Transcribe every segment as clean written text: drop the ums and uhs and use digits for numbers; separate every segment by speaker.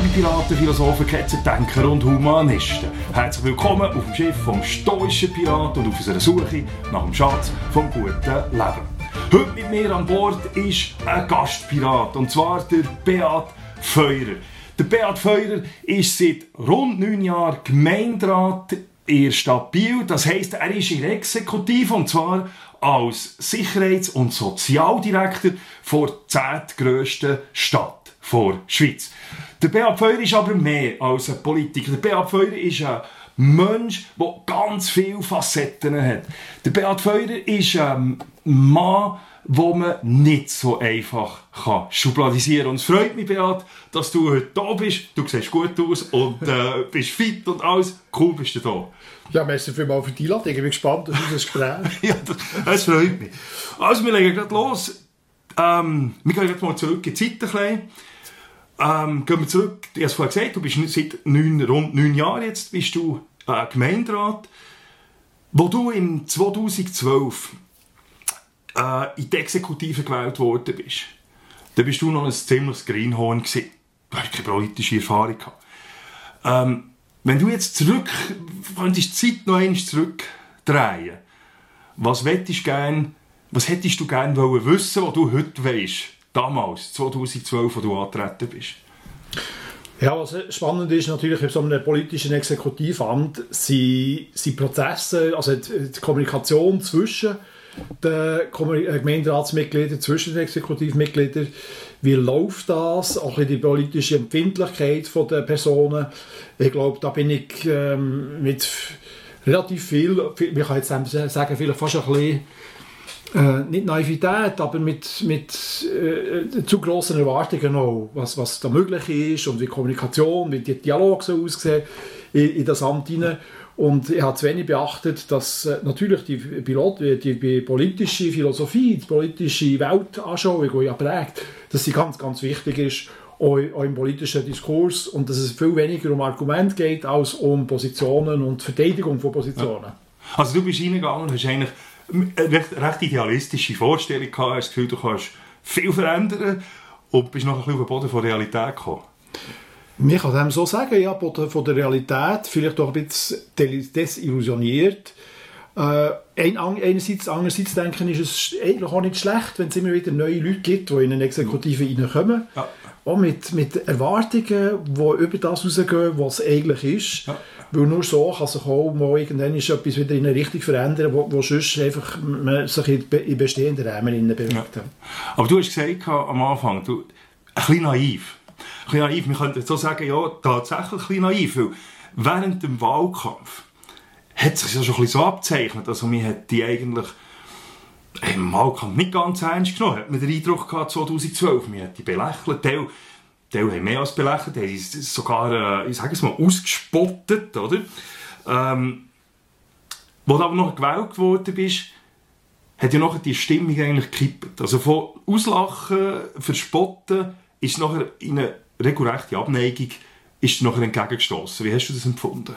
Speaker 1: Piraten, Philosophen, Ketzer, Denker und Humanisten. Herzlich willkommen auf dem Schiff vom stoischen Pirat und auf unserer Suche nach dem Schatz vom guten Leben. Heute mit mir an Bord ist ein Gastpirat, und zwar der Beat Feurer. Der Beat Feurer ist seit rund 9 Jahren Gemeinderat in der Stadt Biel. Das heisst, er ist in der Exekutive, und zwar als Sicherheits- und Sozialdirektor der 10. grössten Stadt der Schweiz. Der Beat Feurer ist aber mehr als ein Politiker. Der Beat Feurer ist ein Mensch, der ganz viele Facetten hat. Der Beat Feurer ist ein Mann, den man nicht so einfach schubladisieren kann. Und es freut mich, Beat, dass du heute da bist. Du siehst gut aus und bist fit und alles. Cool bist du da.
Speaker 2: Ja, merci vielmals für die Einladung. Ich bin gespannt auf unser Gespräch.
Speaker 1: Ja, das freut mich. Also, wir legen gerade los. Wir gehen jetzt mal zurück in die Zeit ein bisschen. Gehen wir zurück. Ich habe es vorhin gesagt, du bist seit rund 9 Jahren jetzt bist du Gemeinderat. Wo du im 2012 in die Exekutive gewählt worden bist, da bist du noch ein ziemliches Greenhorn gewesen. Du hast keine politische Erfahrung gehabt. Wenn du jetzt könntest die Zeit noch einmal zurückdrehen, was hättest du gerne wissen, was du heute weisst, damals, 2012, als du angetreten bist?
Speaker 2: Ja, was spannend ist natürlich in so einem politischen Exekutivamt, sind Prozesse, also die Kommunikation zwischen den Gemeinderatsmitgliedern, zwischen den Exekutivmitgliedern. Wie läuft das? Auch die politische Empfindlichkeit der Personen. Ich glaube, da bin ich mit relativ viel, ich kann jetzt sagen, vielleicht fast ein bisschen, nicht Naivität, aber mit zu grossen Erwartungen auch, was da möglich ist und wie Kommunikation, wie der Dialog so aussieht in das Amt hinein. Und ich habe zu wenig beachtet, dass natürlich die politische Philosophie, die politische Weltanschauung, die ja prägt, dass sie ganz, ganz wichtig ist, auch im politischen Diskurs, und dass es viel weniger um Argumente geht, als um Positionen und Verteidigung von Positionen.
Speaker 1: Ja. Also du bist reingegangen und hast eigentlich eine recht idealistische Vorstellung gehabt, hast das Gefühl, du kannst viel verändern und bist noch ein bisschen auf den Boden der Realität gekommen.
Speaker 2: Man kann dem so sagen, ja, von der Realität vielleicht auch ein bisschen desillusioniert. Andererseits denken, ist es eigentlich auch nicht schlecht, wenn es immer wieder neue Leute gibt, die in eine Exekutive reinkommen. Ja. Auch mit Erwartungen, die über das rausgehen, was es eigentlich ist. Ja. Weil nur so kann sich auch mal irgendwann etwas wieder in eine Richtung verändern, wo sonst einfach man sich in bestehenden Rahmen bewegt. Ja.
Speaker 1: Aber du hast gesagt am Anfang, ein bisschen naiv. Wir könnten so sagen, ja, tatsächlich ein bisschen naiv, weil während dem Wahlkampf hat sich ja schon ein bisschen so abgezeichnet, also man hat die eigentlich im Wahlkampf nicht ganz ernst genommen, hat man den Eindruck gehabt, 2012, man hat die belächelt, die haben mehr als belächelt, die haben sogar, ich sage es mal, ausgespottet, oder? Wo du aber noch gewählt worden bist, hat ja nachher die Stimmung eigentlich gekippt. Also von Auslachen, Verspotten, ist nachher in eine regelrechte Abneigung nachher entgegengestoßen. Wie hast du das empfunden?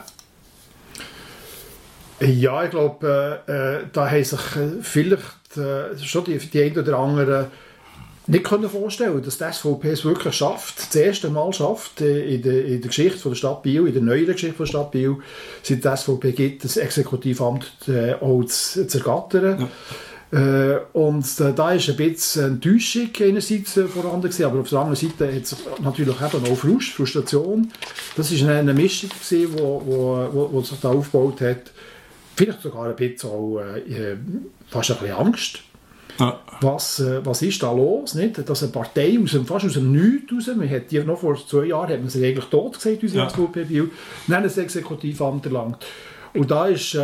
Speaker 2: Ja, ich glaube, da haben sich vielleicht schon die einen oder anderen nicht vorstellen, dass die SVP es wirklich schafft, das erste Mal schafft in der Geschichte von der Stadt Biel, in der neueren Geschichte von der Stadt Biel, seit die SVP gibt, das Exekutivamt auch zu ergattern. Ja. Und da ist ein bisschen Enttäuschung einerseits vorhanden gewesen, aber auf der anderen Seite hat es natürlich eben auch Frustration. Das war eine Mischung, die sich da aufgebaut hat. Vielleicht sogar ein bisschen auch fast ein bisschen Angst. Ja. Was ist da los? Nicht? Dass eine Partei fast aus dem Nichts raus, man hat die noch vor 2 Jahren hat man sie eigentlich tot gesagt, unsere SVP Biel, dann ein Exekutivamt erlangt. Und da ist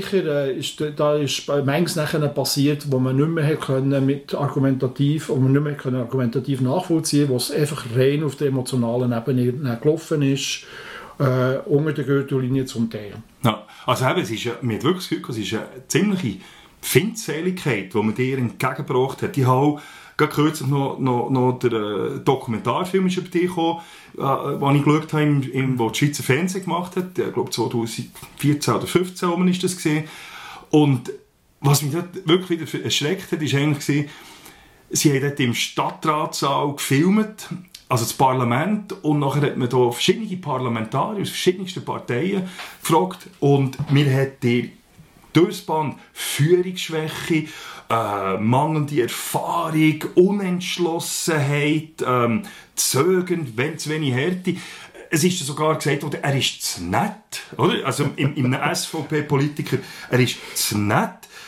Speaker 2: manches nachher passiert, wo man nicht mehr argumentativ nachvollziehen konnte, wo es einfach rein auf der emotionalen Ebene gelaufen ist, unter der Gürtellinie zum Teil.
Speaker 1: Ja, also eben, mir hat wirklich das Gefühl, es ist eine ziemliche Feindseligkeit, die man dir entgegengebracht hat. Ich habe gerade kürzlich noch der Dokumentarfilm ist über dich gekommen, den ich geschaut habe, wo das Schweizer Fernsehen gemacht hat. Ich glaube 2014 oder 2015 ist das gesehen. Und was mich dort wirklich wieder erschreckt hat, ist eigentlich, sie haben dort im Stadtratssaal gefilmt, also das Parlament, und nachher hat man da verschiedene Parlamentarier aus verschiedensten Parteien gefragt und mir hat die durchs Band Führungsschwäche, mangelnde Erfahrung, Unentschlossenheit, zögernd, wenn zu wenig Härte. Es ist sogar gesagt worden, er ist zu nett. Oder? Also im SVP-Politiker, er ist zu nett.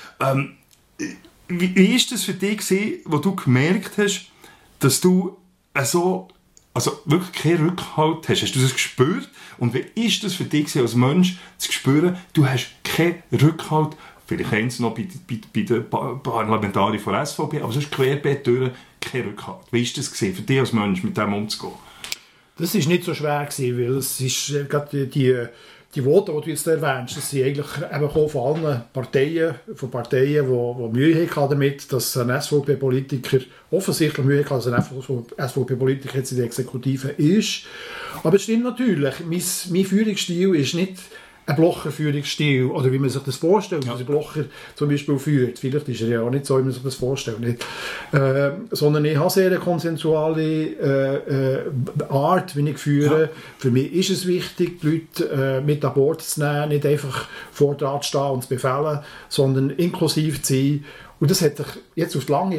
Speaker 1: Wie war das für dich gewesen, wo du gemerkt hast, dass du also wirklich keinen Rückhalt hast? Hast du das gespürt? Und wie ist das für dich gewesen, als Mensch zu spüren, du hast keinen Rückhalt? Vielleicht eins noch bei den Parlamentariern von der SVP, aber sonst querbeet durch keinen Rückhalt. Wie war das gewesen, für dich als Mensch, mit dem umzugehen?
Speaker 2: Das war nicht so schwer gewesen, weil es ist gerade die Voten, die du jetzt erwähnst, das sind eigentlich eben von allen Parteien, die Mühe hatten damit, dass ein SVP-Politiker offensichtlich Mühe hatte, dass ein SVP-Politiker jetzt in der Exekutive ist. Aber es stimmt natürlich, mein Führungsstil ist nicht ein Blocher-Führungsstil, oder wie man sich das vorstellt, dass ein Blocher zum Beispiel führt. Vielleicht ist er ja auch nicht so, wie man sich das vorstellt. Nicht. Sondern ich habe sehr eine konsensuale Art, wie ich führe. Ja. Für mich ist es wichtig, die Leute mit an Bord zu nehmen, nicht einfach vor dran zu stehen und zu befehlen, sondern inklusiv zu sein. Und das hat sich jetzt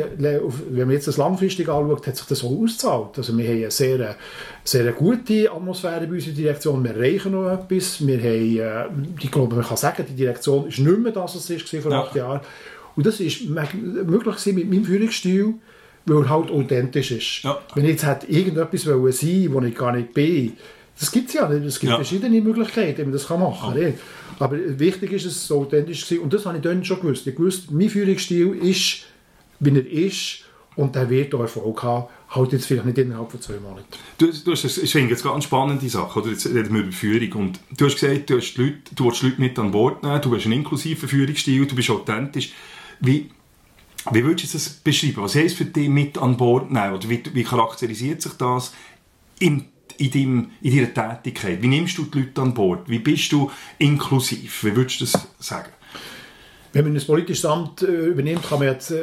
Speaker 2: wenn man jetzt das langfristig anschaut, hat sich das auch ausgezahlt. Also wir haben eine sehr, sehr gute Atmosphäre bei unserer Direktion. Wir erreichen noch etwas. Wir haben, ich glaube, man kann sagen, die Direktion ist nicht mehr das, was es war vor 8 Jahren. Und das ist möglich mit meinem Führungsstil, weil er halt authentisch ist. Ja. Wenn ich jetzt irgendetwas sein wollte, wo ich gar nicht bin, das gibt es ja nicht. Es gibt verschiedene Möglichkeiten, wie man das machen kann. Aber wichtig ist, dass es so authentisch war. Und das habe ich dann schon gewusst. Ich wusste, mein Führungsstil ist, wie er ist. Und der wird auch Erfolg haben. Halt jetzt vielleicht nicht innerhalb von 2 Monaten.
Speaker 1: Du hast, ich finde jetzt ganz spannende Sache. Oder? Jetzt reden wir über Führung. Und du hast gesagt, du willst Leute mit an Bord nehmen. Du hast einen inklusiven Führungsstil. Du bist authentisch. Wie würdest du das beschreiben? Was heisst für dich mit an Bord nehmen? Oder wie charakterisiert sich das in deiner Tätigkeit? Wie nimmst du die Leute an Bord? Wie bist du inklusiv? Wie würdest du das sagen?
Speaker 2: Wenn man ein politisches Amt übernimmt, kann man jetzt,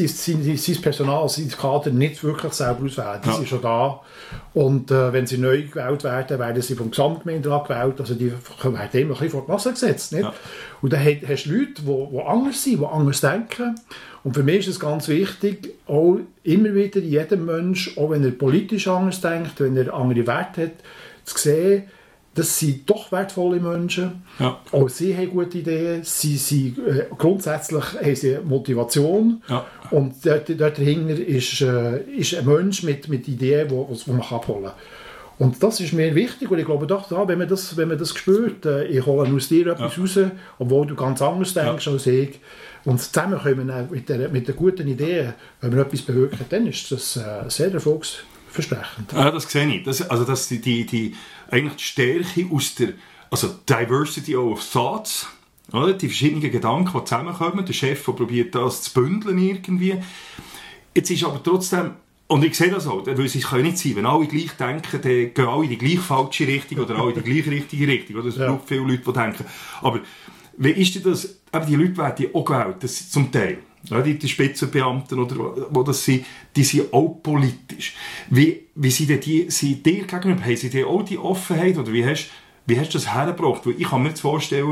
Speaker 2: sein Personal, sein Kader nicht wirklich selber auswählen. Die sind schon da. Und wenn sie neu gewählt werden sie vom Gesamtgemeinderat gewählt. Also die werden immer ein bisschen vor die Masse gesetzt. Nicht? Ja. Und dann hast du Leute, die anders sind, die anders denken. Und für mich ist es ganz wichtig, auch immer wieder jedem Mensch, auch wenn er politisch anders denkt, wenn er andere Werte hat, zu sehen, das sind doch wertvolle Menschen. Ja. Auch sie haben gute Ideen. Grundsätzlich haben sie Motivation. Ja. Und dort dahinter ist ein Mensch mit Ideen, die man abholen kann. Und das ist mir wichtig. Und ich glaube doch, wenn man das spürt, ich hole aus dir etwas raus, obwohl du ganz anders denkst als ich. Und zusammen können wir mit der guten Idee, wenn wir etwas bewirken, dann ist das sehr erfolgsversprechend. Ja,
Speaker 1: das sehe ich. Das eigentlich die Stärke aus der Diversity of Thoughts, oder? Die verschiedenen Gedanken, die zusammenkommen. Der Chef, der probiert das zu bündeln irgendwie. Jetzt ist aber trotzdem, und ich sehe das auch, weil es kann nicht sein, wenn alle gleich denken, dann gehen alle in die gleich falsche Richtung oder alle in die gleich richtige Richtung. Oder? Es braucht viele Leute, die denken. Aber wie ist denn das? Aber die Leute werden auch gewählt, das sind zum Teil. Ja, die Spitzenbeamten, oder wo das sind, die sind auch politisch. Wie sind denn die dir gegenüber? Haben sie dir auch die Offenheit? Oder wie hast du das hergebracht? Weil ich kann mir jetzt vorstellen,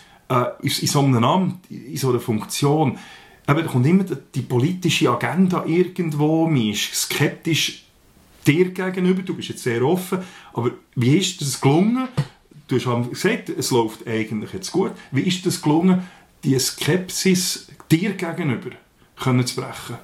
Speaker 1: in so einem Amt, in so einer Funktion, da kommt immer die politische Agenda irgendwo, man ist skeptisch dir gegenüber, du bist jetzt sehr offen, aber wie ist das gelungen? Du hast gesagt, es läuft eigentlich jetzt gut. Wie ist das gelungen, die Skepsis dir gegenüber zu brechen?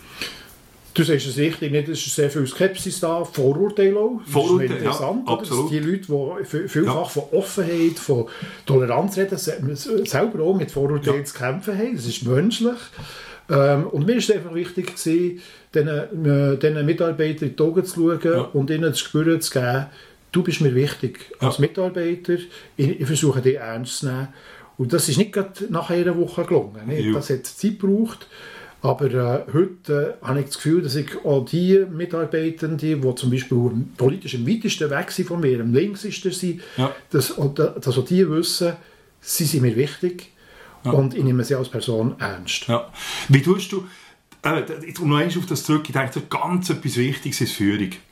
Speaker 2: Du sagst es richtig, nicht? Es ist sehr viel Skepsis da, Vorurteile auch. Das ist interessant. Ja, absolut. Die Leute, die vielfach von Offenheit, von Toleranz reden, selber auch mit Vorurteilen zu kämpfen haben. Das ist menschlich. Und mir ist es einfach wichtig gewesen, diesen Mitarbeitern in die Augen zu schauen und ihnen das Gespür zu geben, du bist mir wichtig als Mitarbeiter, ich versuche dich ernst zu nehmen. Und das ist nicht gerade nach einer Woche gelungen. Nicht? Das hat Zeit gebraucht. Aber heute habe ich das Gefühl, dass ich auch die Mitarbeitenden, die zum Beispiel politisch am weitesten weg sind von mir, am linksesten sind, dass auch die wissen, sie sind mir wichtig und ich nehme sie als Person ernst. Ja.
Speaker 1: Wie tust du, um noch einmal auf das zurück, ich denke, ganz etwas Wichtiges ist Führung.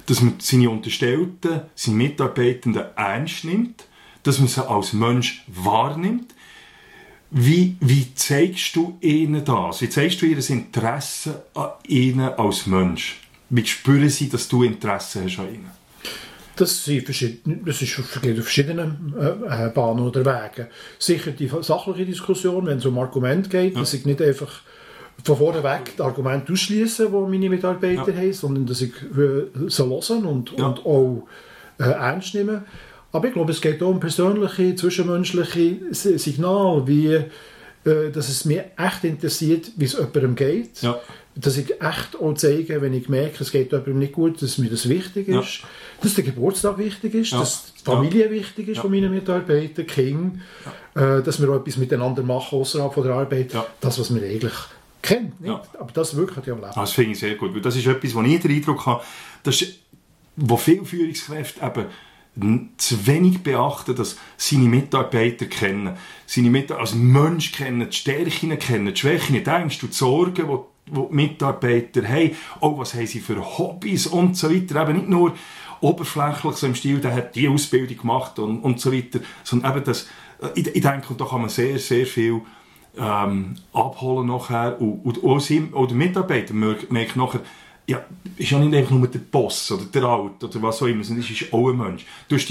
Speaker 1: dass man seine Unterstellten, seine Mitarbeitenden ernst nimmt, dass man sie als Mensch wahrnimmt. Wie zeigst du ihnen das? Wie zeigst du ihr Interesse an ihnen als Mensch? Wie spüren sie, dass du Interesse hast an ihnen?
Speaker 2: Das geht auf verschiedenen Bahnen oder Wegen. Sicher die sachliche Diskussion, wenn es um Argumente geht, dass ich nicht einfach von vorne weg die Argumente ausschließe, die meine Mitarbeiter haben, sondern dass ich sie hören und auch ernst nehme. Aber ich glaube, es geht auch um persönliche, zwischenmenschliche Signale, wie dass es mich echt interessiert, wie es jemandem geht. Ja. Dass ich echt auch zeige, wenn ich merke, es geht jemandem nicht gut, dass mir das wichtig ist. Dass der Geburtstag wichtig ist, dass die Familie wichtig ist von meinen Mitarbeitern, Kinder, dass wir auch etwas miteinander machen außerhalb von der Arbeit. Das, was wir eigentlich kennen. Aber das wirklich ja leben.
Speaker 1: Das finde ich sehr gut. Das ist etwas, wo ich den Eindruck habe, dass, wo viele Führungskräfte eben zu wenig beachten, dass seine Mitarbeiter kennen, seine Mitarbeiter als Mensch kennen, die Stärken kennen, die Schwächen, die Ängste und die Sorgen, die Mitarbeiter haben, auch was haben sie für Hobbys und so weiter. Eben nicht nur oberflächlich, so im Stil, der hat die Ausbildung gemacht und so weiter, sondern eben das, ich denke, da kann man sehr, sehr viel abholen nachher und auch der Mitarbeiter merkt nachher, ja, ist ja nicht einfach nur der Boss oder der Alt oder was auch immer, sondern es ist auch ein Mensch. Tust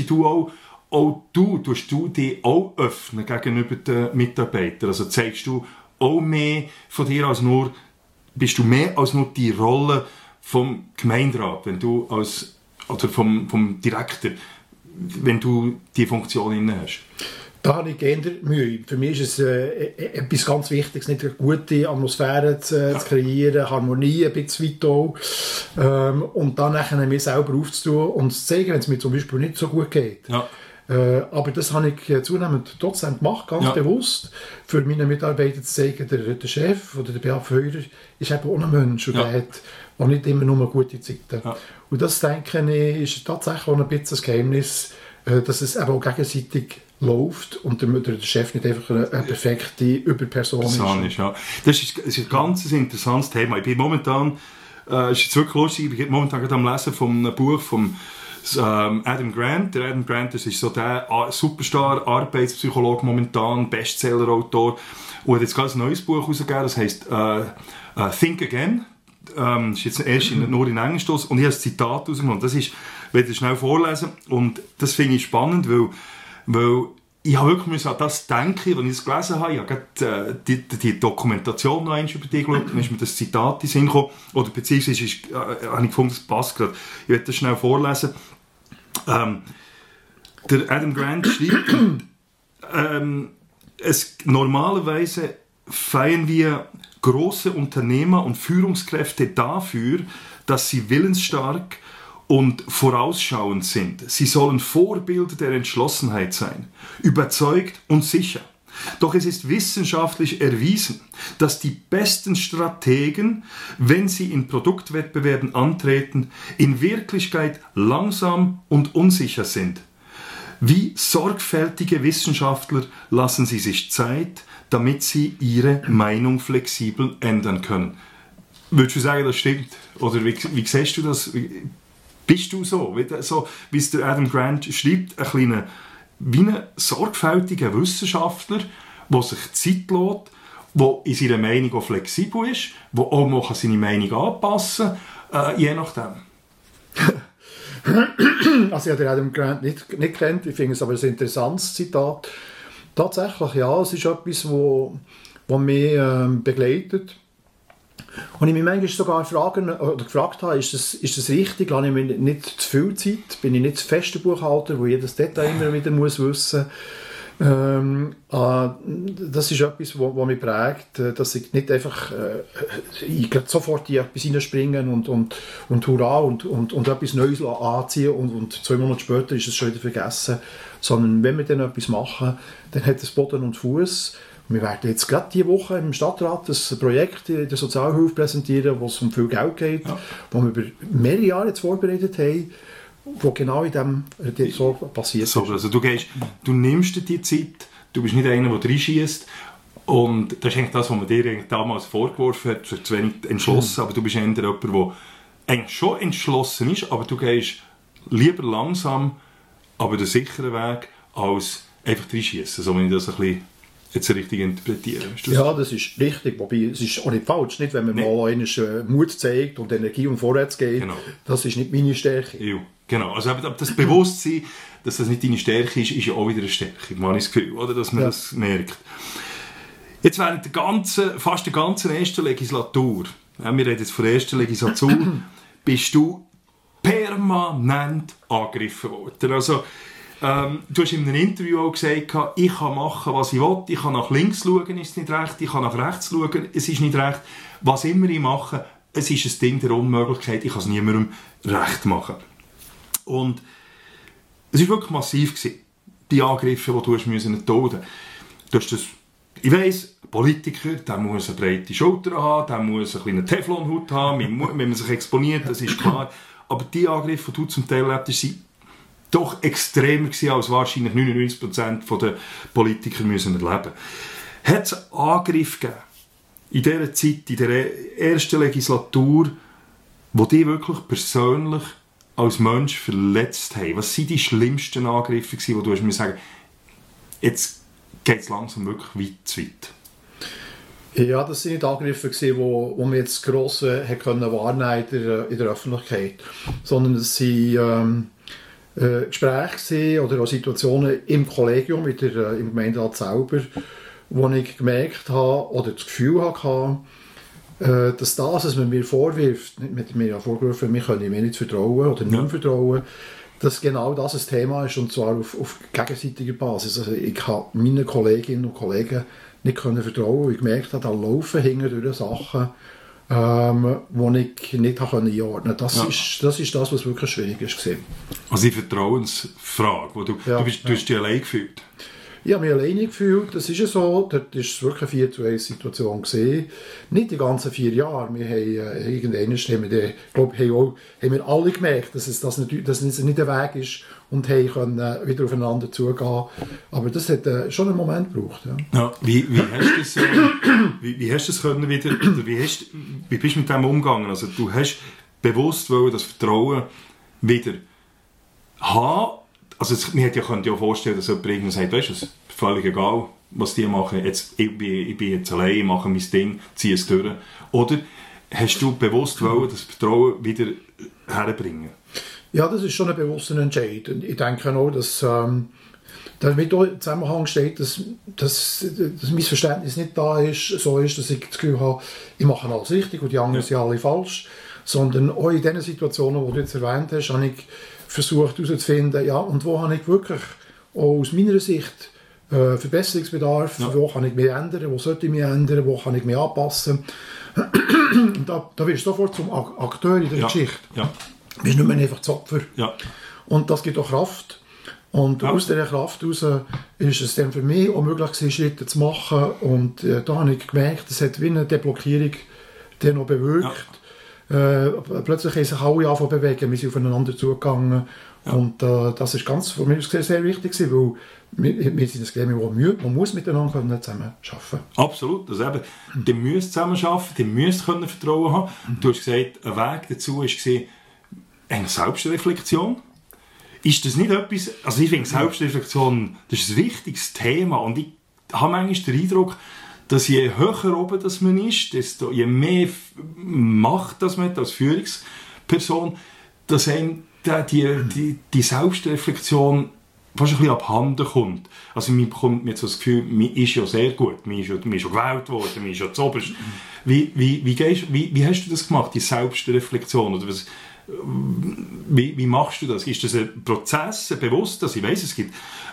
Speaker 1: du dich auch öffnen gegenüber den Mitarbeitern? Also zeigst du auch mehr von dir als nur, bist du mehr als nur die Rolle vom Gemeinderat, wenn du oder vom Direktor, wenn du die Funktion inne hast?
Speaker 2: Da habe ich eher Mühe. Für mich ist es etwas ganz Wichtiges, nicht eine gute Atmosphäre zu kreieren, Harmonie ein bisschen weit auch. Und dann nachher mir selber aufzutun und zu zeigen, wenn es mir zum Beispiel nicht so gut geht. Ja. Aber das habe ich zunehmend trotzdem gemacht, ganz bewusst, für meine Mitarbeiter zu zeigen, der Chef oder der Beamtenführer ist eben auch ein Mensch und der hat auch nicht immer nur gute Zeiten. Ja. Und das, denke ich, ist tatsächlich auch ein bisschen das Geheimnis, dass es eben auch gegenseitig läuft und der Chef nicht einfach eine perfekte Überperson ist.
Speaker 1: Ja. Das ist ein ganz interessantes Thema. Ich bin momentan, es ist jetzt wirklich lustig, ich bin momentan gerade am Lesen von einem Buch von Adam Grant. Der Adam Grant, das ist so der Superstar, Arbeitspsychologe momentan, Bestseller-Autor. Und hat jetzt gerade ein neues Buch herausgegeben, das heisst Think Again. Das ist jetzt erst nur in Englisch und ich habe ein Zitat rausgenommen. Das ist, ich werde es schnell vorlesen und das finde ich spannend, weil ich habe wirklich an das denken, als ich das gelesen habe. Ich habe gerade die Dokumentation noch einmal über dich geschaut, dann ist mir das Zitat in den Sinn gekommen, oder beziehungsweise habe ich gefunden, das passt gerade. Ich werde das schnell vorlesen. Der Adam Grant schreibt, normalerweise feiern wir große Unternehmer und Führungskräfte dafür, dass sie willensstark und vorausschauend sind. Sie sollen Vorbilder der Entschlossenheit sein, überzeugt und sicher. Doch es ist wissenschaftlich erwiesen, dass die besten Strategen, wenn sie in Produktwettbewerben antreten, in Wirklichkeit langsam und unsicher sind. Wie sorgfältige Wissenschaftler lassen sie sich Zeit, damit sie ihre Meinung flexibel ändern können. Würdest du sagen, das stimmt? Oder wie siehst du das? Bist du so, wie es der Adam Grant schreibt, wie ein sorgfältiger Wissenschaftler, der sich Zeit lässt, der in seiner Meinung auch flexibel ist, der auch mal seine Meinung anpassen kann, je nachdem?
Speaker 2: Also ich habe den Adam Grant nicht kennt, ich finde es aber ein interessantes Zitat. Tatsächlich, ja, es ist etwas, was mich begleitet. Und ich mich manchmal sogar gefragt habe, ist das richtig? Habe ich mir nicht zu viel Zeit? Bin ich nicht zu fester Buchhalter, wo jedes Detail immer wieder muss wissen muss? Das ist etwas, was mich prägt, dass ich nicht einfach sofort in etwas hineinspringen und hurra und etwas Neues anziehen und 2 Monate später ist es schon wieder vergessen. Sondern wenn wir dann etwas machen, dann hat es Boden und Fuß. Wir werden jetzt gerade diese Woche im Stadtrat ein Projekt in der Sozialhilfe präsentieren, wo es um viel Geld geht, wo wir über mehrere Jahre jetzt vorbereitet haben, wo genau in dem so passiert ist.
Speaker 1: Also du nimmst dir die Zeit, du bist nicht einer, der reinschießt und das ist eigentlich das, was man dir damals vorgeworfen hat, zu wenig entschlossen, aber du bist eher jemand, der eigentlich schon entschlossen ist, aber du gehst lieber langsam, aber den sicheren Weg, als einfach reinschiessen, so wenn ich das ein bisschen jetzt richtig interpretiere.
Speaker 2: Ja, das ist richtig, wobei es ist auch nicht falsch, nicht, wenn man mal einen Mut zeigt und Energie und vorwärts geht, genau. Das ist nicht meine Stärke.
Speaker 1: Ja, genau, also aber das Bewusstsein, dass das nicht deine Stärke ist, ist ja auch wieder eine Stärke, man das Gefühl, oder, dass man das merkt. Jetzt während fast der ganzen ersten Legislatur, wir reden jetzt von der ersten Legislatur, bist du permanent angegriffen worden. Also, du hast in einem Interview auch gesagt, ich kann machen, was ich will, ich kann nach links schauen, ist nicht recht, ich kann nach rechts schauen, es ist nicht recht. Was immer ich mache, es ist ein Ding der Unmöglichkeit, ich kann es niemandem recht machen. Und es war wirklich massiv gewesen, die Angriffe, die du hast müssen erdulden. Du hast das, ich weiss, ein Politiker, der muss eine breite Schulter haben, der muss eine Teflonhaut haben, wenn man sich exponiert, das ist klar. Aber die Angriffe, die du zum Teil erlebt hast, sind doch extremer gewesen, als wahrscheinlich 99% der Politiker müssen erleben. Hat es Angriffe gegeben, in dieser Zeit, in dieser ersten Legislatur, die dich wirklich persönlich als Mensch verletzt haben? Was waren die schlimmsten Angriffe gewesen, wo du mir sagen, jetzt geht es langsam wirklich weit zu weit?
Speaker 2: Ja, das waren nicht Angriffe, die man jetzt gross wahrnehmen in der Öffentlichkeit, sondern es waren Gespräche oder auch Situationen im Kollegium, im Gemeinderat selber, wo ich gemerkt habe oder das Gefühl hatte, dass das, was man mir vorwirft, mit mir ja vorgeworfen, wir können mir nicht vertrauen oder nicht vertrauen, dass genau das ein Thema ist, und zwar auf gegenseitiger Basis. Also ich habe meinen Kolleginnen und Kollegen nicht vertrauen, weil ich gemerkt habe, da laufen hinten durch Sachen, die ich nicht einordnen konnte. Das ist das, was wirklich schwierig war.
Speaker 1: Also die Vertrauensfrage, wo du hast dich allein gefühlt?
Speaker 2: Ich habe mich alleine gefühlt, das ist ja so, dort war es wirklich eine 4-2-Situation gewesen. Nicht die ganzen 4 Jahre. Wir haben haben wir alle gemerkt, dass es nicht der Weg ist und können wieder aufeinander zugehen. Aber das hat schon einen Moment gebraucht. Ja.
Speaker 1: Wie hast du das können wieder, wie bist du mit dem umgegangen? Also du hast bewusst das Vertrauen wieder haben. Also man hätte ja vorstellen, dass jemand irgendwann sagt, weißt du, es ist völlig egal, was die machen, jetzt, ich bin jetzt allein, ich mache mein Ding, ziehe es durch. Oder hast du bewusst das Vertrauen wieder herbringen? Ja,
Speaker 2: das ist schon ein bewusster Entscheid. Und ich denke auch, dass damit auch im Zusammenhang steht, dass das Missverständnis nicht da ist, so ist, dass ich das Gefühl habe, ich mache alles richtig und die anderen sind alle falsch. Sondern auch in den Situationen, die du jetzt erwähnt hast, habe ich versucht herauszufinden, ja, und wo habe ich wirklich auch aus meiner Sicht Verbesserungsbedarf, wo kann ich mich ändern, wo sollte ich mich ändern, wo kann ich mich anpassen. Und da wirst du sofort zum Akteur in der Geschichte. Ja. Du bist nicht mehr einfach das Opfer. Ja. Und das gibt auch Kraft. Und aus dieser Kraft heraus ist es dann für mich auch möglich, Schritte zu machen. Und da habe ich gemerkt, es hat wie eine Deblockierung dann noch bewirkt. Ja. Plötzlich haben sich alle angefangen zu bewegen, wir sind aufeinander zugegangen. Ja. Und das ist ganz von mir sehr, sehr wichtig, weil wir sind das Gremium, man muss miteinander zusammen arbeiten.
Speaker 1: Absolut, also eben, die müssen zusammen arbeiten, die müssen Vertrauen haben. Du hast gesagt, ein Weg dazu war eine Selbstreflexion. Ist das nicht etwas, also ich finde Selbstreflexion, das ist ein wichtiges Thema und ich habe manchmal den Eindruck, dass je höher oben das man ist, desto je mehr Macht das man hat als Führungsperson, dass einem die Selbstreflexion fast ein bisschen abhanden kommt. Also man bekommt mir so das Gefühl, man ist ja sehr gut, man ist schon gewählt worden, man ist ja zuoberst. Wie hast du das gemacht, die Selbstreflexion? Oder wie machst du das? Ist das ein Prozess, ein Bewusster? Ich weiss, es gibt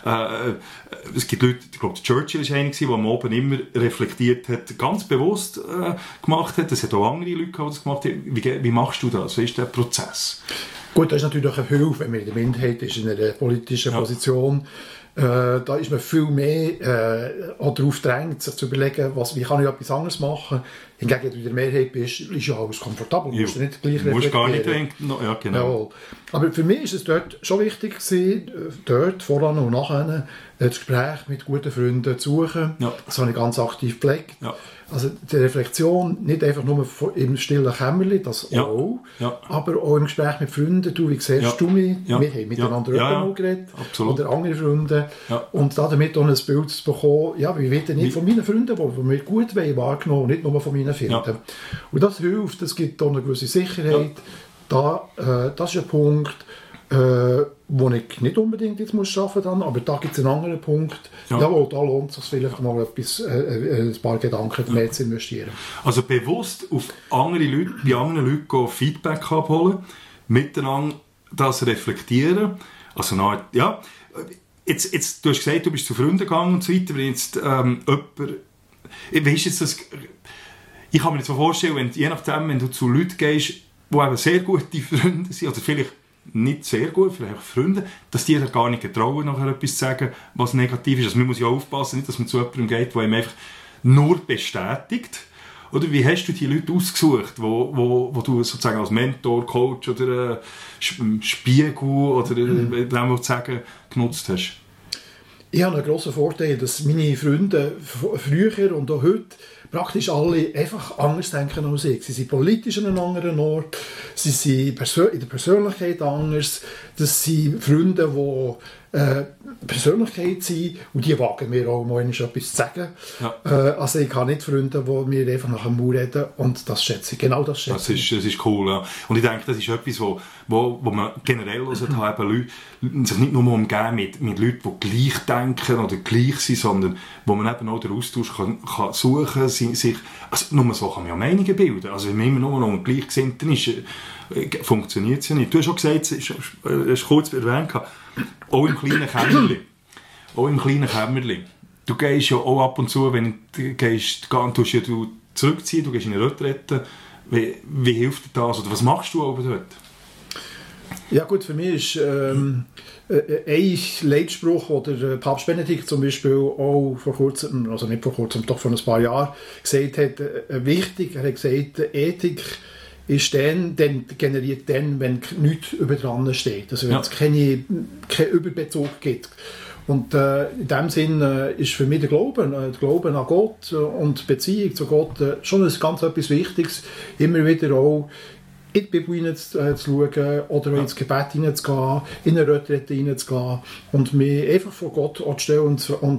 Speaker 1: Leute, ich glaube, Churchill war einer, der am Oben immer reflektiert hat, ganz bewusst gemacht hat. Es hat auch andere Leute, die das gemacht haben. Wie machst du das? Wie ist der Prozess?
Speaker 2: Gut, das ist natürlich eine Hilfe, wenn man in der Minderheit ist, in einer politischen Position. Da ist man viel mehr auch darauf gedrängt, sich zu überlegen, wie kann ich etwas anderes machen. Ich Hingegen, wenn du in der Mehrheit bist, ist ja alles komfortabel. Du musst nicht gleich
Speaker 1: reflektieren. Du musst gar nicht
Speaker 2: denken.
Speaker 1: Ja, genau.
Speaker 2: Jawohl. Aber für mich ist es dort schon wichtig gewesen, dort voran und nachher das Gespräch mit guten Freunden zu suchen. Ja. Das habe ich ganz aktiv gepflegt. Ja. Also die Reflexion, nicht einfach nur im stillen Kämmerchen, das auch, aber auch im Gespräch mit Freunden. Du, wie siehst du mich? Wir haben miteinander auch geredet.
Speaker 1: Absolut.
Speaker 2: Oder andere Freunde. Ja. Und damit auch ein Bild zu bekommen, wie wird denn nicht von meinen Freunden, die mir gut wahrgenommen, nicht nur von meinen Freunden. Ja. Und das hilft, das gibt auch eine gewisse Sicherheit. Ja. Das ist ein Punkt, wo ich nicht unbedingt jetzt arbeiten muss, aber da gibt es einen anderen Punkt. Ja. Jawohl, da lohnt es sich vielleicht mal ein paar Gedanken mehr zu investieren.
Speaker 1: Also bewusst auf andere Leute, bei anderen Leuten Feedback abholen, miteinander das reflektieren. Also ja, jetzt, du hast gesagt, du bist zu Freunden gegangen und so weiter, wenn jetzt jemand, weißt jetzt das, ich kann mir jetzt so vorstellen, je nachdem, wenn du zu Leuten gehst, die eben sehr gute Freunde sind, oder vielleicht nicht sehr gut, vielleicht auch Freunde, dass die gar nicht getrauen, nachher etwas zu sagen, was negativ ist. Also man muss ja aufpassen, nicht, dass man zu jemandem geht, der ihm einfach nur bestätigt. Oder wie hast du die Leute ausgesucht, wo du sozusagen als Mentor, Coach oder Spiegel oder wie man sagen, genutzt hast?
Speaker 2: Ich habe einen grossen Vorteil, dass meine Freunde früher und auch heute praktisch alle einfach anders denken als ich. Sie sind politisch an einem anderen Ort, sie sind in der Persönlichkeit anders. Das sind Freunde, die Persönlichkeit sind und die wagen mir auch mal etwas zu sagen. Ja. Also ich habe nicht Freunde, die mir einfach nach dem Mund reden und das schätze ich. Genau das schätze ich.
Speaker 1: Das ist cool, ja. Und ich denke, das ist etwas, wo man generell haben, Leute, sich nicht nur umgeben mit Leuten, die gleich denken oder gleich sind, sondern wo man eben auch den Austausch kann suchen, sich, also nur so kann man ja Meinungen bilden. Also wenn man immer nur noch Gleichgesinnten ist, funktioniert es ja nicht. Du hast schon gesagt, du hast kurz erwähnt, auch im kleinen Kämmerchen. Du gehst ja auch ab und zu, wenn du gehst, tust du zurückziehen, du gehst in eine Retrette. Wie hilft dir das? Oder was machst du aber dort?
Speaker 2: Ja gut, für mich ist ein Leitspruch, oder Papst Benedikt zum Beispiel auch vor kurzem, also nicht vor kurzem, doch vor ein paar Jahren, gesagt hat, wichtig, er hat gesagt, Ethik ist dann generiert dann, wenn nichts über dran steht. Also wenn es keinen Überbezug gibt. Und in dem Sinn ist für mich der Glauben an Gott und die Beziehung zu Gott schon ganz etwas Wichtiges. Immer wieder auch in die Bibel hineinzuschauen oder ins Gebet hineinzugehen, in eine Retrette hineinzugehen und mich einfach vor Gott anzustellen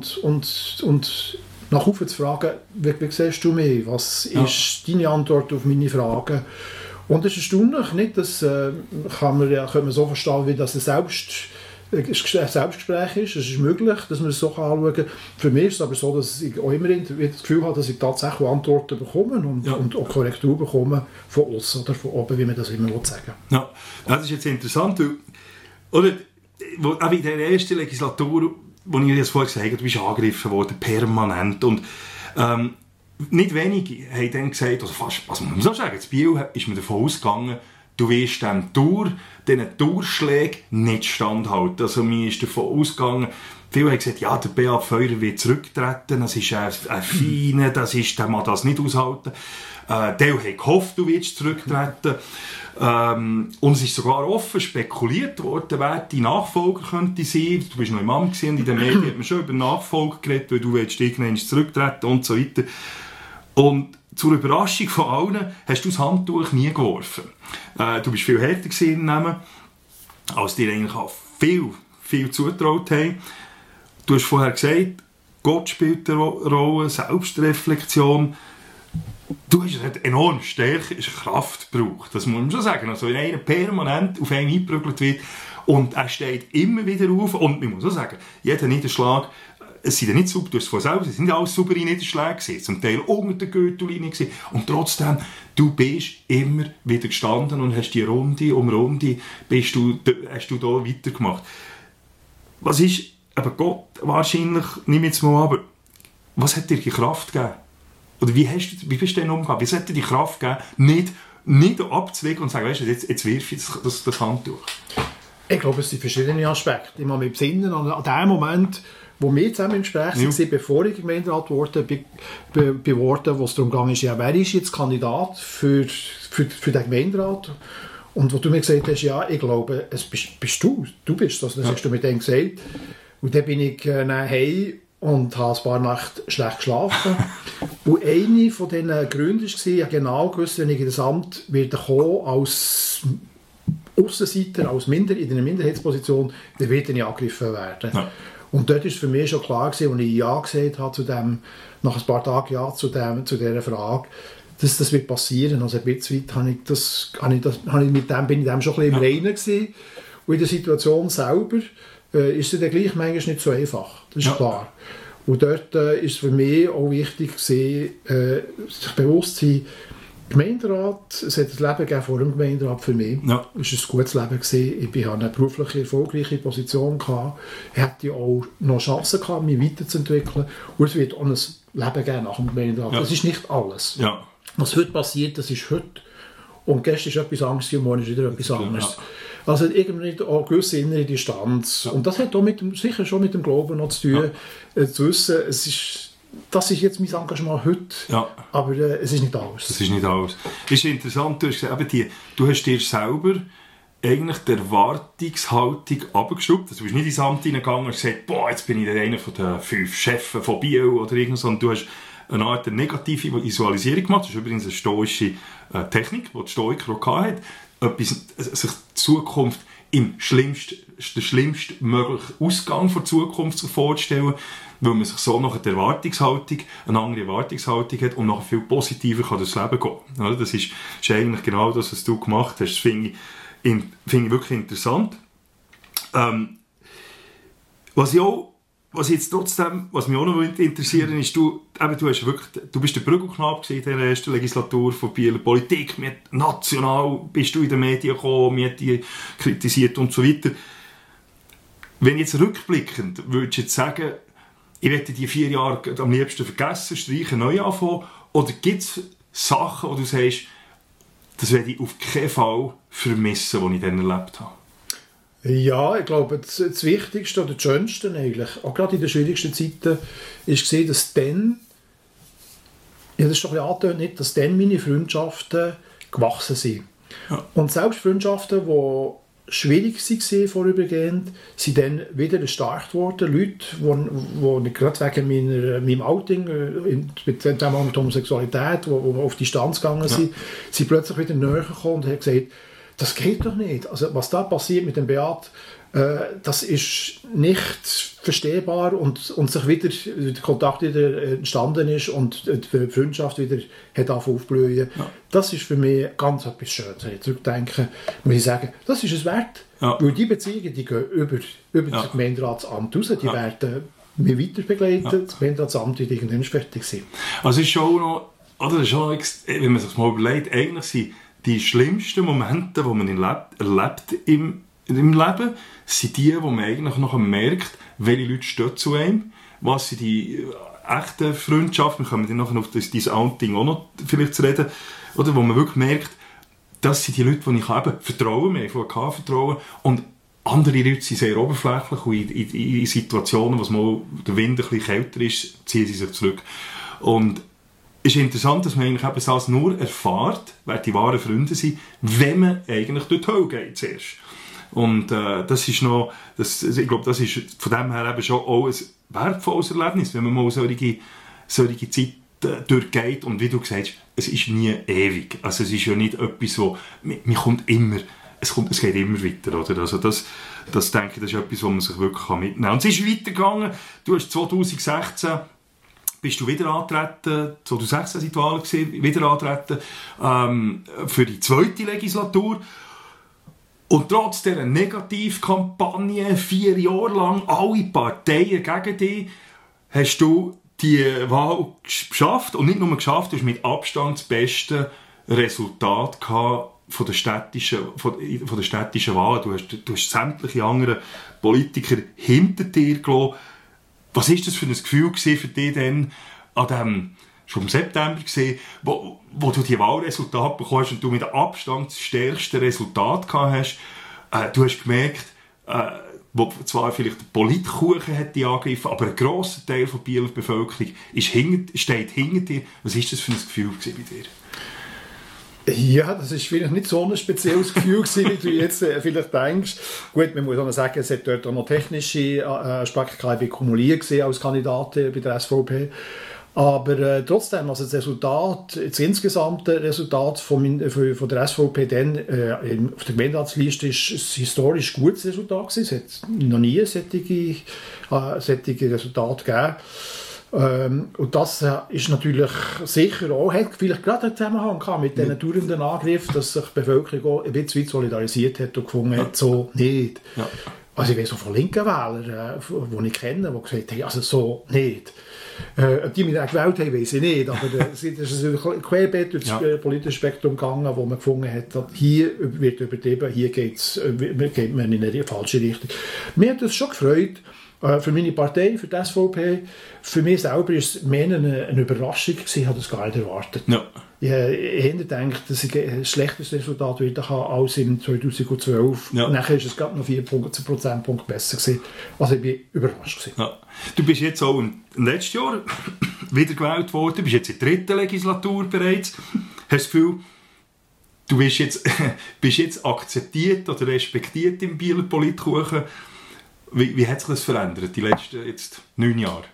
Speaker 2: und nach oben zu fragen, wie siehst du mich? Was ist deine Antwort auf meine Fragen? Und es ist erstaunlich, nicht? Das kann man so verstehen, wie das ein Selbstgespräch ist. Es ist möglich, dass man es so anschauen kann. Für mich ist es aber so, dass ich auch immer das Gefühl habe, dass ich tatsächlich Antworten bekomme und auch Korrektur bekomme von außen oder von oben, wie man das immer sagen will.
Speaker 1: Ja, das ist jetzt interessant. Oder, auch in der ersten Legislatur, wo ich dir vorher gesagt habe, du bist angegriffen worden, permanent. Und nicht wenige haben dann gesagt, also fast, was man muss auch sagen, in Biel ist man davon ausgegangen, du wirst diesen Durchschlägen nicht standhalten. Also mir ist davon ausgegangen, viele haben gesagt, ja, der Beat Feurer wird zurücktreten, das ist ein Feiner, der mag das nicht aushalten. Teil haben gehofft, du wirst zurücktreten. Und es ist sogar offen spekuliert worden, wer die Nachfolger könnte sein. Du bist noch im Amt gewesen, und in den Medien hat man schon über Nachfolger geredet, weil du willst irgendwann zurücktreten und so weiter. Und zur Überraschung von allen hast du das Handtuch nie geworfen. Du bist viel härter gewesen, als dir eigentlich auch viel zugetraut haben. Du hast vorher gesagt, Gott spielt eine Rolle, Selbstreflexion. Du hast eine enorm starke Kraft gebraucht, das muss man schon sagen. Also wenn einer permanent auf einen eingeprügelt wird und er steht immer wieder auf, und man muss auch sagen, jeder Niederschlag, es sind ja nicht super, du hast es vorher selber, es sind alles saubere Niederschläge gewesen, zum Teil unter der Gürtellinie gewesen, und trotzdem, du bist immer wieder gestanden und hast die Runde um Runde, hast du da weitergemacht. Was ist, aber Gott wahrscheinlich, nehme ich jetzt mal, aber was hat dir die Kraft gegeben? Oder wie bist du denn umgegangen? Wie sollte dir die Kraft geben, nicht abzuwägen und zu sagen, weißt du, jetzt wirf ich das Handtuch?
Speaker 2: Ich glaube, es sind verschiedene Aspekte. Ich muss mich besinnen an den Moment, wo wir zusammen im Gespräch waren, bevor ich Gemeinderat wurde, wo es darum ging, ja, wer ist jetzt Kandidat für den Gemeinderat? Und wo du mir gesagt hast, ja, ich glaube, es bist du. Du bist das. Das hast du mit dem gesagt. Und dann bin ich heim und habe ein paar Nächte schlecht geschlafen. Und eine von diesen Gründen war, ich genau gewusst, wenn ich in das Amt werde kommen, als Aussenseiter, in einer Minderheitsposition, dann werde ich angegriffen werden. Ja. Und dort war es für mich schon klar, als ich Ja gesagt habe, nach ein paar Tagen Ja zu dieser Frage, dass das wird passieren. Also ein bisschen weit bin ich dem schon ein bisschen im Reinen gewesen. Und in der Situation selber ist es dann gleich manchmal nicht so einfach. Das ist klar. Und dort ist es für mich auch wichtig gewesen, sich bewusst zu sein, Gemeinderat, es hat ein Leben gegeben vor dem Gemeinderat für mich. Ja. Es war ein gutes Leben gewesen. Ich hatte eine beruflich erfolgreiche Position gehabt. Ich hatte auch noch Chancen gehabt, mich weiterzuentwickeln. Und es wird auch ein Leben geben nach dem Gemeinderat. Ja. Das ist nicht alles. Ja. Was heute passiert, das ist heute. Und gestern ist etwas anderes und morgen ist wieder etwas anderes. Ja. Also irgendwie auch eine gewisse innere Distanz. Ja. Und das hat auch sicher schon mit dem Glauben noch zu tun, zu wissen, das ist jetzt mein Engagement heute, aber es ist nicht alles.
Speaker 1: Es ist nicht alles. Es ist interessant, du hast gesagt, du hast dir selber eigentlich die Erwartungshaltung abgeschraubt. Also du bist nicht ins Amt hineingegangen und gesagt, jetzt bin ich einer von den 5 Chefs von Bio oder irgendwas, sondern du hast eine Art negative Visualisierung gemacht. Das ist übrigens eine stoische Technik, die Stoiker auch hatten. Sich die Zukunft den schlimmsten möglichen Ausgang der Zukunft vorzustellen, weil man sich so nach eine andere Erwartungshaltung hat und nachher viel positiver durchs Leben gehen kann. Das ist eigentlich genau das, was du gemacht hast. Das finde ich wirklich interessant. Was mich auch noch interessieren ist, du bist der Brüggelknabe in der ersten Legislatur von Bieler Politik. National bist du in den Medien gekommen, wir haben die kritisiert und so weiter. Wenn jetzt rückblickend, würdest du jetzt sagen, ich werde die 4 Jahre am liebsten vergessen, streichen, neu anfangen? Oder gibt es Sachen, wo du sagst, das werde ich auf keinen Fall vermissen, die ich dann erlebt habe?
Speaker 2: Ja, ich glaube, das Wichtigste oder das Schönste eigentlich, auch gerade in den schwierigsten Zeiten, ist gesehen, dass dann, ja, das ist doch ein bisschen angetönt, dass dann meine Freundschaften gewachsen sind. Ja. Und selbst Freundschaften, die schwierig waren vorübergehend, sind dann wieder erstarkt worden. Leute, die gerade wegen meinem Outing, mit dem Thema mit Homosexualität, die auf Distanz gegangen sind, sind plötzlich wieder näher gekommen und haben gesagt, das geht doch nicht. Also, was da passiert mit dem Beat, das ist nicht verstehbar und sich wieder der Kontakt wieder entstanden ist und die Freundschaft wieder hat aufblühen. Ja. Das ist für mich ganz etwas Schönes. Wenn ich zurückdenke, muss ich sagen, das ist es wert. Ja. Weil die Beziehungen, die gehen über das Gemeinderatsamt raus, die werden mich weiter begleiten. Ja. Das Gemeinderatsamt wird irgendwann fertig sein.
Speaker 1: Also es ist schon noch, wenn man sich mal überlegt, eigentlich sind die schlimmsten Momente, die man erlebt im Leben, sind die, wo man eigentlich noch merkt, welche Leute stehen zu einem, was sind die echten Freundschaften, wir kommen dann nachher auf dieses Outing auch noch vielleicht zu reden, oder wo man wirklich merkt, das sind die Leute, die ich vertrauen kann, vertrauen, und andere Leute sind sehr oberflächlich und in Situationen, wo mal der Wind ein bisschen kälter ist, ziehen sie sich zurück. Und es ist interessant, dass man eigentlich eben das nur erfährt, wer die wahren Freunde sind, wenn man eigentlich durch die Hölle geht zuerst. Und das ist noch, ich glaube, das ist von dem her eben schon auch ein wertvolles Erlebnis, wenn man mal solche Zeit durchgeht. Und wie du gesagt hast, es ist nie ewig. Also es ist ja nicht etwas, wo man kommt immer, es geht immer weiter. Oder? Also das denke ich, das ist etwas, was man sich wirklich mitnehmen kann. Und es ist weitergegangen. Du hast 2016 bist du wieder antreten, 2016 sind die Wahlen gewesen, wieder antreten für die 2. Legislatur. Und trotz dieser Negativkampagne, 4 Jahre lang, alle Parteien gegen dich, hast du die Wahl geschafft. Und nicht nur geschafft, du hast mit Abstand das beste Resultat gehabt von der städtischen Wahl. Du hast sämtliche anderen Politiker hinter dir gelassen. Was war das für ein Gefühl für dich dann an dem, schon im September gesehen, wo du die Wahlresultate bekommst und du mit Abstand das stärkste Resultat gehabt hast? du hast gemerkt, wo zwar vielleicht der Politkuchen hat die angegriffen, aber ein grosser Teil der Bieler Bevölkerung steht hinter dir. Was war das für ein Gefühl bei dir?
Speaker 2: Ja, das war vielleicht nicht so ein spezielles Gefühl gewesen, wie du jetzt vielleicht denkst. Gut, man muss auch sagen, es hat dort auch noch technische Aspekte wie kumuliert gesehen als Kandidat bei der SVP. Aber trotzdem, also das insgesamte Resultat von der SVP dann auf der Gemeinderatsliste ist ein historisch gutes Resultat gewesen. Es hat noch nie solche Resultate gegeben. Und das ist natürlich sicher auch, hat vielleicht gerade einen Zusammenhang gehabt mit diesen dauernden Angriffen, dass sich die Bevölkerung auch ein bisschen solidarisiert hat und gefunden hat, so nicht. Ja. Also ich weiß auch von linken Wählern, die ich kenne, die gesagt haben, also so nicht. Ob die mich dann gewählt haben, weiß ich nicht, aber es ist ein querbeet durch das politische Spektrum gegangen, wo man gefunden hat, dass hier wird übertrieben, hier geht man in eine falsche Richtung. Mir hat das schon gefreut, für meine Partei, für die SVP. Für mich selber war es mehr eine Überraschung gewesen, ich habe das gar nicht erwartet. Ja. Ich hätte gedacht, dass ich ein schlechteres Resultat wieder habe als im 2012. Ja. Nachher ist es gerade noch 4 Prozentpunkte besser gewesen. Also ich war überrascht.
Speaker 1: Ja. Du bist jetzt auch im letzten Jahr wieder gewählt worden, du bist jetzt in der 3. Legislatur bereits. Hast du das Gefühl, du bist jetzt akzeptiert oder respektiert im Bieler Politkuchen? Wie hat sich das verändert, die letzten 9 Jahre?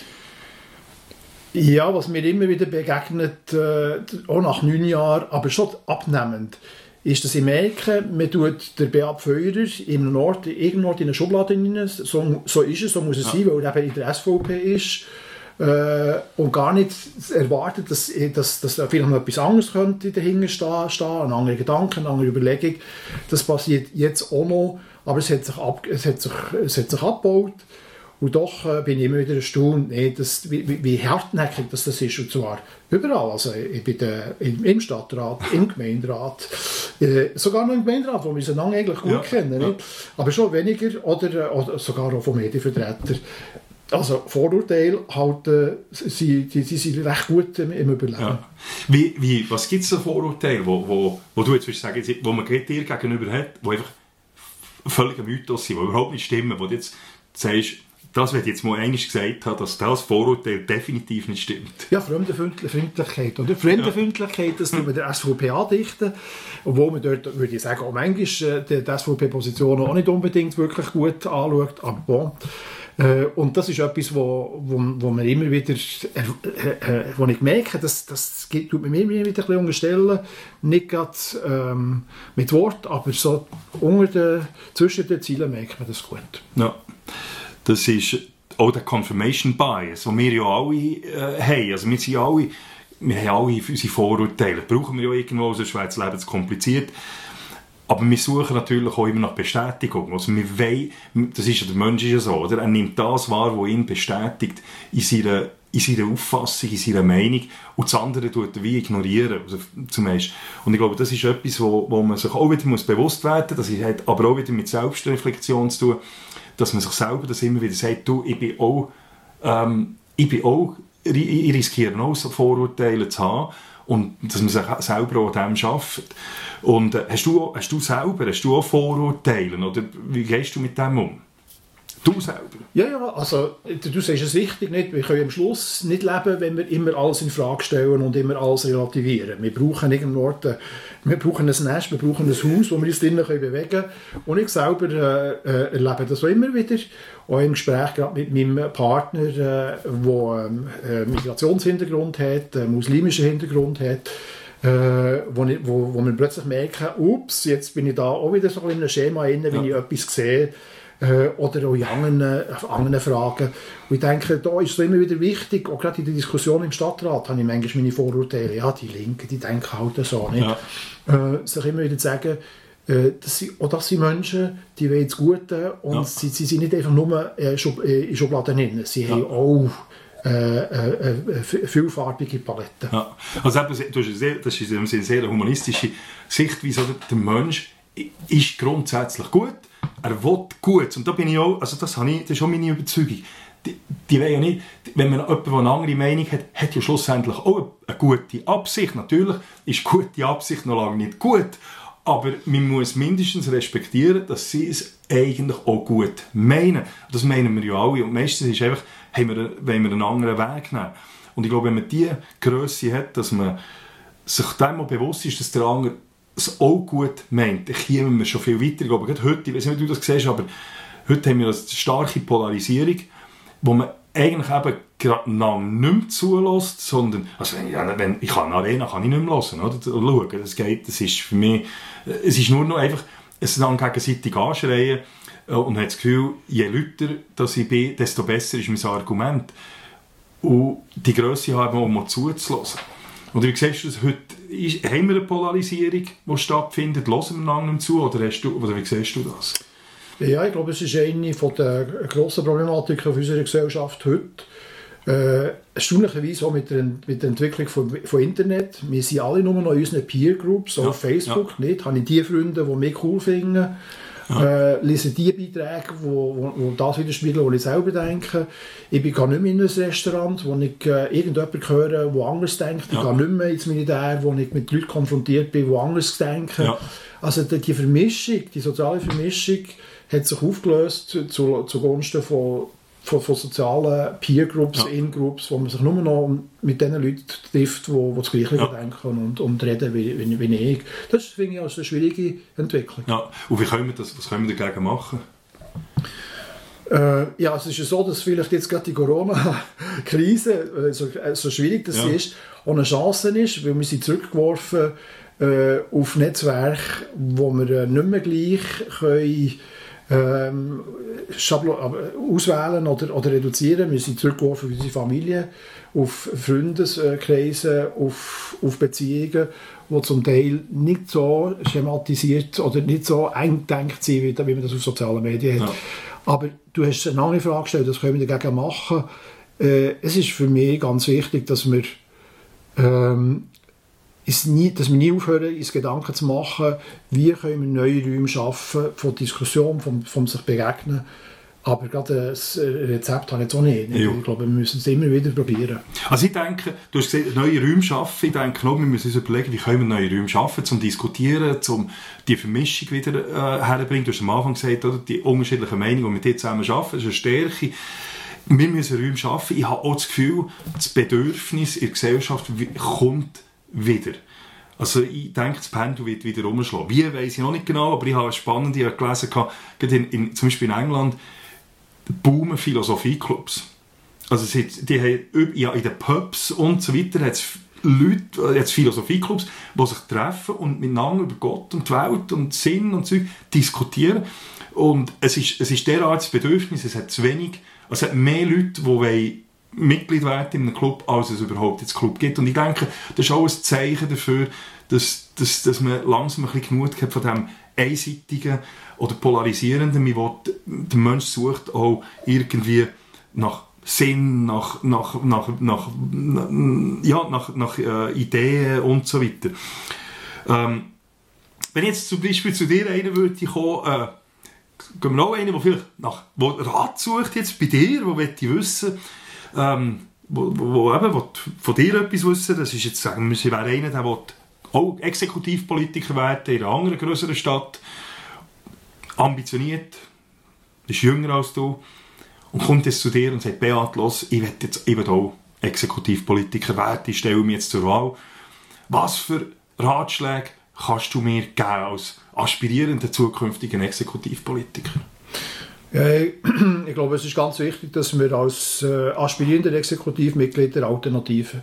Speaker 2: Ja, was mir immer wieder begegnet, auch nach 9 Jahren, aber schon abnehmend, ist, dass ich merke, man tut der Beat Feurer irgendwo in eine Schublade rein. So ist es, so muss es sein, weil er eben in der SVP ist. Und gar nicht erwartet, dass da vielleicht noch etwas anderes könnte dahinter stehen, eine andere Gedanken, eine andere Überlegung. Das passiert jetzt auch noch, aber es hat sich abgebaut. Und doch bin ich immer wieder erstaunt, wie hartnäckig das ist. Und zwar überall. Also im Stadtrat, im Gemeinderat, sogar noch im Gemeinderat, wo wir sie eigentlich gut kennen. Ja. Aber schon weniger oder sogar auch von Medienvertretern. Also Vorurteile sie sind recht gut im Überleben.
Speaker 1: Ja. Was gibt es für Vorurteile, wo du jetzt sagen, wo man dir gegenüber hat, die einfach völlig ein Mythos sind, die überhaupt nicht stimmen, wo du jetzt sagst, das wird jetzt mal einmal gesagt haben, dass das Vorurteil definitiv nicht stimmt.
Speaker 2: Ja, Fremdenfeindlichkeit. Oder Fremdenfeindlichkeit, das tun wir der SVP andichten. Obwohl man dort, würde ich sagen, auch manchmal die SVP-Position auch nicht unbedingt wirklich gut anschaut. Aber bon. Und das ist etwas, wo man immer wieder, wo ich merke, das tut mir immer wieder ein bisschen unterstellen, nicht gerade mit Wort, aber so zwischen den Zielen merkt man das gut.
Speaker 1: Ja, das ist auch der Confirmation Bias, den wir ja alle haben. Also wir haben alle unsere Vorurteile, das brauchen wir ja irgendwo, sonst wäre das Leben zu kompliziert. Aber wir suchen natürlich auch immer nach Bestätigung. Also wir wollen, das ist ja, der Mensch ist ja so, oder? Er nimmt das wahr, was ihn bestätigt in seiner Auffassung, in seiner Meinung, und das andere tut er wie ignorieren. Also zumindest. Und ich glaube, das ist etwas, wo man sich auch wieder bewusst werden muss. Das hat aber auch wieder mit Selbstreflexion zu tun, dass man sich selber das immer wieder sagt, du, ich riskiere auch so Vorurteile zu haben. Und dass man sich selber auch an dem arbeitet. Und hast du auch Vorurteile? Oder wie gehst du mit dem um? Du selber?
Speaker 2: Ja, also du sagst es richtig, nicht. Wir können am Schluss nicht leben, wenn wir immer alles in Frage stellen und immer alles relativieren. Wir brauchen wir brauchen ein Nest, wir brauchen ein Haus, wo wir uns drinnen bewegen können. Und ich selber erlebe das auch immer wieder, auch im Gespräch gerade mit meinem Partner, der Migrationshintergrund hat, muslimischen Hintergrund hat, wo man plötzlich merken, ups, jetzt bin ich da auch wieder so in einem Schema drin, wenn ich etwas sehe. Oder auch in anderen Fragen. Und ich denke, da ist es immer wieder wichtig, auch gerade in der Diskussion im Stadtrat habe ich manchmal meine Vorurteile, ja, die Linken, die denken halt so nicht. Ja. Sich immer wieder zu sagen, das sind Menschen, die wollen das Gute und sie sind nicht einfach nur in Schubladen drin. Sie haben auch vielfarbige Paletten. Ja.
Speaker 1: Also das ist eine sehr humanistische Sichtweise. Der Mensch ist grundsätzlich gut. Er will gut. Und da bin ich auch, also das ist auch meine Überzeugung. Die wollen ja nicht, wenn man jemanden, der eine andere Meinung hat, hat ja schlussendlich auch eine gute Absicht. Natürlich ist gute Absicht noch lange nicht gut, aber man muss mindestens respektieren, dass sie es eigentlich auch gut meinen. Das meinen wir ja alle. Und meistens ist einfach, wollen wir einen anderen Weg nehmen. Und ich glaube, wenn man diese Grösse hat, dass man sich dem mal bewusst ist, dass der andere es auch gut meint, dann kommen wir schon viel weiter. Ich glaube, gerade heute, ich weiß nicht, wie du das siehst, aber heute haben wir eine starke Polarisierung, wo man eigentlich eben gerade nicht mehr zulässt, sondern, also wenn ich kann eine Arena kann ich nicht mehr hören, oder? Schauen, das geht, das ist für mich, es ist nur noch einfach, es dann gegenseitig anschreien und hat das Gefühl, je lauter dass ich bin, desto besser ist mein Argument. Und die Grösse haben, um mal zuzulassen. Und wie siehst du das heute? Haben wir eine Polarisierung, die stattfindet? Hören wir einander zu? Oder wie siehst du das?
Speaker 2: Ja, ich glaube, es ist eine der grossen Problematiken unserer Gesellschaft heute. Erstaunlicherweise auch mit der Entwicklung von Internet. Wir sind alle nur noch in unseren Peer-Groups, auch auf Facebook. Ja. Nicht? Habe ich die Freunde, die mich cool finden. Ja. Lesen die Beiträge, die das widerspiegeln, was ich selber denke. Ich gehe nicht mehr in ein Restaurant, wo ich irgendjemanden höre, der anders denkt. Ich gehe nicht mehr ins Militär, wo ich mit Leuten konfrontiert bin, die anders denken. Ja. Also die Vermischung, die soziale Vermischung hat sich aufgelöst zugunsten von sozialen Peer-Groups, In-Groups, wo man sich nur noch mit den Leuten trifft, die das Gleiche denken und reden wie ich. Das finde ich als eine schwierige Entwicklung.
Speaker 1: Ja. Und was können wir dagegen machen?
Speaker 2: Ja, es ist ja so, dass vielleicht jetzt gerade die Corona-Krise, so schwierig das ist, auch eine Chance ist, weil wir sind zurückgeworfen auf Netzwerke, wo wir nicht mehr gleich können auswählen oder reduzieren. Wir sind zurückgeworfen auf unsere Familie, auf Freundeskreise, auf Beziehungen, die zum Teil nicht so schematisiert oder nicht so eng gedacht sind, wie man das auf sozialen Medien hat. Ja. Aber du hast eine andere Frage gestellt, das können wir dagegen machen. Es ist für mich ganz wichtig, dass wir nie aufhören, uns Gedanken zu machen, wie können wir neue Räume schaffen, von Diskussion, vom sich begegnen. Aber gerade das Rezept habe ich jetzt auch nicht. Ich glaube, wir müssen es immer wieder probieren.
Speaker 1: Also ich denke, du hast gesagt, neue Räume schaffen. Ich denke noch, wir müssen uns überlegen, wie können wir neue Räume schaffen, zum Diskutieren, zum die Vermischung wieder herzubringen. Du hast am Anfang gesagt, oder, die unterschiedlichen Meinungen, die wir hier zusammen schaffen, ist eine Stärke. Wir müssen Räume schaffen. Ich habe auch das Gefühl, das Bedürfnis in der Gesellschaft kommt wieder. Also ich denke, das Pendel wird wieder umschlagen. Wie, weiss ich noch nicht genau, aber ich habe spannende gelesen, zum Beispiel in England, boomen Philosophieclubs. Also die haben, ja, in den Pubs und so weiter hat es Philosophieclubs, die sich treffen und miteinander über Gott und die Welt und Sinn und Zeug diskutieren. Und es ist derart das Bedürfnis, es hat zu wenig, es hat mehr Leute, die Mitglied werden in einem Club, als es überhaupt jetzt Club gibt. Und ich denke, das ist auch ein Zeichen dafür, dass man langsam ein bisschen genug hat von dem einseitigen oder polarisierenden. Der Mensch sucht auch irgendwie nach Sinn, nach Ideen und so weiter. Wenn ich jetzt zum Beispiel zu dir einen würde kommen, gehen wir noch einen, der vielleicht wo Rat sucht jetzt bei dir, der möchte wissen, wo von dir etwas wissen, das ist jetzt, sagen wir, wäre einer, der will auch Exekutivpolitiker werden in einer anderen grösseren Stadt, ambitioniert, ist jünger als du und kommt jetzt zu dir und sagt, Beat, los, ich will jetzt eben auch Exekutivpolitiker werden, ich stelle mich jetzt zur Wahl. Was für Ratschläge kannst du mir geben als aspirierender zukünftigen Exekutivpolitiker?
Speaker 2: Ich glaube, es ist ganz wichtig, dass wir als aspirierender Exekutivmitglied Alternativen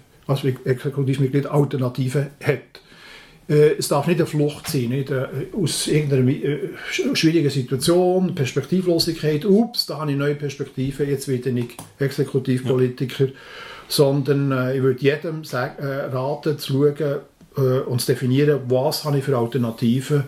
Speaker 2: hat. Es darf nicht eine Flucht sein, nicht aus irgendeiner schwierigen Situation, Perspektivlosigkeit, da habe ich neue Perspektiven, jetzt werde ich Exekutivpolitiker, sondern ich würde jedem raten, zu schauen und zu definieren, was habe ich für Alternativen,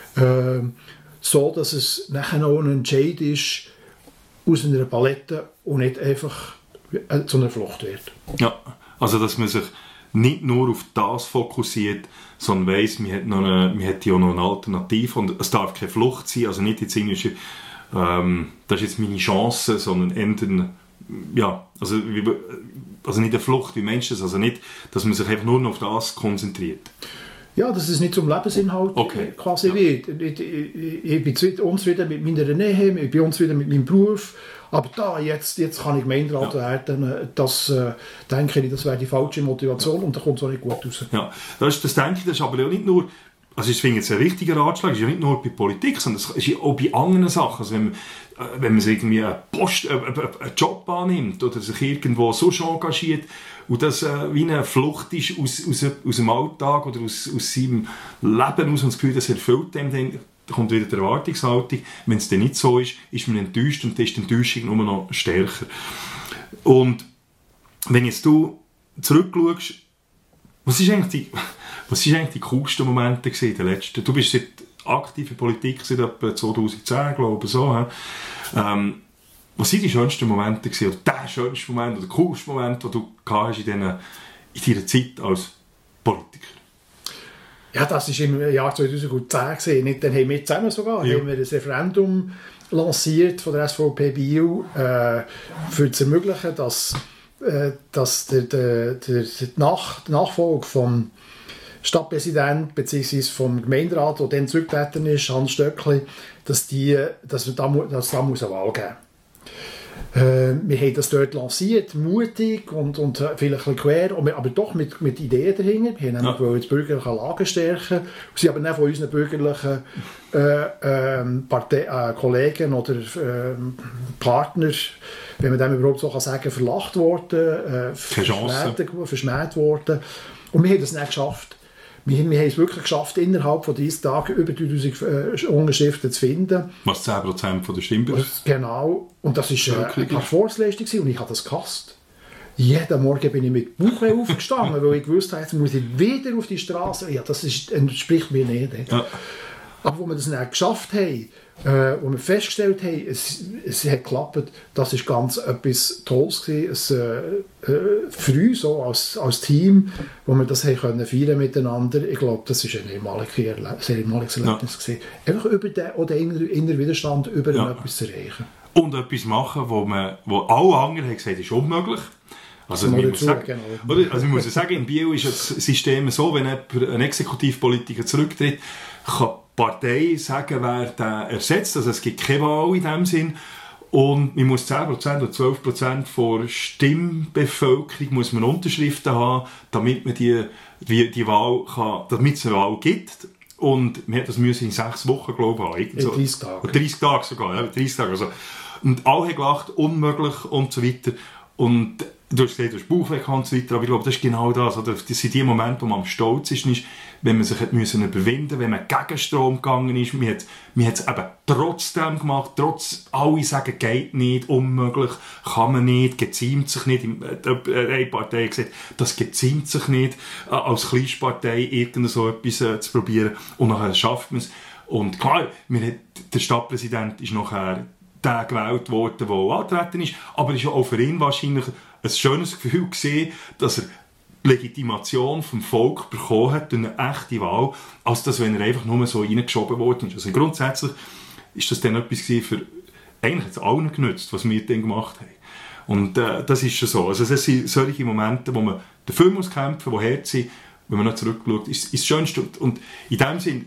Speaker 2: so dass es nachher auch ein Entscheid ist aus einer Palette und nicht einfach zu einer Flucht wird.
Speaker 1: Ja, also dass man sich nicht nur auf das fokussiert, sondern weiss, man hat ja noch eine Alternative und es darf keine Flucht sein, also nicht jetzt irgendwie, das ist jetzt meine Chance, sondern ändern, ja, also nicht eine Flucht, wie Menschen, also nicht, dass man sich einfach nur noch auf das konzentriert.
Speaker 2: Ja, dass es nicht zum Lebensinhalt quasi wird. Ich bin unzufrieden mit meiner Nähe, ich bin unzufrieden mit meinem Beruf, aber jetzt kann ich Gemeinderat werden. Das denke ich, das wäre die falsche Motivation und da kommt es auch nicht gut raus.
Speaker 1: Ja, das denke ich, das ist aber auch nicht nur, also ich finde jetzt ein richtiger Ratschlag, ist ja nicht nur bei Politik, sondern es ist ja auch bei anderen Sachen. Also wenn man sich irgendwie einen Job annimmt oder sich irgendwo so engagiert und das wie eine Flucht ist aus dem Alltag oder aus seinem Leben aus und das Gefühl, das erfüllt dem, dann kommt wieder die Erwartungshaltung. Wenn es dann nicht so ist, ist man enttäuscht und dann ist die Enttäuschung nur noch stärker. Und wenn jetzt du zurückschaust, was ist eigentlich die coolsten Momente in den letzten? Du bist aktiv in Politik seit etwa 2010, glaube ich, so. Was waren die schönsten Momente oder der schönste Moment oder der coolste Moment, den du hast in deiner Zeit als Politiker?
Speaker 2: Ja, das war im Jahr 2010. Nicht, dann haben wir zusammen sogar haben wir ein Referendum lanciert von der SVP Biel, für zu ermöglichen, dass der Nachfolger vom Stadtpräsident bzw. vom Gemeinderat, der dann zurückgetreten ist, Hans Stöckli, dass da eine Wahl geben. Wir haben das dort lanciert, mutig und vielleicht ein bisschen quer, aber doch mit Ideen dahinter. Wir haben nämlich das bürgerliche Lager stärken. Und sie haben dann von unseren bürgerlichen Kollegen oder Partner, wenn man dem überhaupt so sagen kann, verlacht worden, verschmäht worden. Und wir haben das nicht geschafft. Wir haben es wirklich geschafft, innerhalb von 30 Tagen über 3000 Unterschriften zu finden.
Speaker 1: Was 10% von der Stimmbürger?
Speaker 2: Genau. Und das war eine Erfolgsleistung und ich habe das gehasst. Jeden Morgen bin ich mit Bauchweh aufgestanden, weil ich gewusst habe, jetzt muss ich wieder auf die Straße. Ja, das entspricht mir nicht. Ja. Aber wo wir das nicht geschafft haben, wo wir festgestellt haben, es hat geklappt, das war ganz etwas Tolles gewesen. Für uns auch als Team, wo wir das haben feiern miteinander. Ich glaube, das war ein sehr einmaliges Erlebnis gewesen. Einfach über den inneren Widerstand über etwas zu erreichen.
Speaker 1: Und etwas machen, wo alle anderen haben gesagt, ist unmöglich. Also ich muss sagen, in Biel ist das System so, wenn ein Exekutivpolitiker zurücktritt, kann die Partei sagen, wer den ersetzt. Also es gibt keine Wahl in dem Sinn. Und man muss 10% oder 12% von Stimmbevölkerung muss man Unterschriften haben, damit man die Wahl kann, damit es eine Wahl gibt. Und man hat das müssen in 6 Wochen, glaube ich, haben.
Speaker 2: 30 Tage.
Speaker 1: 30 Tage sogar, ja, 30 Tage. Also. Und alle haben gelacht, unmöglich und so weiter. Und du hast gesagt, du hast Bauchweh und so weiter, aber ich glaube, das ist genau das. Oder? Das sind die Momente, wo man am Stolz ist, wenn man sich müssen überwinden, wenn man gegen Strom gegangen ist. Man hat es eben trotzdem gemacht, trotz alle sagen, geht nicht, unmöglich, kann man nicht, geziemt sich nicht. Eine Partei hat gesagt, das geziemt sich nicht, als Kleinstpartei irgend so etwas zu probieren. Und nachher schafft man es. Und klar, der Stadtpräsident ist nachher der gewählt worden, der angetreten ist, aber es ist auch für ihn wahrscheinlich ein schönes Gefühl gesehen, dass er die Legitimation vom Volk bekommen hat durch eine echte Wahl, als dass, wenn er einfach nur so reingeschoben worden ist. Also grundsätzlich ist das dann etwas für, eigentlich hat es allen genützt, was wir dann gemacht haben. Und das ist schon so. Also das sind solche Momente, wo man dafür muss kämpfen, die hart sind, wenn man noch zurückschaut, ist das Schönste. Und in dem Sinn,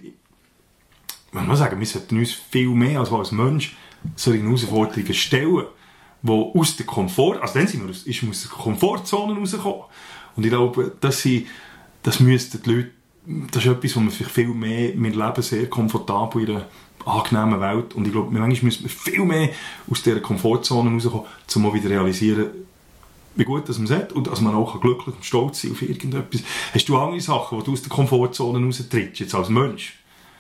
Speaker 1: man muss sagen, wir sollten uns viel mehr als Mensch solche Herausforderungen stellen, die aus der aus der Komfortzone rauskommen. Und ich glaube, das müssten die Leute, das ist etwas, wo man vielleicht viel mehr, wir leben sehr komfortabel in einer angenehmen Welt. Und ich glaube, manchmal müssen wir viel mehr aus dieser Komfortzone rauskommen, um mal wieder realisieren, wie gut dass man es hat und dass man auch glücklich und stolz sein auf irgendetwas. Hast du andere Sachen, wo du aus der Komfortzone raustrittst, jetzt als Mensch?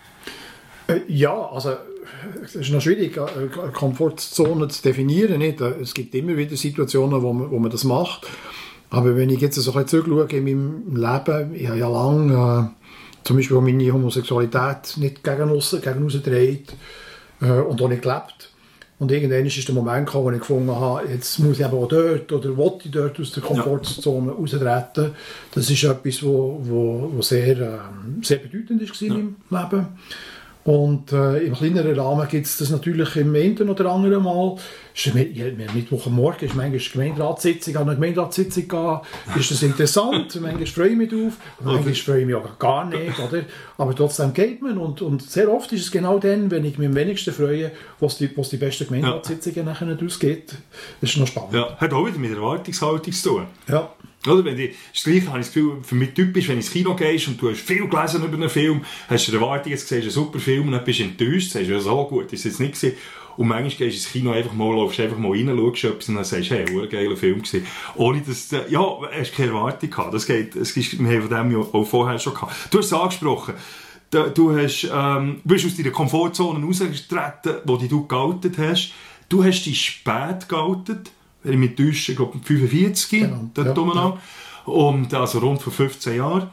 Speaker 2: Ja, also es ist noch schwierig, eine Komfortzone zu definieren. Nicht? Es gibt immer wieder Situationen, wo man das macht. Aber wenn ich jetzt so ein bisschen zurückschaue in meinem Leben, ich habe ja lange zum Beispiel meine Homosexualität nicht gegen aussen getragen und auch nicht gelebt. Und irgendwann ist der Moment gekommen, wo ich gefunden habe, jetzt muss ich aber auch dort oder will ich dort aus der Komfortzone raustreten. Das ist etwas, was sehr, sehr bedeutend war in meinem Leben. Und im kleineren Rahmen gibt es das natürlich im einen oder anderen Mal. Mittwoch am Morgen ist manchmal Gemeinderatssitzung, an einer Gemeinderatssitzung gehen, ist das interessant, manchmal freue ich mich drauf, manchmal freue ich mich auch gar nicht, oder? Aber trotzdem geht man und sehr oft ist es genau dann, wenn ich mich am wenigsten freue, was die besten Gemeinderatssitzungen nachher daraus geht. Das ist noch spannend.
Speaker 1: Ja, hat auch wieder mit Erwartungshaltung zu tun.
Speaker 2: Ja.
Speaker 1: Oder das Gleiche habe ich das Gefühl, für mich typisch, wenn du ins Kino gehst und du hast viel gelesen über einen Film, hast du eine Erwartung, jetzt siehst du einen super Film und dann bist du enttäuscht, sagst du, ja, so gut ist es jetzt nicht gewesen. Und manchmal gehst du ins Kino einfach mal, laufst einfach mal rein, schaust etwas und dann sagst du, hey, ein geiler Film gewesen. Ohne dass, ja, hast keine Erwartung gehabt. Das geht, wir haben von dem ja auch vorher schon gehabt. Du hast es angesprochen. Du bist aus deiner Komfortzone rausgetreten, wo du geoutet hast. Du hast dich spät geoutet. Wenn ich mich täusche, ich glaube 45,
Speaker 2: genau,
Speaker 1: dort umeinander. Und also rund vor 15 Jahren.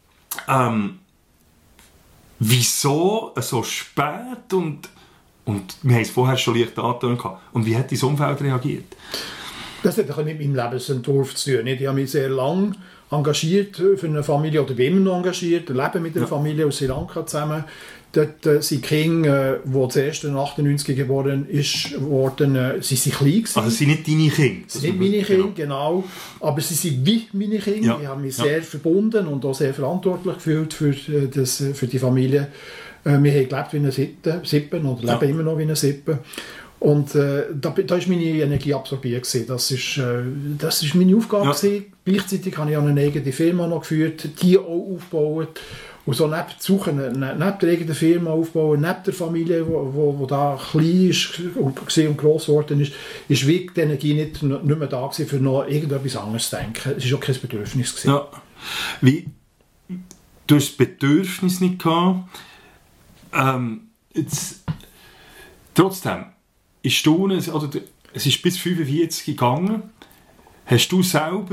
Speaker 1: Wieso so spät? Und wir haben es vorher schon leicht angetönt. Und wie hat dein Umfeld reagiert?
Speaker 2: Das hat mit meinem Lebensentwurf zu tun. Ich habe mich sehr lange engagiert für eine Familie, oder bin immer noch engagiert, lebe mit einer Familie aus Sri Lanka zusammen. Dort sind Kinder, die zuerst 98 geboren wurden, sie sind klein gewesen.
Speaker 1: Also sie sind nicht deine Kinder?
Speaker 2: Sie sind nicht meine Kinder, genau. Aber sie sind wie meine Kinder. Ja. Ich habe mich sehr verbunden und auch sehr verantwortlich gefühlt für die Familie. Wir haben gelebt wie eine Sippe und leben immer noch wie eine Sippe. Und da war meine Energie absorbiert. Das ist meine Aufgabe. Ja. Gleichzeitig habe ich eine eigene Firma noch geführt, die auch aufgebaut. Und so neben der eigenen Firma aufbauen, neben der Familie, die da klein war und gross geworden ist wie die Energie nicht mehr da gewesen, für noch irgendetwas anderes zu denken. Es war auch kein Bedürfnis gewesen.
Speaker 1: Ja. Du hast das Bedürfnis nicht gehabt. Trotzdem, ich staune, es ist bis 45 gegangen. Hast du selber,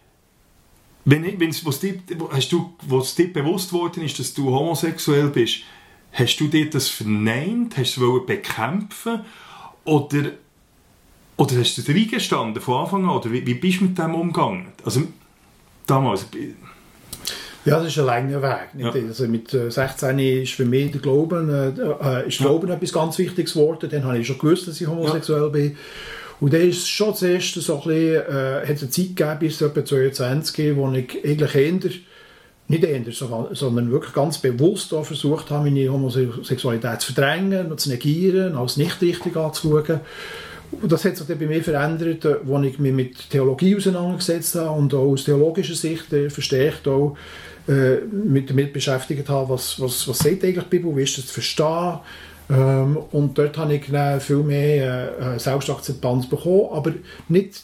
Speaker 1: was dir bewusst worden ist, dass du homosexuell bist, hast du dir das verneint? Hast du es bekämpfen? Oder hast du dir eingestanden von Anfang an? Oder wie bist du mit dem umgegangen? Also, damals...
Speaker 2: Ja, das ist ein langer Weg. Ja. Also mit 16 ist für mich der Glauben, etwas ganz Wichtiges geworden. Dann habe ich schon gewusst, dass ich homosexuell bin. Und dann ist es schon zuerst so ein bisschen, hat es eine Zeit gegeben, bis etwa 22, wo ich eigentlich sondern wirklich ganz bewusst auch versucht habe, meine Homosexualität zu verdrängen, zu negieren, als nicht richtig anzuschauen. Und das hat sich dann bei mir verändert, als ich mich mit Theologie auseinandergesetzt habe und auch aus theologischer Sicht verstärkt auch damit beschäftigt habe, was sagt eigentlich die Bibel, wie ist das zu verstehen. Und dort habe ich dann viel mehr Selbstakzeptanz bekommen, aber nicht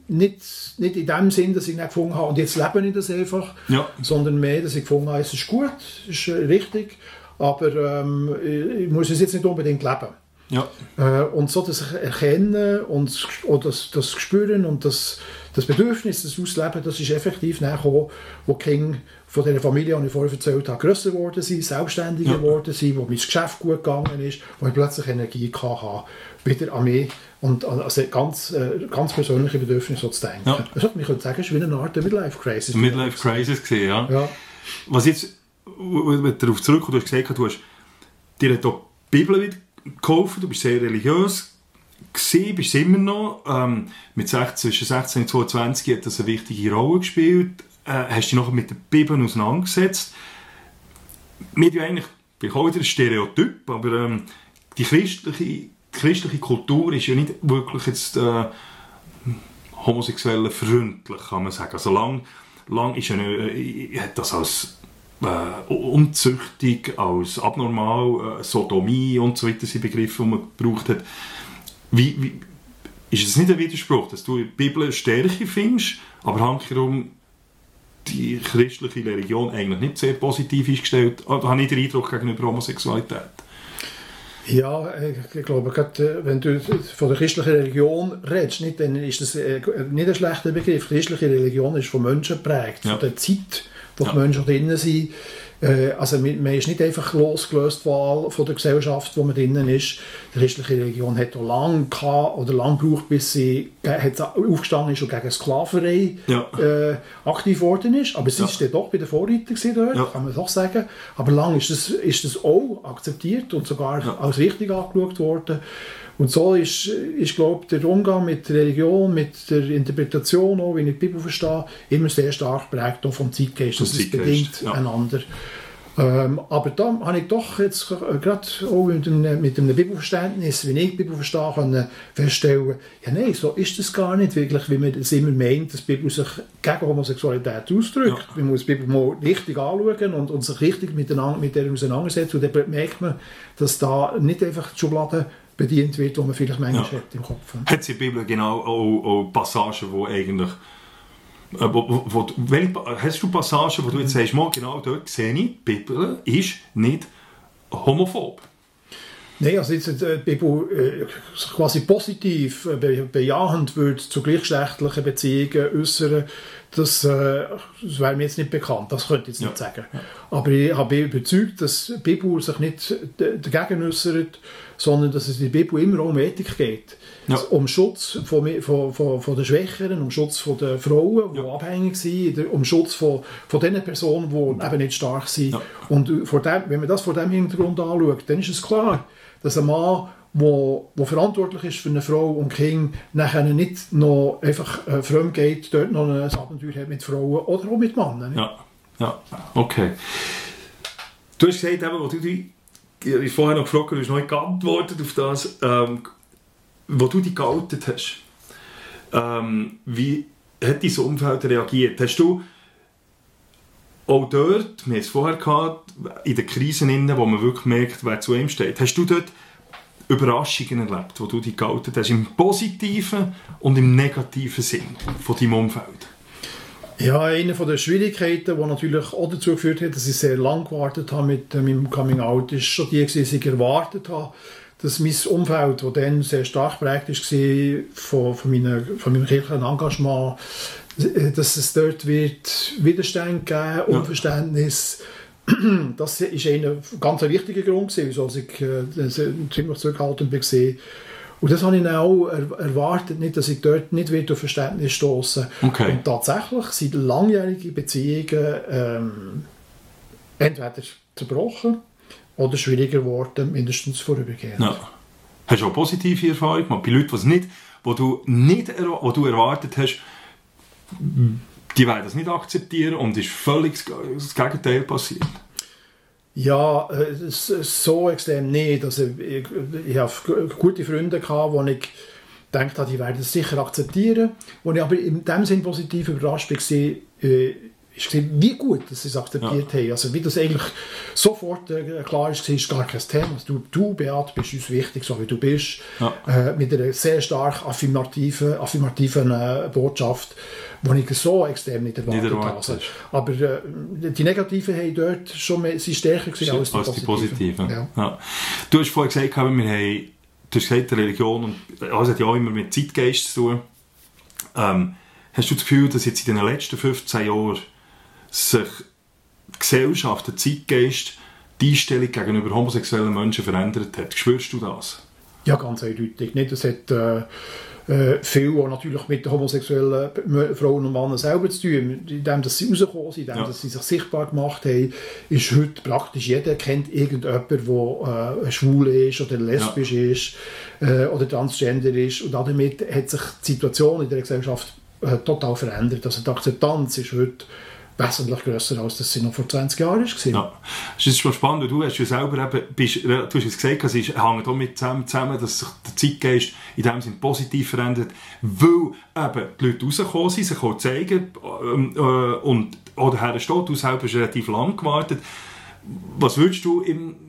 Speaker 2: in dem Sinn, dass ich nicht gefunden habe, und jetzt lebe ich das einfach, sondern mehr, dass ich gefunden habe, es ist gut, es ist richtig, aber ich muss es jetzt nicht unbedingt leben.
Speaker 1: Ja.
Speaker 2: Und so das Erkennen und das Spüren und das Bedürfnis, das Ausleben, das ist effektiv nachgekommen, wo die Kinder von dieser Familie, die ich vorher erzählt habe, grösser geworden sind, selbstständiger geworden sind, wo mein Geschäft gut gegangen ist, wo ich plötzlich Energie hatte, wieder an mich und an ganz persönliche Bedürfnisse so zu denken. Also, man könnte sagen, es ist wie eine Art Midlife-Crisis.
Speaker 1: Midlife-Crisis gesehen, ja. Was jetzt, wenn du darauf zurückkommst, du hast gesagt, du hast dir die Bibel wieder gekauft, du bist sehr religiös gewesen, bist immer noch. Zwischen 16 und 22 hat das eine wichtige Rolle gespielt. Hast dich nachher mit der Bibel auseinandergesetzt. Wir haben eigentlich, ich auch wieder ein Stereotyp, aber die christliche Kultur ist ja nicht wirklich jetzt homosexuelle freundlich, kann man sagen. Also lang ist hat das als unzüchtig, als abnormal, Sodomie und so weiter sind Begriffe, die man gebraucht hat. Wie ist es nicht ein Widerspruch, dass du die Bibel eine Stärke findest, aber handherum die christliche Religion eigentlich nicht sehr positiv eingestellt? Oder habe ich den Eindruck gegenüber Homosexualität?
Speaker 2: Ja, ich glaube, gerade wenn du von der christlichen Religion redest, dann ist das nicht ein schlechter Begriff. Die christliche Religion ist von Menschen geprägt, von der Zeit, wo die Menschen drinnen sind. Also man ist nicht einfach losgelöst von der Gesellschaft, wo man drinnen ist. Die christliche Religion hat auch lang gebraucht, bis sie aufgestanden ist und gegen Sklaverei aktiv geworden ist. Aber sie ist doch bei den Vorreitern dort, kann man doch sagen. Aber lang ist das auch akzeptiert und sogar als richtig angeschaut worden. Und so ist glaube ich, der Umgang mit der Religion, mit der Interpretation, auch, wie ich die Bibel verstehe, immer sehr stark geprägt vom Zeitgeist. Das ist bedingt einander. Aber da habe ich doch jetzt gerade auch mit einem Bibelverständnis, wie ich die Bibel verstehe, können feststellen, ja nein, so ist das gar nicht wirklich, wie man es immer meint, dass die Bibel sich gegen Homosexualität ausdrückt. Man muss die Bibel mal richtig anschauen und sich richtig mit der auseinandersetzen. Und dann merkt man, dass da nicht einfach die Schublade bedient wird, die man vielleicht manchmal hat im Kopf.
Speaker 1: Hat es in der Bibel genau auch Passagen, die eigentlich... hast du Passagen, wo du jetzt sagst, genau dort sehe ich, die Bibel ist nicht homophob?
Speaker 2: Nein, also jetzt die Bibel quasi positiv bejahend würde zu gleichgeschlechtlichen Beziehungen äußern, das wäre mir jetzt nicht bekannt, das könnte ich jetzt nicht sagen. Ja. Aber ich bin überzeugt, dass die Bibel sich nicht dagegen äußert, sondern dass es in der Bibel immer auch um Ethik geht. Ja. Um Schutz von den Schwächeren, um Schutz von den Frauen, die abhängig sind, um Schutz von den Personen, die eben nicht stark sind. Ja. Und wenn man das vor diesem Hintergrund anschaut, dann ist es klar, dass ein Mann, der verantwortlich ist für eine Frau und Kind, nachher nicht noch einfach fremd geht, dort noch ein Abenteuer hat mit Frauen oder auch mit Männern.
Speaker 1: Ja, okay. Du hast gesagt, wo du dich vorher noch gefragt hast, du hast noch nicht geantwortet auf das, wo du dich geoutet hast. Wie hat dein Umfeld reagiert? Hast du auch dort, wir haben es vorher gehabt, in den Krisen, wo man wirklich merkt, wer zu ihm steht, hast du dort Überraschungen erlebt, wo du dich geoutet hast, im positiven und im negativen Sinn von deinem Umfeld?
Speaker 2: Ja, eine der Schwierigkeiten, die natürlich auch dazu geführt hat, dass ich sehr lange gewartet habe mit meinem Coming-out, ist schon die, dass ich erwartet habe, dass mein Umfeld, das dann sehr stark geprägt war von meinem kirchlichen Engagement, dass es dort wird Widerstand geben, Unverständnis. Das war ein ganz wichtiger Grund, wieso ich ziemlich zurückhaltend war. Und das habe ich auch erwartet, nicht, dass ich dort nicht auf Verständnis stoße.
Speaker 1: Okay.
Speaker 2: Und tatsächlich sind langjährige Beziehungen entweder zerbrochen oder schwieriger geworden, mindestens vorübergehend.
Speaker 1: Ja. Hast du auch positive Erfahrungen gemacht? Bei Leuten, die du erwartet hast, die werden das nicht akzeptieren und ist völlig das Gegenteil passiert?
Speaker 2: Ja, so extrem nicht. Also ich habe gute Freunde gehabt, wo ich gedacht habe, die werden es sicher akzeptieren. Wo ich aber in dem Sinn positiv überrascht war, ist wie gut, dass sie es akzeptiert haben. Also wie das eigentlich sofort klar ist, ist gar kein Thema. Also du Beat, bist uns wichtig, so wie du bist. Ja. Mit einer sehr stark affirmativen Botschaft, die ich so extrem nicht erwartet habe. Also, aber die Negativen haben dort schon stärker gewesen als die Positiven. Ja.
Speaker 1: Ja. Du hast vorhin gesagt, du hast gesagt, Religion und das hat ja auch immer mit Zeitgeist zu tun. Hast du das Gefühl, dass jetzt in den letzten 15 Jahren sich die Gesellschaft, der Zeitgeist, die Einstellung gegenüber homosexuellen Menschen verändert hat? Spürst du das?
Speaker 2: Ja, ganz eindeutig. Nicht, das hat viel auch natürlich mit den homosexuellen Frauen und Männern selber zu tun. Indem dass sie rausgekommen sind, indem dass sie sich sichtbar gemacht haben, ist heute praktisch jeder kennt irgendjemanden, der schwul ist oder lesbisch ist oder transgender ist. Und damit hat sich die Situation in der Gesellschaft total verändert. Also die Akzeptanz ist heute wesentlich grösser, als das sie noch vor 20 Jahren war.
Speaker 1: Ja. Es ist schon spannend, weil du hast ja selber du hast jetzt gesagt, es hängt auch mit zusammen, dass sich der Zeitgeist in dem Sinne positiv verändert, weil eben die Leute rausgekommen sind, sich auch zeigen und oder hersteht. Du selber hast relativ lang gewartet. Was würdest du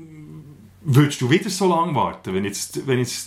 Speaker 1: wieder so lange warten, wenn jetzt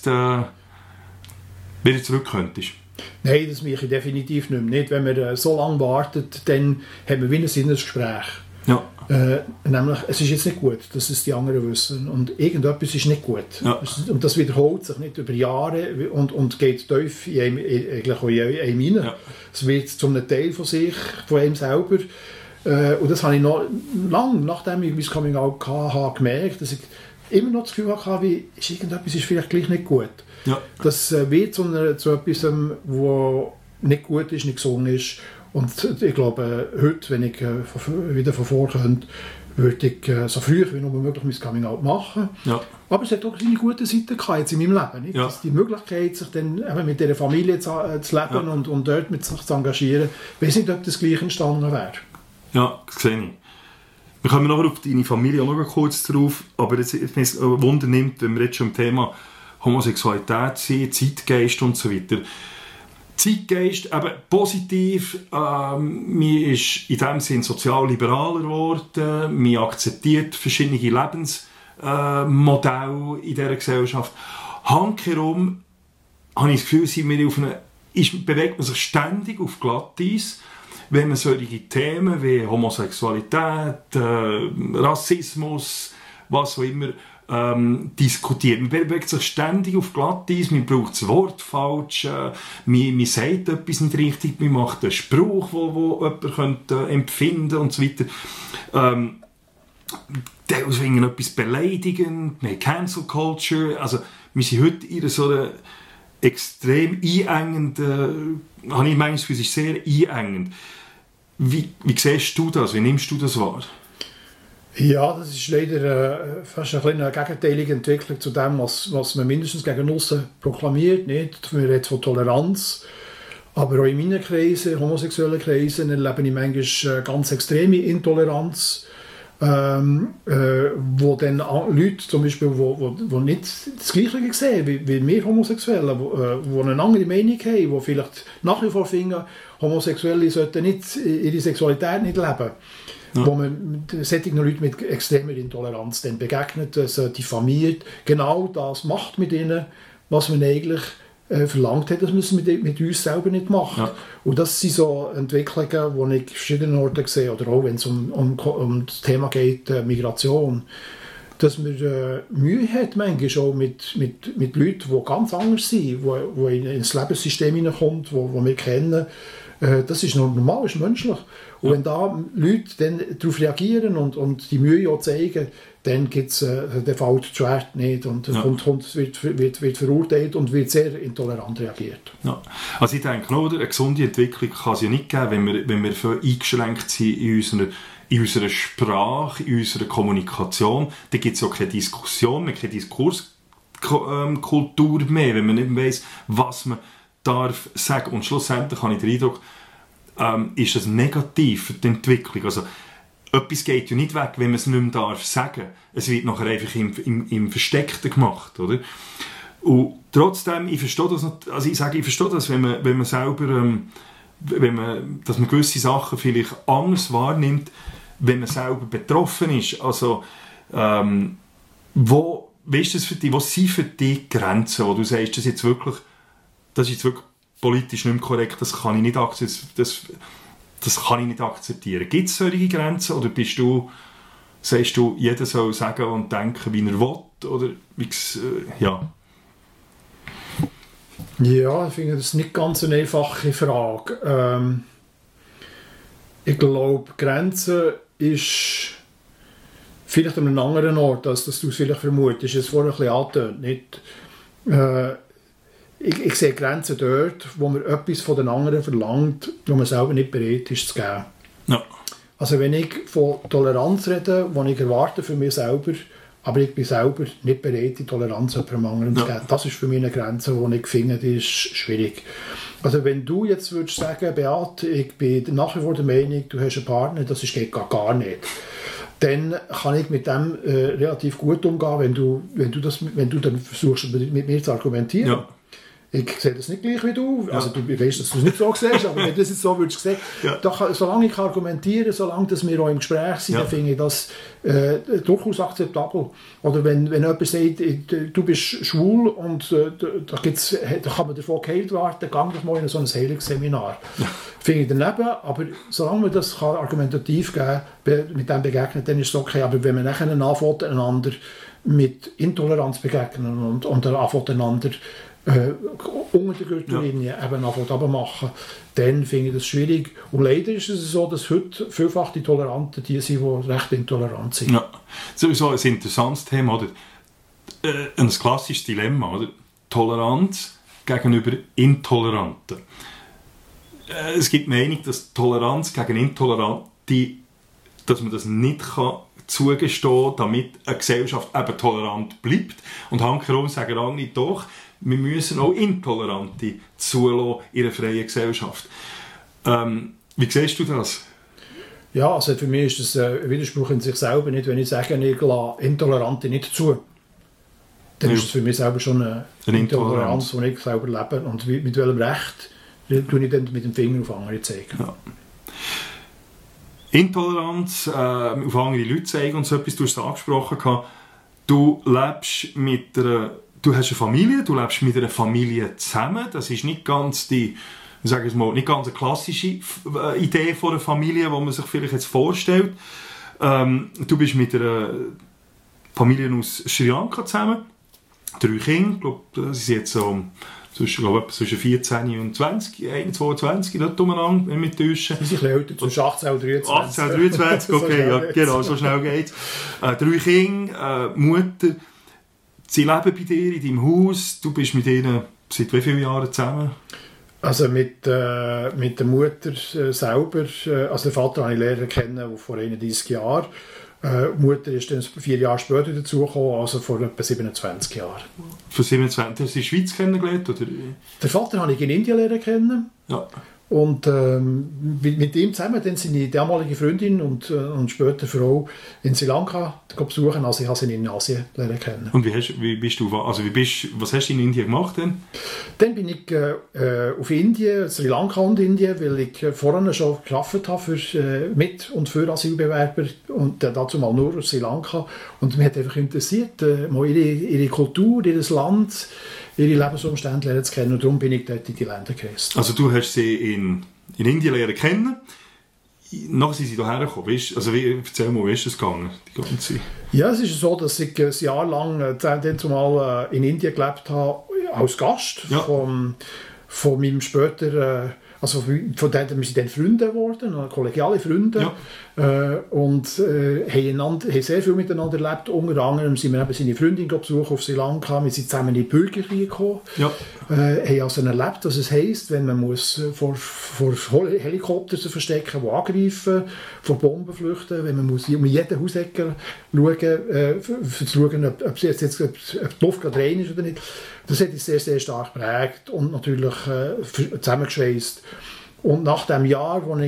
Speaker 1: wieder zurück könntest?
Speaker 2: Nein, das mache ich definitiv nicht. Wenn man so lange wartet, dann haben wir wie ein Sinnesgespräch. Ja. Nämlich, es ist jetzt nicht gut, dass es die anderen wissen. Und irgendetwas ist nicht gut. Ja. Und das wiederholt sich nicht über Jahre und geht tief in einem rein. Ja. Es wird zu einem Teil von sich, von einem selber. Und das habe ich noch lange, nachdem ich mein Coming-out hatte, gemerkt, dass ich immer noch das Gefühl hatte, irgendetwas ist vielleicht gleich nicht gut. Ja. Das wird zu etwas, was nicht gut ist, nicht gesund ist. Und ich glaube, heute, wenn ich wieder von vorne könnte, würde ich so früh wie nur möglich mein Coming-out machen.
Speaker 1: Ja.
Speaker 2: Aber es hat auch seine guten Seiten gehabt jetzt in meinem Leben. Nicht?
Speaker 1: Ja.
Speaker 2: Dass die Möglichkeit, sich dann eben mit dieser Familie zu leben und dort mit sich zu engagieren, ich weiß nicht, ob das gleich entstanden wäre.
Speaker 1: Ja, das sehe ich. Wir kommen noch auf deine Familie auch noch kurz drauf, aber jetzt, wenn es Wunder nimmt, wenn wir jetzt schon im Thema Homosexualität sind, Zeitgeist und so weiter. Zeitgeist, eben positiv, man ist in dem Sinn sozial-liberaler geworden, man akzeptiert verschiedene Lebensmodelle in dieser Gesellschaft. Handkehrum habe ich das Gefühl, bewegt man sich ständig auf Glatteis, wenn man solche Themen wie Homosexualität, Rassismus, was auch immer, diskutiert. Man bewegt sich ständig auf Glatteis, man braucht das Wort falsch, man sagt etwas nicht richtig, man macht einen Spruch, wo jemand könnte empfinden und so weiter. Deswegen etwas beleidigend, mehr Cancel Culture. Also, wir sind heute in so einer extrem einengenden, habe ich manchmal das Gefühl, es ist sehr einengend. Wie siehst du das? Wie nimmst du das wahr?
Speaker 2: Ja, das ist leider fast eine gegenteilige Entwicklung zu dem, was man mindestens gegen aussen proklamiert. Nicht? Man redet von Toleranz, aber auch in meinen Kreisen, homosexuellen Kreisen, erlebe ich manchmal ganz extreme Intoleranz, wo dann Leute zum Beispiel, wo nicht das Gleiche sehen wie wir Homosexuellen, wo eine andere Meinung haben, die vielleicht nach wie vor finden, Homosexuelle sollten nicht ihre Sexualität nicht leben. Ja. Wo man solchen Leuten mit extremer Intoleranz dann begegnet, diffamiert, genau das macht mit ihnen, was man eigentlich verlangt hat, dass man es mit uns selber nicht macht. Ja. Und das sind so Entwicklungen, die ich an verschiedenen Orten sehe, oder auch wenn es um das Thema geht, Migration, dass man Mühe hat, manchmal auch mit Leuten, die ganz anders sind, die ins Lebenssystem hineinkommen, die wir kennen. Das ist normal, ist menschlich. Und wenn da Leute dann darauf reagieren und die Mühe auch zeigen, dann gibt es den Fall Schwert nicht und wird verurteilt und wird sehr intolerant reagiert.
Speaker 1: Ja. Also ich denke noch, eine gesunde Entwicklung kann es ja nicht geben, wenn wir eingeschränkt sind in unserer Sprache, in unserer Kommunikation. Da gibt es ja keine Diskussion mehr, keine Diskurskultur mehr, wenn man nicht weiss, was man darf sagen. Und schlussendlich habe ich den Eindruck, ist das negativ für die Entwicklung. Also, etwas geht ja nicht weg, wenn man es nicht mehr darf sagen. Es wird nachher einfach im Versteckten gemacht, oder? Und trotzdem, ich verstehe das, wenn man selber, dass man gewisse Sachen vielleicht anders wahrnimmt, wenn man selber betroffen ist. Also, wo ist das für dich, was sind für dich Grenzen, wo du sagst, das ist jetzt wirklich politisch nicht mehr korrekt, das kann ich nicht akzeptieren. Gibt es solche Grenzen oder sagst du, jeder soll sagen und denken, wie er will? Oder, ja,
Speaker 2: ich finde das nicht ganz eine einfache Frage. Ich glaube, Grenze ist vielleicht an einem anderen Ort, als dass du es vielleicht vermutest. Es vorher ein bisschen angetönt, nicht? Ich sehe Grenzen dort, wo man etwas von den anderen verlangt, wo man selber nicht bereit ist zu geben.
Speaker 1: Ja.
Speaker 2: Also wenn ich von Toleranz rede, die ich erwarte für mich selber, aber ich bin selber nicht bereit, die Toleranz jemandem anderen zu geben. Das ist für mich eine Grenze, die ich finde, die ist schwierig. Also wenn du jetzt würdest sagen, Beat, ich bin nach wie vor der Meinung, du hast einen Partner, das geht gar nicht. Dann kann ich mit dem relativ gut umgehen, wenn du dann versuchst, mit mir zu argumentieren. Ja. Ich sehe das nicht gleich wie du. Also du weißt, dass du es nicht so siehst, aber wenn du das jetzt so würdest sehen, solange ich argumentiere, solange dass wir auch im Gespräch sind, dann finde ich das durchaus akzeptabel. Oder wenn jemand sagt, du bist schwul und da kann man davon geheilt werden, dann gang doch mal in so ein Heilungsseminar. Ja. Finde ich daneben, aber solange man das kann argumentativ geben, mit dem begegnen, dann ist es okay. Aber wenn man nachher anfängt, einander mit Intoleranz begegnen und anfängt, einander unter der Gürtellinie eben machen, dann finde ich das schwierig. Und leider ist es so, dass heute vielfach die Toleranten die sind, die recht intolerant sind.
Speaker 1: Ja, sowieso ein interessantes Thema, oder? Ein klassisches Dilemma, oder? Toleranz gegenüber Intoleranten. Es gibt die Meinung, dass Toleranz gegen Intolerante, dass man das nicht zugestehen, damit eine Gesellschaft eben tolerant bleibt. Und hankerum sagen andere doch, wir müssen auch Intolerante zulassen in einer freien Gesellschaft. Wie siehst du das?
Speaker 2: Ja, also für mich ist das ein Widerspruch in sich selber nicht, wenn ich sage, ich lasse Intolerante nicht zu. Dann ist es für mich selber schon eine Intoleranz, die ich selber lebe. Und mit welchem Recht tue ich dann mit dem Finger auf andere zeigen. Ja.
Speaker 1: Intoleranz, auf andere Leute zeigen und so etwas, du hast es angesprochen, du lebst mit einer, du hast eine Familie, du lebst mit einer Familie zusammen, das ist nicht ganz die, sagen wir mal, nicht ganz eine klassische Idee von einer Familie, die man sich vielleicht jetzt vorstellt. Du bist mit einer Familie aus Sri Lanka zusammen, 3 Kinder, ich glaube, sie sind jetzt so zwischen 14 und 20, 21, nicht umeinander, wenn wir mich täuschen.
Speaker 2: Sie sind älter, zwischen 18 und 23.
Speaker 1: 18 und 23, okay, ja, genau, so schnell geht's. 3 Kinder, Mutter, sie leben bei dir in deinem Haus, du bist mit ihnen seit wie vielen Jahren zusammen?
Speaker 2: Also mit der Mutter selber, also den Vater habe ich lernen kennen vor 31 Jahren. Die Mutter ist dann 4 Jahre später dazugekommen, also vor etwa 27 Jahren. Vor
Speaker 1: 27? Hast du in der Schweiz kennengelernt? Oder?
Speaker 2: Den Vater habe ich in Indien lernen kennen.
Speaker 1: Ja.
Speaker 2: Und mit ihm zusammen dann seine damalige Freundin und später Frau in Sri Lanka besuchen. Also ich habe sie in Asien lernen kennen.
Speaker 1: Und was hast du in Indien gemacht denn?
Speaker 2: Dann bin ich auf Indien, Sri Lanka und Indien, weil ich vorher schon gearbeitet habe mit und für Asylbewerber und dazu mal nur aus Sri Lanka. Und mich hat einfach interessiert, mal ihre Kultur, ihr Land, ihre Lebensumstände lernen zu kennen. Und darum bin ich dort in die Länder gereist.
Speaker 1: Also du hast sie in Indien lernen kennen. Nachher sind sie hierher gekommen. Erzähl mal, wie ist das gegangen? Die ganze...
Speaker 2: Ja, es ist so, dass ich ein Jahr lang dann zumal in Indien gelebt habe, als Gast von meinem später... Also von denen wir sind dann Freunde geworden, kollegiale Freunde. Ja. Und haben sehr viel miteinander erlebt. Unter anderem sind wir eben seine Freundin besuchen auf Sri Lanka. Wir sind zusammen in die Bürgerkrieg gekommen. Ja. Haben also erlebt, was es heisst, wenn man muss vor Helikoptern verstecken, die angreifen, vor Bomben flüchten, wenn man muss um jeden Hausecke schauen, zu schauen, ob die Luft gerade rein ist oder nicht. Das hat uns sehr, sehr stark geprägt und natürlich zusammengeschweißt. Und nach dem Jahr, als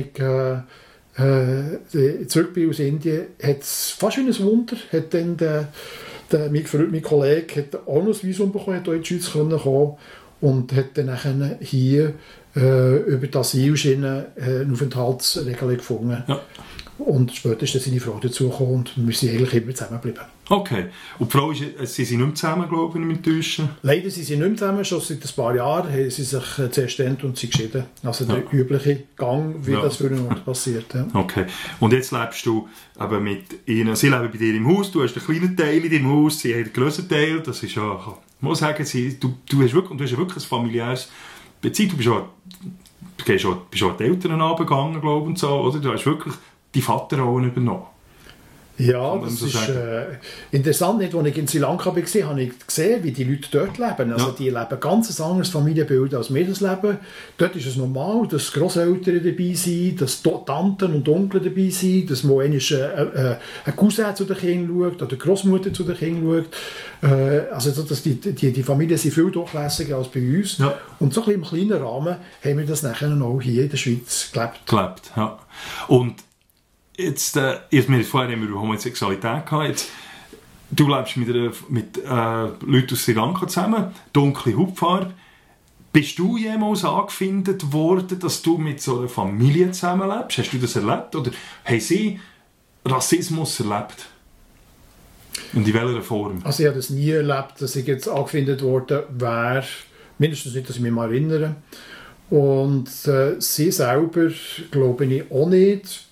Speaker 2: ich zurück bin aus Indien, hat es fast wie ein Wunder, hat dann mein Kollege hat auch noch ein Visum bekommen, hat auch in die Schweiz kommen und hat dann hier über die Asylschiene eine Aufenthaltsregelung gefunden. Ja. Und später ist dann seine Frau dazugekommen und wir sind eigentlich immer zusammengeblieben.
Speaker 1: Okay. Und die Frau, sie sind nicht mehr zusammen, glaube ich, wenn ich mich täusche?
Speaker 2: Leider sind sie nicht mehr zusammen. Schon seit ein paar Jahren haben sie sich zuerst getrennt und sie geschieden. Also der übliche Gang, wie das für einen passiert. Ja.
Speaker 1: Okay. Und jetzt lebst du eben mit ihnen. Sie leben bei dir im Haus, du hast einen kleinen Teil in deinem Haus, sie haben einen grösseren Teil. Das ist ja, ich muss sagen, du hast wirklich ein familiäres Beziehung. Du bist schon an die Eltern angegangen, glaube ich, und so, oder? Du hast wirklich die Vaterrollen übernommen.
Speaker 2: Ja, das ist interessant. Nicht, als ich in Sri Lanka war, habe ich gesehen, wie die Leute dort leben. Also die leben ganz ein anderes Familienbild als wir das leben. Dort ist es normal, dass Grosseltern dabei sind, dass Tanten und Onkel dabei sind, dass mal ein Cousin zu den Kindern schaut oder die Großmutter zu den Kindern schaut. Also dass die Familien sind viel durchlässiger als bei uns. Ja. Und so ein bisschen im kleinen Rahmen haben wir das nachher auch hier in der Schweiz gelebt.
Speaker 1: Ja. Und jetzt, vorher haben wir über Homosexualität gehabt. Jetzt, du lebst mit Leuten aus Sri Lanka zusammen, dunkle Hautfarbe. Bist du jemals angefindet worden, dass du mit so einer Familie zusammenlebst? Hast du das erlebt? Oder haben sie Rassismus erlebt? Und in welcher Form?
Speaker 2: Also ich habe das nie erlebt, dass ich jetzt angefindet worden wäre. Mindestens nicht, dass ich mich mal erinnere. Und sie selber glaube ich auch nicht.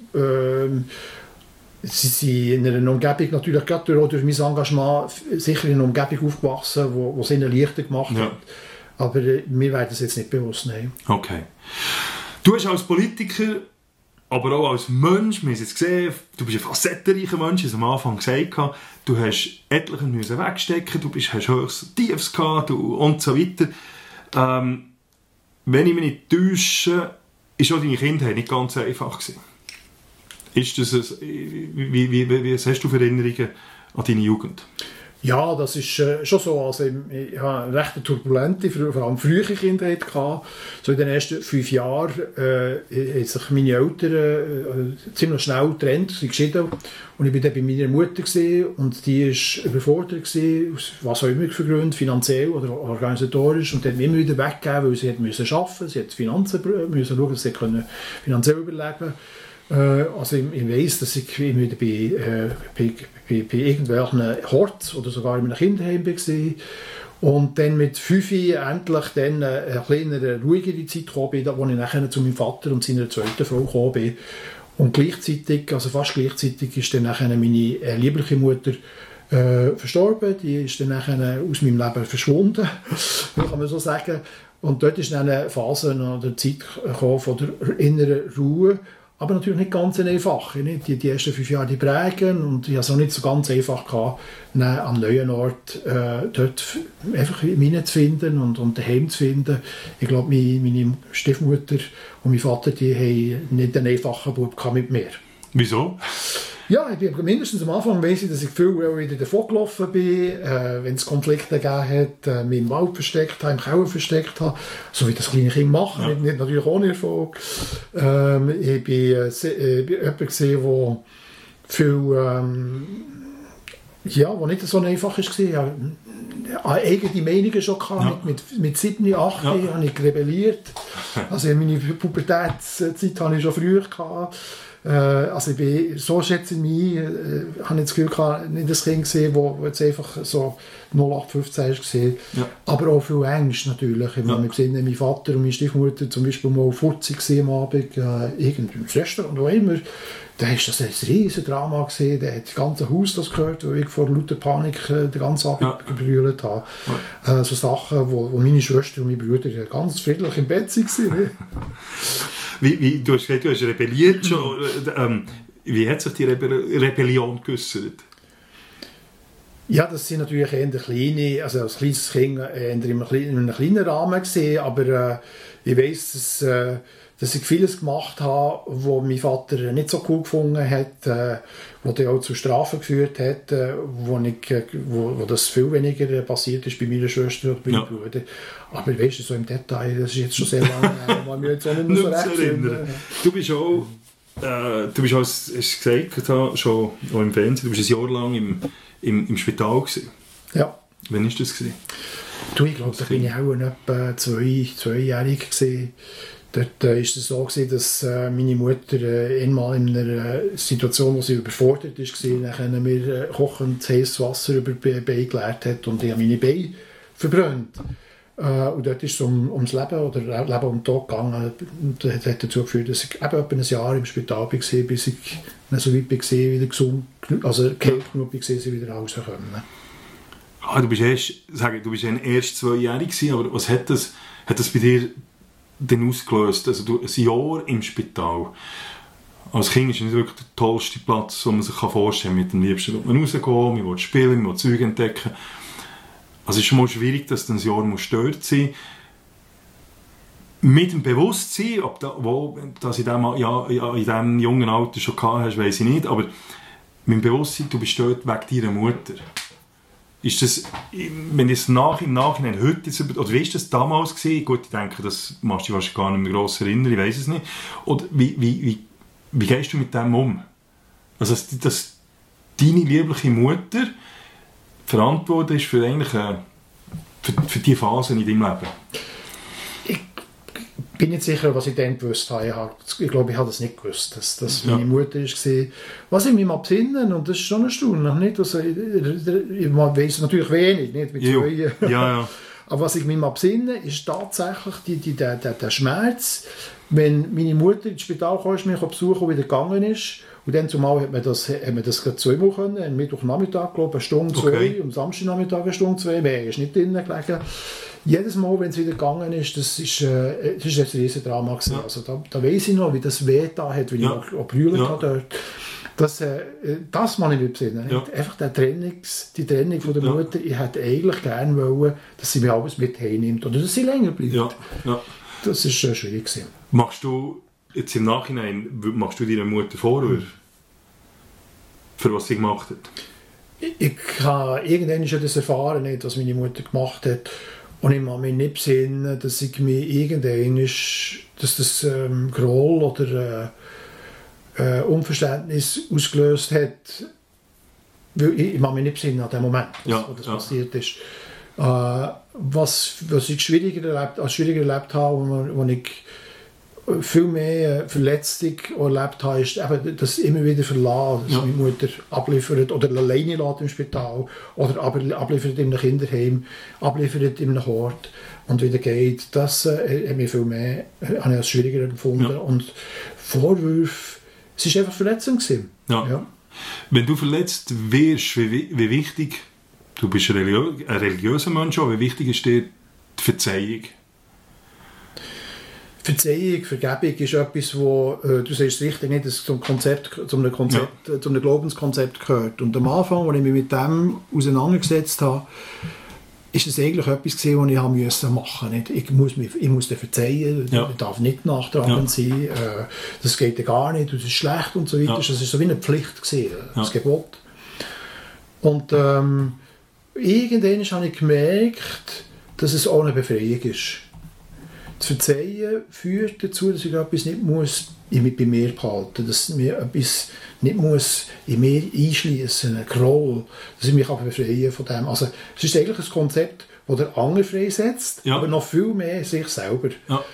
Speaker 2: Sie sind in einer Umgebung, natürlich gerade durch mein Engagement, sicher in einer Umgebung aufgewachsen, wo es ihnen leichter gemacht hat. Aber mir wäre das jetzt nicht bewusst. Nein.
Speaker 1: Okay. Du hast als Politiker, aber auch als Mensch, wir haben es jetzt gesehen, du bist ein facettenreicher Mensch, wie ich am Anfang gesagt habe. Du hast etlichen müssen wegstecken, hast höchst Tiefs gehabt und so weiter. Wenn ich mich nicht täusche, ist auch deine Kindheit nicht ganz einfach gewesen. Ist das was hast du für Erinnerungen an deine Jugend?
Speaker 2: Ja, das ist schon so. Also, ich hatte eine recht turbulente, vor allem frühe Kindheit gehabt. So in den ersten 5 Jahren haben sich meine Eltern ziemlich schnell getrennt, sind geschieden. Und ich war dann bei meiner Mutter gewesen, und die war überfordert gewesen, aus was auch immer für Gründen, finanziell oder organisatorisch. Und dann immer wieder weggegeben, weil sie arbeiten musste. Sie hat Finanzen müssen schauen, dass sie finanziell überleben konnte. Also ich weiss, dass ich immer wieder bei irgendwelchen Horts oder sogar in einem Kinderheim war. Und dann mit 5 endlich dann eine kleine, ruhigere Zeit gekommen bin, wo ich nachher zu meinem Vater und seiner zweiten Frau gekommen bin. Und gleichzeitig, also fast gleichzeitig, ist dann nachher meine liebliche Mutter verstorben. Die ist dann nachher aus meinem Leben verschwunden, kann man so sagen. Und dort ist dann eine Phase oder Zeit gekommen von der inneren Ruhe. Aber natürlich nicht ganz einfach. Die ersten 5 Jahre die prägen, und ich hatte es auch nicht so ganz einfach gehabt, am neuen Ort dort einfach mich zu finden und daheim zu finden. Ich glaube, meine Stiefmutter und mein Vater, die haben nicht einen einfachen Bub mit mir.
Speaker 1: Wieso?
Speaker 2: Ja, ich bin mindestens am Anfang weiss ich, dass ich viel wieder davon gelaufen bin, wenn es Konflikte gegeben hat, mich im Wald versteckt habe, im Keller versteckt habe, so wie das kleine Kind machen, ja. nicht natürlich ohne Erfolg. Ich bin jemand gesehen, der viel, wo nicht so einfach war. Ich hatte eigene Meinungen schon gehabt. Ja. Mit 7, 8 habe ich rebelliert. Also meine Pubertätszeit hatte ich schon früher gehabt. Also ich bin, so schätze ich mich, habe ich das Gefühl gehabt, nicht das Kind gesehen, das jetzt einfach so 0815 ist gesehen, ja. Aber auch viel Ängste natürlich. Ich meine, mein Vater und meine Stiefmutter zum Beispiel mal auf Furzi gesehen am Abend, irgendein Restaurant, wo immer. Da ist das ein riesen Drama gesehen, der hat das ganze Haus das gehört, weil ich vor lauter Panik den ganzen Abend gebrüllt habe. Ja. So Sachen, wo meine Schwester und meine Brüder ganz friedlich im Bett waren.
Speaker 1: Du hast gesagt, du hast rebelliert schon. Wie hat sich die Rebellion geäussert?
Speaker 2: Ja, das sind natürlich eher kleine, also als kleines Kind eher in einem kleinen Rahmen gesehen, aber ich weiss, dass ich vieles gemacht habe, was mein Vater nicht so cool gefunden hat, was dann auch zu Strafen geführt hat, wo das viel weniger passiert ist bei meiner Schwester und bei meinem Bruder. Aber weißt du, so im Detail, das ist jetzt schon sehr lange her, man mich jetzt auch nicht mehr so recht erinnern.
Speaker 1: Du bist auch, hast du gesagt, schon im Fernsehen, du bist ein Jahr lang im Spital gewesen. Ja. Wann war das gewesen?
Speaker 2: Du, ich glaube, da bin ich auch etwa zweijährig gewesen. Dort war es so, dass meine Mutter einmal in einer Situation, wo sie überfordert war, nachher mir kochendes heißes Wasser über die Beine geleert hat und ich habe meine Beine verbrannt. Und dort ist es ums Leben oder Leben und Tod gegangen. Und das hat dazu geführt, dass ich etwa ein Jahr im Spital war, bis ich nicht so weit war, wieder gesund, also geheilt genug war, sie wieder rauskommen.
Speaker 1: Du bist erst 2-jährig gewesen, aber was hat das bei dir denn ausgelöst? Also ein Jahr im Spital. Als Kind ist es nicht wirklich der tollste Platz, den man sich vorstellen kann. Mit dem Liebsten will man rausgehen, man will spielen, man will Zeug entdecken. Also es ist schon mal schwierig, dass du ein Jahr dort sein musst. Mit dem Bewusstsein, dass du in diesem jungen Alter schon gehabt hast, weiss ich nicht, aber mit dem Bewusstsein, du bist dort wegen deiner Mutter. Ist das, wenn ich es im Nachhinein heute, oder wie war das damals gewesen? Gut, ich denke, das machst du wahrscheinlich gar nicht mehr gross erinnern, ich weiss es nicht. Oder wie gehst du mit dem um? Also, dass deine liebliche Mutter verantwortlich ist für für die Phase in deinem Leben?
Speaker 2: Ich bin nicht sicher, was ich dann gewusst habe. Ich glaube, ich habe das nicht gewusst, dass meine Mutter war. Was ich mich mal besinnen, und das ist schon erstaunlich, nicht? Also, ich weiss natürlich wenig, nicht mit 2.
Speaker 1: Ja.
Speaker 2: Aber was ich mich mal besinnen, ist tatsächlich der Schmerz, wenn meine Mutter ins Spital kam, mich besuchen und wieder gegangen ist. Und dann zumal hat man das gerade 2 Mal können, am Mittwochnachmittag, glaube ich, eine Stunde 2, am Samstagnachmittag eine Stunde 2, mehr ist nicht drinnen gelegen. Jedes Mal, wenn es wieder gegangen ist, das ist ein Riesendrama gewesen. Ja. Also da weiss ich noch, wie das weh da hat, wie ich auch brüllt habe dort. Das kann ich mir besinnen. Ja. Einfach die Trennung von der Mutter. Ich hätte eigentlich gerne wollen, dass sie mir alles mit heimnimmt oder dass sie länger bleibt. Ja. Das ist schwierig gewesen.
Speaker 1: Machst du jetzt im Nachhinein deiner Mutter Vorwürfe? für was sie gemacht hat?
Speaker 2: Ich habe irgendwann das erfahren, nicht, was meine Mutter gemacht hat. Und ich kann mich nicht besinnen, dass ich mich irgendwann, dass das Groll oder Unverständnis ausgelöst hat. Ich kann mich nicht besinnen an dem Moment, wo das passiert ist. Was ich schwieriger erlebt habe, wo ich viel mehr Verletzung erlebt habe, ist eben das immer wieder verlassen, dass meine Mutter abliefert oder alleine lässt im Spital oder abliefert in einem Kinderheim, abliefert in einem Hort und wieder geht. Das hat mich viel mehr als schwieriger empfunden. Ja. Und Vorwürfe, es war einfach verletzend gewesen. Ja.
Speaker 1: Wenn du verletzt wirst, wie wichtig, du bist ein religiöser Mensch, wie wichtig ist dir die Verzeihung?
Speaker 2: Verzeihung, Vergebung ist etwas, wo du sagst es richtig, nicht, dass zu einem Glaubenskonzept gehört. Und am Anfang, als ich mich mit dem auseinandergesetzt habe, ist es eigentlich etwas gewesen, was ich machen musste. Ich muss dir verzeihen, ich darf nicht nachtragend sein, das geht ja gar nicht, das ist schlecht und so weiter. Das war so wie eine Pflicht gewesen, das Gebot. Und irgendwann habe ich gemerkt, dass es auch eine Befreiung ist. Das Verzeihen führt dazu, dass ich etwas nicht muss bei mir behalten, dass mir etwas nicht muss in mir einschließen, ein Groll, dass ich mich befreien von dem. Also es ist eigentlich ein Konzept, das der andere freisetzt, aber noch viel mehr sich selber. Ja.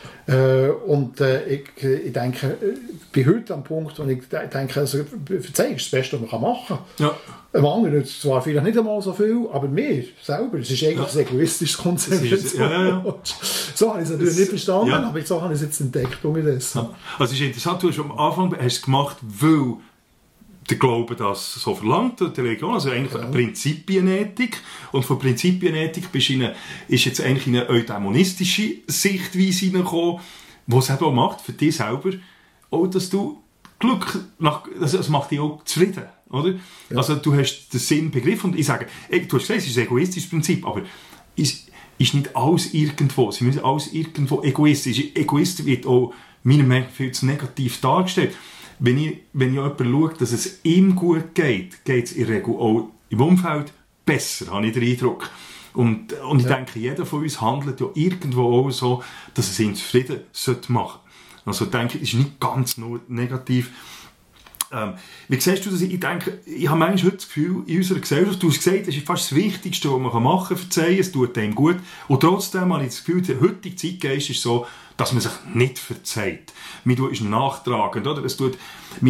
Speaker 2: Ich denke, ich bin heute am Punkt, wo ich denke, also, Verzeihung ist das Beste, was man machen kann. Ja. Einem anderen zwar vielleicht nicht einmal so viel, aber mir selber. Es ist eigentlich ein egoistisches Konzept. So habe ich es natürlich nicht verstanden, aber so habe ich es jetzt entdeckt. Also es
Speaker 1: ist interessant, du hast am Anfang es gemacht, weil der Glaube das so verlangt, die Religion, also eigentlich eine Prinzipienethik. Und von Prinzipienethik ist jetzt eigentlich in eine eudämonistische Sichtweise hineingekommen, die es eben auch macht, für dich selber, auch, dass du Glück, das macht dich auch zufrieden, oder? Ja. Also du hast den Sinn begriffen und ich sage, du hast gesagt, es ist ein egoistisches Prinzip, aber ist nicht alles irgendwo, sie müssen alles irgendwo egoistisch. Egoist wird auch meiner Meinung nach viel zu negativ dargestellt. Wenn ich jemanden schaue, dass es ihm gut geht, geht es in der Regel auch im Umfeld besser, habe ich den Eindruck. Und ich denke, jeder von uns handelt ja irgendwo auch so, dass es ihn zufrieden machen sollte. Also ich denke, es ist nicht ganz nur negativ. Wie siehst du das? Ich denke, ich habe manchmal heute das Gefühl, in unserer Gesellschaft, du hast gesagt, das ist fast das Wichtigste, was man machen kann, verzeihen, es tut einem gut. Und trotzdem habe ich das Gefühl, der heutige Zeitgeist ist so, dass man sich nicht verzeiht. Man ist nachtragend, oder? Es gibt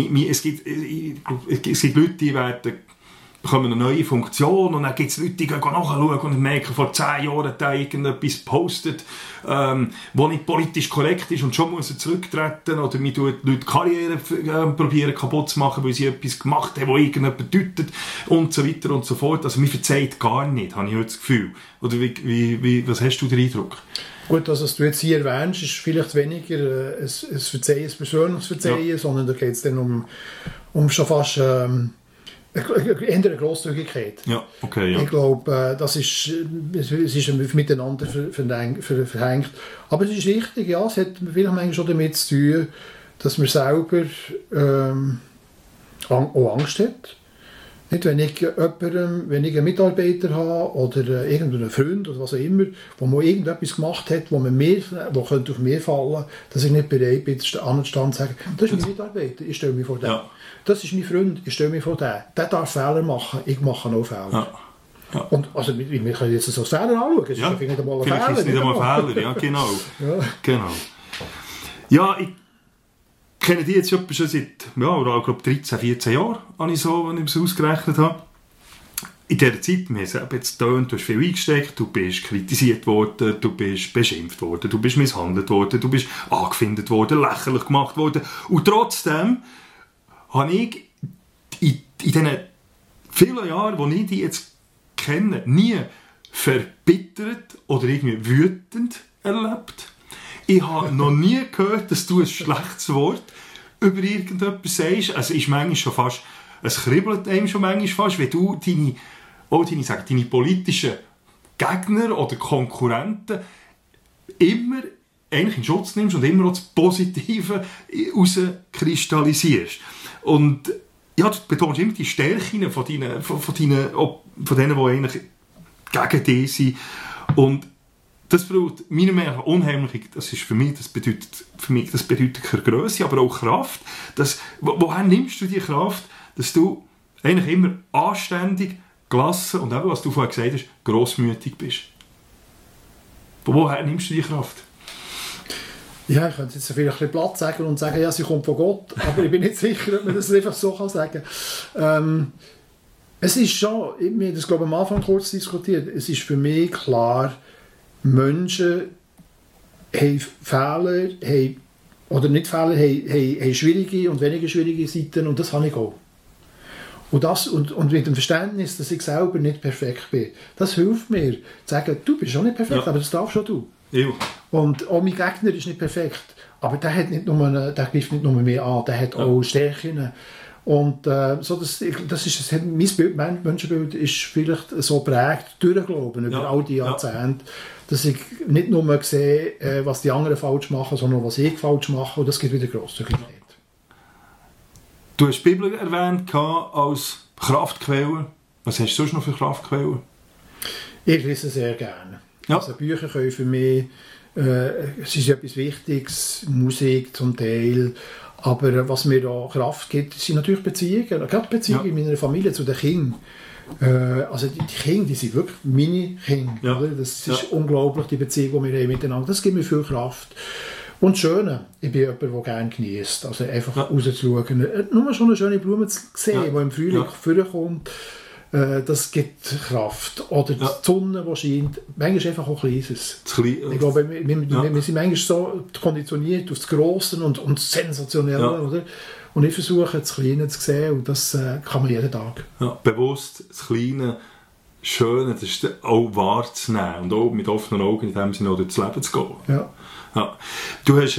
Speaker 1: Leute, die bekommen eine neue Funktion und dann gibt es Leute, die gehen nachschauen und merken, vor 10 Jahren hat er irgendetwas gepostet, was nicht politisch korrekt ist und schon muss er zurücktreten oder man tut Leute Karriere probieren kaputt zu machen, weil sie etwas gemacht haben, was irgendjemand bedeutet und so weiter und so fort. Also man verzeiht gar nicht, habe ich heute das Gefühl. Oder was hast du den Eindruck?
Speaker 2: Gut, also was du jetzt hier erwähnst, ist vielleicht weniger ein Verzeihen, ein persönliches Verzeihen, sondern da geht es dann um schon fast eine Grosszügigkeit.
Speaker 1: Ja, okay, ja.
Speaker 2: Ich glaube, es ist miteinander verhängt. Aber es ist richtig, ja, es hat vielleicht manchmal schon damit zu tun, dass man selber auch Angst hat. Nicht, wenn ich einen Mitarbeiter habe oder irgendeinen Freund oder was auch immer, der mal irgendetwas gemacht hat, wo könnte auf mir fallen könnte, dass ich nicht bereit bin, anzustehen und zu sagen, das ist mein Mitarbeiter, ich stelle mich vor den. Ja. Das ist mein Freund, ich stelle mich vor den. Der darf Fehler machen, ich mache auch Fehler. Ja. Ja. Und also, wir können jetzt so Fehler anschauen, es ist ja nicht einmal ein Fehler.
Speaker 1: Vielleicht ist es nicht einmal Fehler, ja, genau. Genau. Ja, ich kenne die jetzt schon seit, glaube 13, 14 Jahren, wenn ich es ausgerechnet habe. In dieser Zeit, wir haben jetzt getönt, du hast viel eingesteckt, du bist kritisiert worden, du bist beschimpft worden, du bist misshandelt worden, du bist angefindet worden, lächerlich gemacht worden. Und trotzdem habe ich in diesen vielen Jahren, die ich dich jetzt kenne, nie verbittert oder irgendwie wütend erlebt. Ich habe noch nie gehört, dass du ein schlechtes Wort über irgendetwas sagst. Also ist manchmal schon fast, es kribbelt einem schon manchmal fast, wenn du deine politischen Gegner oder Konkurrenten immer eigentlich in Schutz nimmst und immer auch das Positive rauskristallisierst. Und ja, du betonst immer die Stärken von denen, die eigentlich gegen dich sind. Und das braucht meiner Meinung nach unheimlich, das bedeutet keine Grösse, aber auch Kraft. Woher nimmst du die Kraft, dass du eigentlich immer anständig, gelassen und eben, was du vorher gesagt hast, grossmütig bist? Woher nimmst du die Kraft?
Speaker 2: Ja, ich könnte jetzt vielleicht ein bisschen platt sagen und sagen, ja, sie kommt von Gott, aber ich bin nicht sicher, ob man das einfach so sagen kann. Es ist schon, wir haben das glaube ich am Anfang kurz diskutiert, es ist für mich klar, Menschen haben Fehler, haben schwierige und weniger schwierige Seiten und das habe ich auch. Und mit dem Verständnis, dass ich selber nicht perfekt bin, das hilft mir, zu sagen, du bist auch nicht perfekt, aber das darfst schon du.
Speaker 1: Ja.
Speaker 2: Und auch mein Gegner ist nicht perfekt, aber der greift nicht nur mehr an, der hat auch Stärken. Und mein Bild, mein Menschenbild ist vielleicht so prägt durch den Glauben über all die Jahrzehnte, dass ich nicht nur sehe, was die anderen falsch machen, sondern was ich falsch mache, und das gibt wieder Grosszügigkeit.
Speaker 1: Du hast die Bibel erwähnt als Kraftquelle. Was hast du sonst noch für Kraftquellen?
Speaker 2: Ich lese sehr gerne.
Speaker 1: Ja.
Speaker 2: Also Bücher können für mich, es ist etwas Wichtiges, Musik zum Teil, aber was mir da Kraft gibt, sind natürlich Beziehungen, gerade Beziehungen in meiner Familie zu den Kindern. Also die Kinder, die sind wirklich meine Kinder.
Speaker 1: Ja.
Speaker 2: Oder? Das ist unglaublich, die Beziehung, die wir haben miteinander. Das gibt mir viel Kraft. Und das Schöne, ich bin jemand, der gerne genießt. Also einfach rauszuschauen. Nur schon eine schöne Blume zu sehen, die im Frühling vorkommt, das gibt Kraft. Oder die Sonne, die scheint. Manchmal einfach auch Kleines. Ich glaube, wir sind manchmal so konditioniert auf das Grosse und das Sensationelle. Ja. Oder? Und ich versuche, das Kleine zu sehen und das kann man jeden Tag.
Speaker 1: Ja, bewusst das Kleine, Schöne, das ist auch wahrzunehmen und auch mit offenen Augen in dem Sinne auch durchs Leben zu gehen.
Speaker 2: Ja.
Speaker 1: Ja. Du hast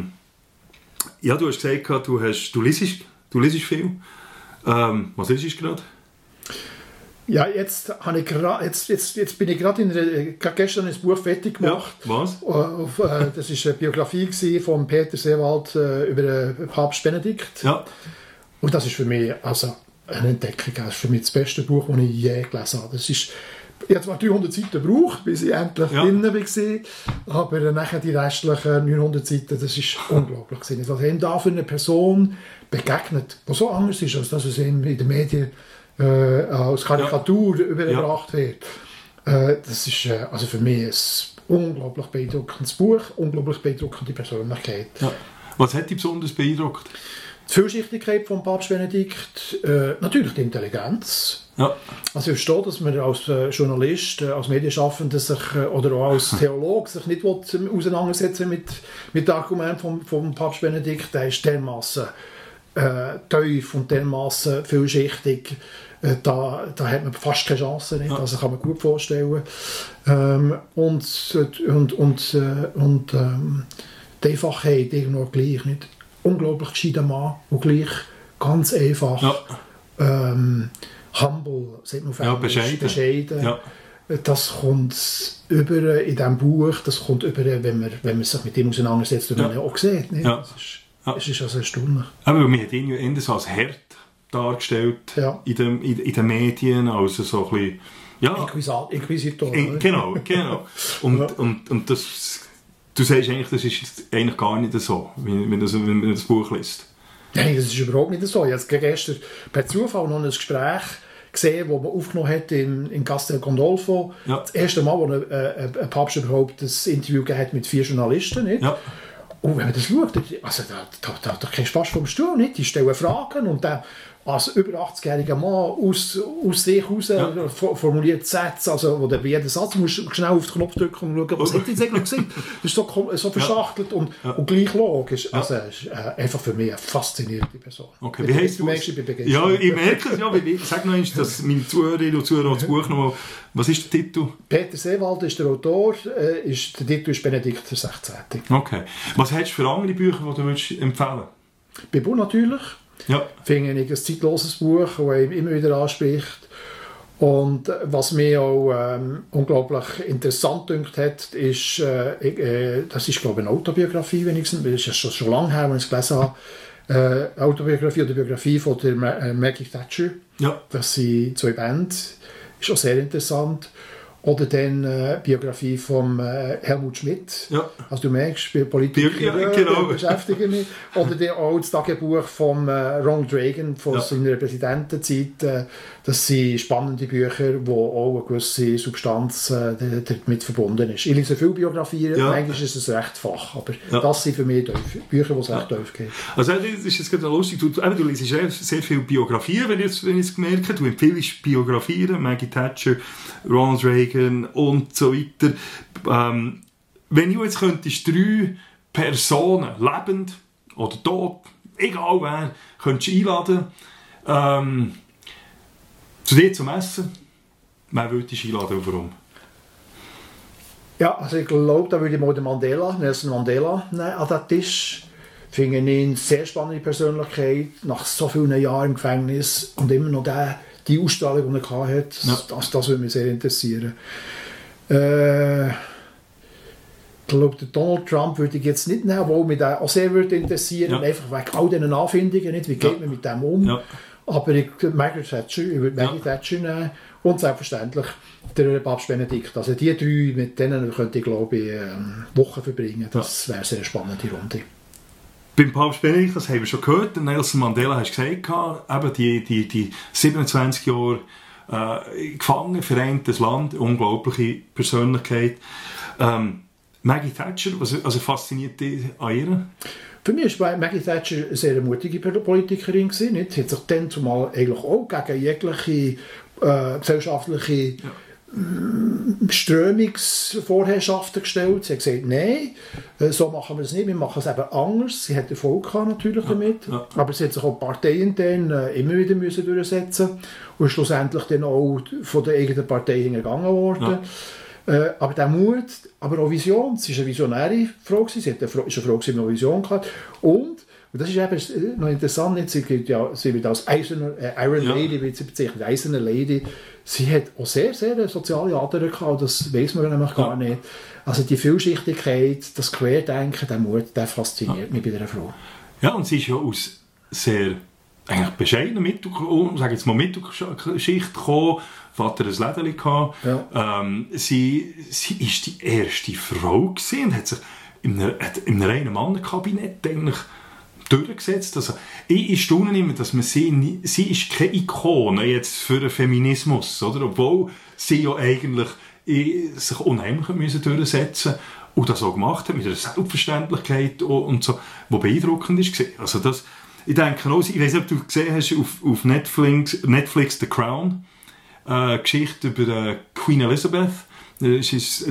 Speaker 1: gesagt, du liest viel. Was liest du gerade?
Speaker 2: Ja, jetzt bin ich gerade gestern ein Buch fertig gemacht.
Speaker 1: Ja, was?
Speaker 2: Das war eine Biografie von Peter Seewald über Papst Benedikt. Ja. Und das ist für mich also eine Entdeckung. Das ist für mich das beste Buch, das ich je gelesen habe. Ich habe zwar 300 Seiten gebraucht, bis ich endlich drin war, aber nachher die restlichen 900 Seiten, das ist unglaublich. Was ihm da für eine Person begegnet, die so anders ist, als dass es ihm in den Medien als Karikatur übergebracht wird. Das ist also für mich ein unglaublich beeindruckendes Buch, unglaublich beeindruckende Persönlichkeit. Ja.
Speaker 1: Was hat dich besonders beeindruckt?
Speaker 2: Die Vielschichtigkeit von Papst Benedikt, natürlich die Intelligenz. Ja. Also ich verstehe, dass man als Journalist, als Medienschaffender sich, oder auch als Theologe sich nicht auseinandersetzen mit den Argumenten vom Papst Benedikt. Der ist dermassen tief und dermassen vielschichtig. Da hat man fast keine Chance, nicht? Also kann man gut vorstellen. Die Einfachheit irgendwo gleich nicht. Unglaublich gescheiter Mann und gleich ganz einfach humble, sagt man auf Englisch, bescheiden. Ja. Das kommt über in diesem Buch, das kommt über, wenn man sich mit ihm auseinandersetzt und man ja auch sieht. Nicht? Ja. Es ist also erstaunlich.
Speaker 1: Aber man hat ihn ja eher so als hart dargestellt in den Medien, also so ein bisschen...
Speaker 2: Inquisitor.
Speaker 1: Genau. Und das... Du sagst eigentlich, das ist eigentlich gar nicht so, wenn man das Buch liest.
Speaker 2: Nein, das ist überhaupt nicht so. Ich habe gestern per Zufall noch ein Gespräch gesehen, das man aufgenommen hat in Castel Gandolfo. Ja. Das erste Mal, wo ein Papst überhaupt ein Interview gegeben hat mit 4 Journalisten. Nicht? Ja. Und wenn man das schaut, also da kriegst du fast vom Stuhl nicht. Die stellen Fragen und dann als über 80-jähriger Mann aus sich heraus formuliert Sätze, also wo du bei jedem Satz musst schnell auf den Knopf drücken und schauen, was hat jetzt eigentlich gesagt? Das ist so verschachtelt und gleich logisch. Also ist einfach für mich eine faszinierende Person.
Speaker 1: Okay, wie heißt du? Ja, ich merke es. Sag noch einmal, dass meine Zuhörerinnen und Zuhörer das Buch noch mal... Was ist der Titel?
Speaker 2: Peter Seewald ist der Autor, der Titel ist Benedikt der 16.
Speaker 1: Okay. Was hast du für andere Bücher, die du empfehlen willst?
Speaker 2: Bibel natürlich. Ja. Finde ich ein zeitloses Buch, das ihn immer wieder anspricht. Und was mir auch unglaublich interessant gedacht hat, ist, das ist glaube ich eine Autobiografie, wenigstens, das ist schon lange her, als ich es gelesen habe, Autobiografie oder Biografie von der Maggie Thatcher.
Speaker 1: Ja.
Speaker 2: Das sind 2 Bände. Ist auch sehr interessant. Oder dann Biografie von Helmut Schmidt.
Speaker 1: Ja.
Speaker 2: Also du merkst, bei Politiker
Speaker 1: genau.
Speaker 2: beschäftigen mich. Oder dann auch das Tagebuch von Ronald Reagan von seiner Präsidentenzeit. Das sind spannende Bücher, wo auch eine gewisse Substanz damit verbunden ist. Ich lese viele Biografien, manchmal ist es recht flach, aber das sind für mich Bücher, die es recht tief gehen.
Speaker 1: Also das ist jetzt gerade lustig, du liest sehr viele Biografien, wenn ich es gemerkt habe. Du empfiehlst Biografien, Maggie Thatcher, Ronald Reagan und so weiter. Wenn du jetzt könntest 3 Personen, lebend oder tot, egal wer, könntest du einladen, zu dir zum Essen, wer würdest du einladen und warum?
Speaker 2: Ja, also ich glaube, da würde ich mal den Nelson Mandela nehmen an den Tisch. Finde ich eine sehr spannende Persönlichkeit, nach so vielen Jahren im Gefängnis und immer noch die Ausstrahlung, die er hatte, das würde mich sehr interessieren. Ich glaube, den Donald Trump würde ich jetzt nicht nehmen, obwohl mich der auch sehr würde interessieren, einfach wegen all diesen Anfindungen, nicht, wie geht man mit dem um. Ja. Aber ich würde Maggie Thatcher nehmen und selbstverständlich der Papst Benedikt. Also die 3, mit denen könnte ich, glaube ich, Wochen verbringen. Das wäre eine sehr spannende Runde.
Speaker 1: Beim Papst Benedikt, das haben wir schon gehört, Nelson Mandela hast gesagt, eben die 27 Jahre gefangen, vereintes Land, unglaubliche Persönlichkeit. Maggie Thatcher, was fasziniert dich an ihr?
Speaker 2: Für mich war Maggie Thatcher eine sehr mutige Politikerin. Sie hat sich dann zumal eigentlich auch gegen jegliche gesellschaftliche Strömungsvorherrschaften gestellt. Sie hat gesagt, nein, so machen wir es nicht, wir machen es eben anders. Sie hat Erfolg gehabt natürlich damit, aber sie hat sich auch parteiintern immer wieder müssen durchsetzen und ist schlussendlich dann auch von der eigenen Partei hingegangen worden. Aber der Mut, aber auch Vision, sie war eine visionäre Frau, sie ist eine Frau, die eine Vision hatte. Und das ist eben noch interessant, sie wird als Iron Lady bezeichnet, Eiserne Lady. Sie hat auch sehr, sehr soziale Ader gehabt, das weiß man nämlich gar nicht. Also die Vielschichtigkeit, das Querdenken, der Mut, der fasziniert mich bei dieser Frau.
Speaker 1: Ja, und sie ist ja aus sehr eigentlich bescheidener Mittelschicht gekommen, Vater ein Lädeli gehabt. Ja. Sie ist die erste Frau gewesen und hat sich in einem reinen Mannenkabinett eigentlich durchgesetzt. Also, ich staune immer, dass man sie ist keine Ikone jetzt für den Feminismus, oder? Obwohl sie ja eigentlich sich unheimlich durchsetzen musste und das auch gemacht hat, mit einer Selbstverständlichkeit und so, die beeindruckend war. Also das, ich denke auch, ich weiß nicht, ob du gesehen hast auf Netflix The Crown, Geschichte über Queen Elizabeth. Ich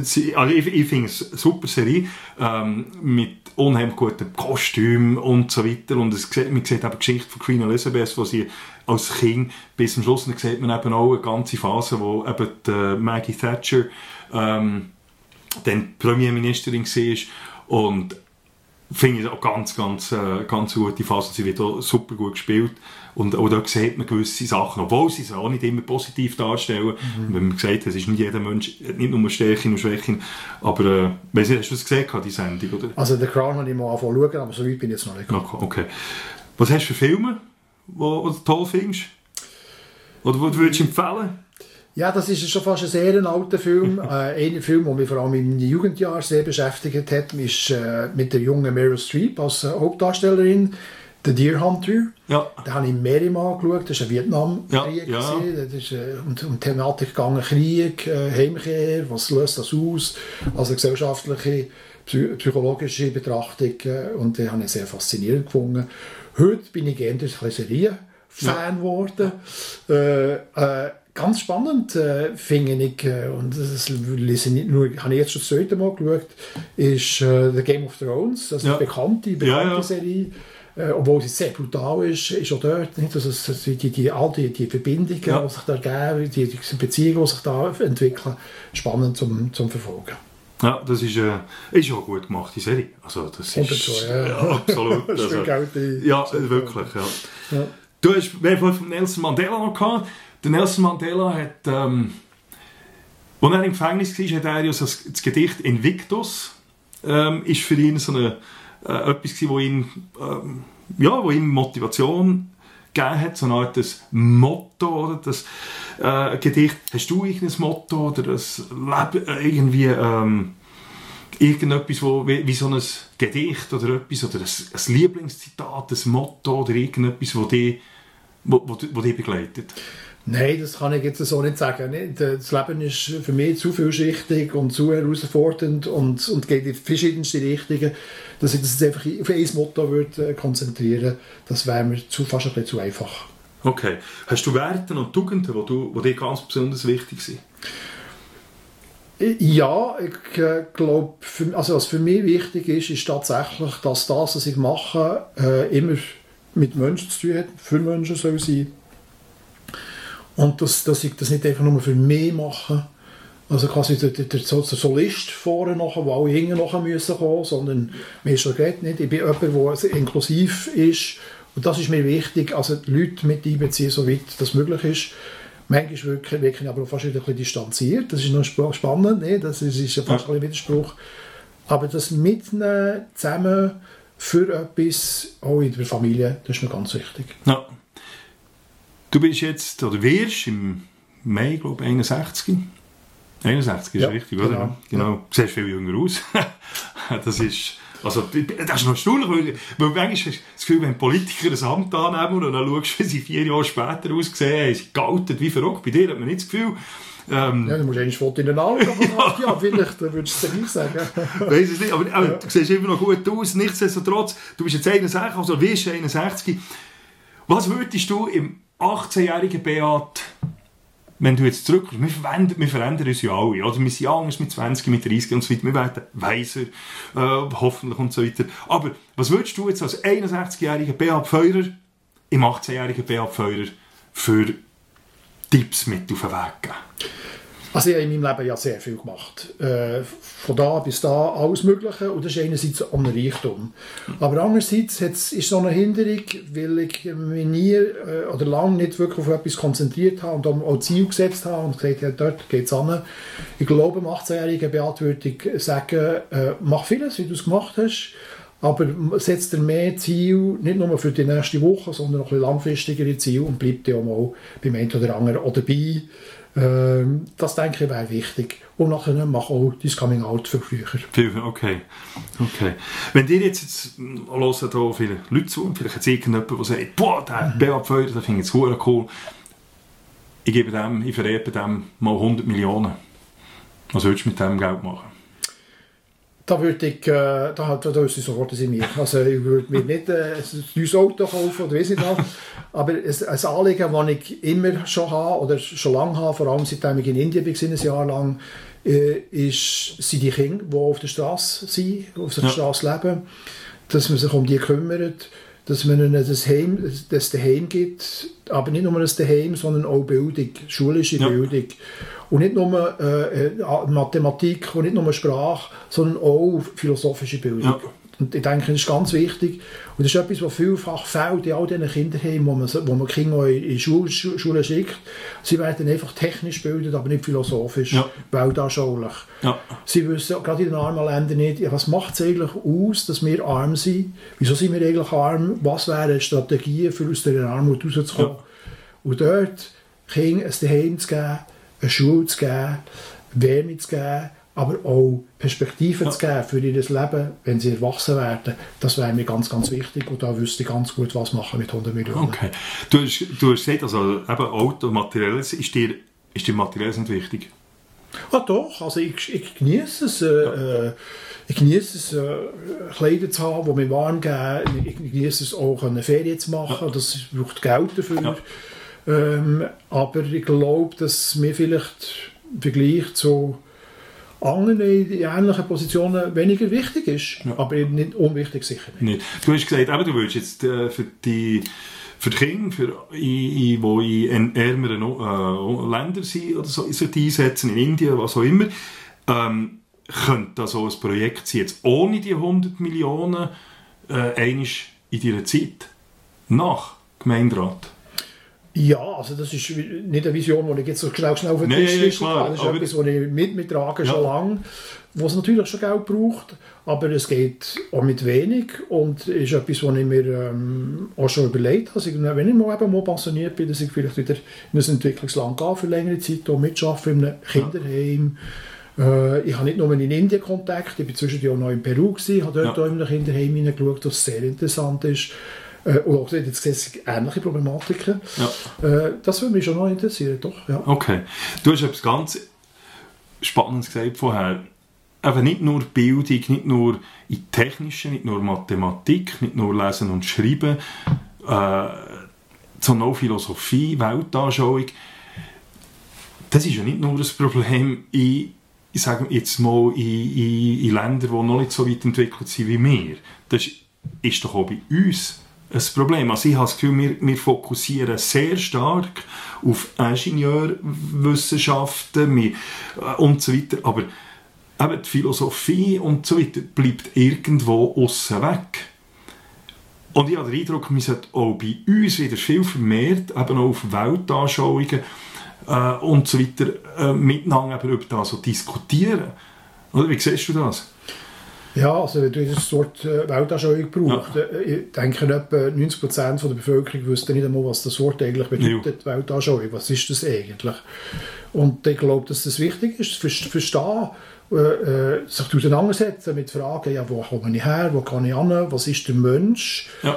Speaker 1: finde es eine super Serie, mit unheimlich guten Kostümen und so weiter. Und man sieht eben die Geschichte von Queen Elizabeth, wo sie als Kind bis zum Schluss, dann sieht man eben auch eine ganze Phase, wo eben die Maggie Thatcher dann Premierministerin war. Und finde ich auch ganz gute Phase. Sie wird auch super gut gespielt. Und auch da sieht man gewisse Sachen, obwohl sie es auch nicht immer positiv darstellen. Wenn man gesagt hat, es ist nicht jeder Mensch, nicht nur Stärken und Schwächen. Aber, weißt du, hast du das gesehen, die Sendung, oder?
Speaker 2: Also The Crown habe ich mal angefangen zu schauen, aber so weit bin ich jetzt noch nicht gekommen.
Speaker 1: Okay. Was hast du für Filme, die du toll findest? Oder die du würdest empfehlen?
Speaker 2: Ja, das ist schon fast ein sehr alter Film. Ein Film, der mich vor allem in den Jugendjahren sehr beschäftigt hat, ist mit der jungen Meryl Streep als Hauptdarstellerin. «The Deer Hunter», den habe ich mehrere Mal geschaut, das war ein Vietnamkrieg. Das ist um Thematik gegangen, Krieg, Heimkehr, was löst das aus, also gesellschaftliche, psychologische Betrachtung, und den habe ich sehr faszinierend gefunden. Heute bin ich gerne durch Serien-Fan geworden. Ganz spannend finde ich, und das lese ich nicht nur, habe ich jetzt schon das zweite Mal geschaut, ist «The Game of Thrones», das ist eine bekannte Serie. Obwohl sie sehr brutal ist auch dort nicht, also all die Verbindungen, die sich da geben, die Beziehungen, die sich da entwickeln, spannend zum Verfolgen.
Speaker 1: Ja, das ist auch gut gemacht, die Serie. Also das ist absolut.
Speaker 2: Das ist
Speaker 1: wirklich. Ja. Du hast von Nelson Mandela noch gehabt. Der Nelson Mandela hat, als er im Gefängnis war, hat er ja das Gedicht Invictus, ist für ihn so eine etwas, was ihn wo ihm Motivation gegeben hat, so eine Art das Motto oder das Gedicht. Hast du irgendein Motto oder das irgendwie irgendetwas, wie so ein Gedicht oder etwas oder ein Lieblingszitat, ein Motto oder irgendetwas, das dich begleitet?
Speaker 2: Nein, das kann ich jetzt so nicht sagen. Das Leben ist für mich zu vielschichtig und zu herausfordernd und geht in verschiedenste Richtungen, dass ich das jetzt einfach auf ein Motto würde konzentrieren. Das wäre mir fast ein bisschen zu einfach.
Speaker 1: Okay. Hast du Werte und Tugenden, die dir ganz besonders wichtig sind?
Speaker 2: Ja, ich glaube, was für mich wichtig ist tatsächlich, dass das, was ich mache, immer mit Menschen zu tun hat, für Menschen soll sein. Und dass ich das nicht einfach nur für mich mache, also quasi der Solist vorne nachher, wo alle hinten nachher müssen kommen, sondern mir ist schon geredet nicht. Ich bin jemand, der inklusiv ist und das ist mir wichtig, also die Leute mit einbeziehen, soweit das möglich ist. Manchmal wirken aber auch fast wieder ein bisschen distanziert, das ist noch spannend, ne? Das ist ja fast ein Widerspruch. Aber das Mitnehmen zusammen für etwas, auch in der Familie, das ist mir ganz wichtig.
Speaker 1: Ja. Du bist jetzt, oder wirst im Mai, glaube ich, 61. 61 ist ja, richtig,
Speaker 2: genau,
Speaker 1: oder? Genau. Ja. Du siehst viel jünger aus. Das ist noch erstaunlich, weil manchmal hast du das Gefühl, wenn Politiker ein Amt annehmen und dann schaust du, wie sie 4 Jahre später ausgesehen haben, sie gealtert wie verrückt. Bei dir hat man nicht das Gefühl.
Speaker 2: Ja, du musst eigentlich Foto in den Augen haben. Ja, vielleicht würdest du es nicht sagen.
Speaker 1: Weiss es nicht, aber du siehst immer noch gut aus. Nichtsdestotrotz, du bist jetzt 61, also wirst 61. Was würdest du im 18-jährigen Beat, wenn du jetzt zurückkommst, wir verändern uns ja alle, oder? Wir sind anders mit 20, mit 30 und so weiter, wir werden weiser, hoffentlich und so weiter. Aber was würdest du jetzt als 61-jähriger Beat Feurer im 18-jährigen Beat Feurer für Tipps mit auf den Weg geben?
Speaker 2: Also ich habe in meinem Leben ja sehr viel gemacht. Von da bis da alles Mögliche. Und das ist einerseits ein Reichtum. Aber andererseits ist so eine Hinderung, weil ich mich nie oder lange nicht wirklich auf etwas konzentriert habe und auch Ziel gesetzt habe und gesagt habe, dort geht es an. Ich glaube, im 18-jährigen Beat würde ich sagen, mach vieles, wie du es gemacht hast. Aber setzt dir mehr Ziel, nicht nur für die nächste Woche, sondern auch ein bisschen langfristigere Ziele und bleibt ja auch mal beim einen oder anderen auch dabei. Das denke ich wäre wichtig. Und nachher mach auch dein Coming Out für früher.
Speaker 1: Okay. Wenn dir jetzt hören da viele Leute zu, vielleicht jetzt irgendjemand, der sagt, boah, der Beat Feurer, der finde ich jetzt cool. Ich vererbe dem mal 100 Millionen. Was würdest du mit dem Geld machen?
Speaker 2: Da würde ich, da ist sofort in mir. Also ich würde mir nicht ein neues Auto kaufen oder weiss nicht was. Aber ein Anliegen, das ich immer schon habe oder schon lange habe, vor allem seitdem ich in Indien war, ein Jahr lang, sind die Kinder, die auf der Straße sind, auf der Straße leben, dass man sich um die kümmert, dass man ihnen das Daheim gibt, aber nicht nur das Daheim, sondern auch Bildung, schulische Bildung. Und nicht nur Mathematik und nicht nur Sprache, sondern auch philosophische Bildung. Ja. Und ich denke, das ist ganz wichtig. Und das ist etwas, was vielfach fehlt in all diesen Kinderheimen, wo man Kinder in die Schule schickt. Sie werden einfach technisch gebildet, aber nicht philosophisch, weltanschaulich. Ja. Sie wissen gerade in den armen Ländern nicht, was macht es eigentlich aus, dass wir arm sind? Wieso sind wir eigentlich arm? Was wären Strategien, für aus der Armut rauszukommen? Ja. Und dort Kindern ein Daheim zu geben, eine Schule zu geben, Wärme zu geben, aber auch Perspektiven zu geben für ihr Leben, wenn sie erwachsen werden, das wäre mir ganz, ganz wichtig und da wüsste ich ganz gut, was machen mit 100 Millionen. Okay.
Speaker 1: Du hast gesagt, also eben Auto, Materielles, ist dir Materielles nicht wichtig?
Speaker 2: Ah doch, also ich genieße es. Ich genieße es, Kleider zu haben, die mir warm geben. Ich genieße es auch, eine Ferien zu machen. Das braucht Geld dafür. Ja. Aber ich glaube, dass mir vielleicht im Vergleich zu anderen in ähnlichen Positionen weniger wichtig ist. Ja. Aber eben nicht unwichtig sicher nicht.
Speaker 1: Du hast gesagt, aber du willst jetzt für die Kinder, die in ärmeren Ländern sind oder so, einsetzen, in Indien, was auch immer, könnte das so ein Projekt sein, jetzt ohne die 100 Millionen einmal in deiner Zeit nach Gemeinderat?
Speaker 2: Ja, also das ist nicht eine Vision, die ich jetzt so schnell auf den Tisch legen kann. Das ist etwas, was ich mittrage schon lange, wo es natürlich schon Geld braucht, aber es geht auch mit wenig und ist etwas, was ich mir auch schon überlegt habe. Also, wenn ich mal pensioniert bin, dass ich vielleicht wieder in ein Entwicklungsland gehe für längere Zeit, auch mitarbeite in einem Kinderheim. Ich habe nicht nur in Indien Kontakt, ich war zwischendurch auch noch in Peru, habe dort auch in einem Kinderheim hineingeschaut, was sehr interessant ist. Und auch jetzt sehe ich ähnliche Problematiken. Ja. Das würde mich schon noch interessieren, doch. Ja.
Speaker 1: Okay. Du hast etwas ganz Spannendes gesagt vorher. Eben nicht nur Bildung, nicht nur in Technischen, nicht nur Mathematik, nicht nur Lesen und Schreiben, sondern auch Philosophie, Weltanschauung. Das ist ja nicht nur ein Problem ich sage jetzt mal, in Ländern, die noch nicht so weit entwickelt sind wie wir. Das ist doch auch bei uns ein Problem. Also ich habe das Gefühl, wir fokussieren sehr stark auf Ingenieurwissenschaften und so weiter, aber eben die Philosophie und so weiter bleibt irgendwo aussen weg. Und ich habe den Eindruck, wir sollten auch bei uns wieder viel vermehrt eben auch auf Weltanschauungen und so weiter miteinander über das so diskutieren. Oder wie siehst du das?
Speaker 2: Ja, also wenn du das Wort Weltanschauung brauchst, ich denke, etwa 90% der Bevölkerung wüsste nicht einmal, was das Wort eigentlich bedeutet, Weltanschauung. Was ist das eigentlich? Und ich glaube, dass das wichtig ist, verstehen, sich auseinandersetzen mit Fragen, ja, wo komme ich her, wo kann ich hin, was ist der Mensch? Ja.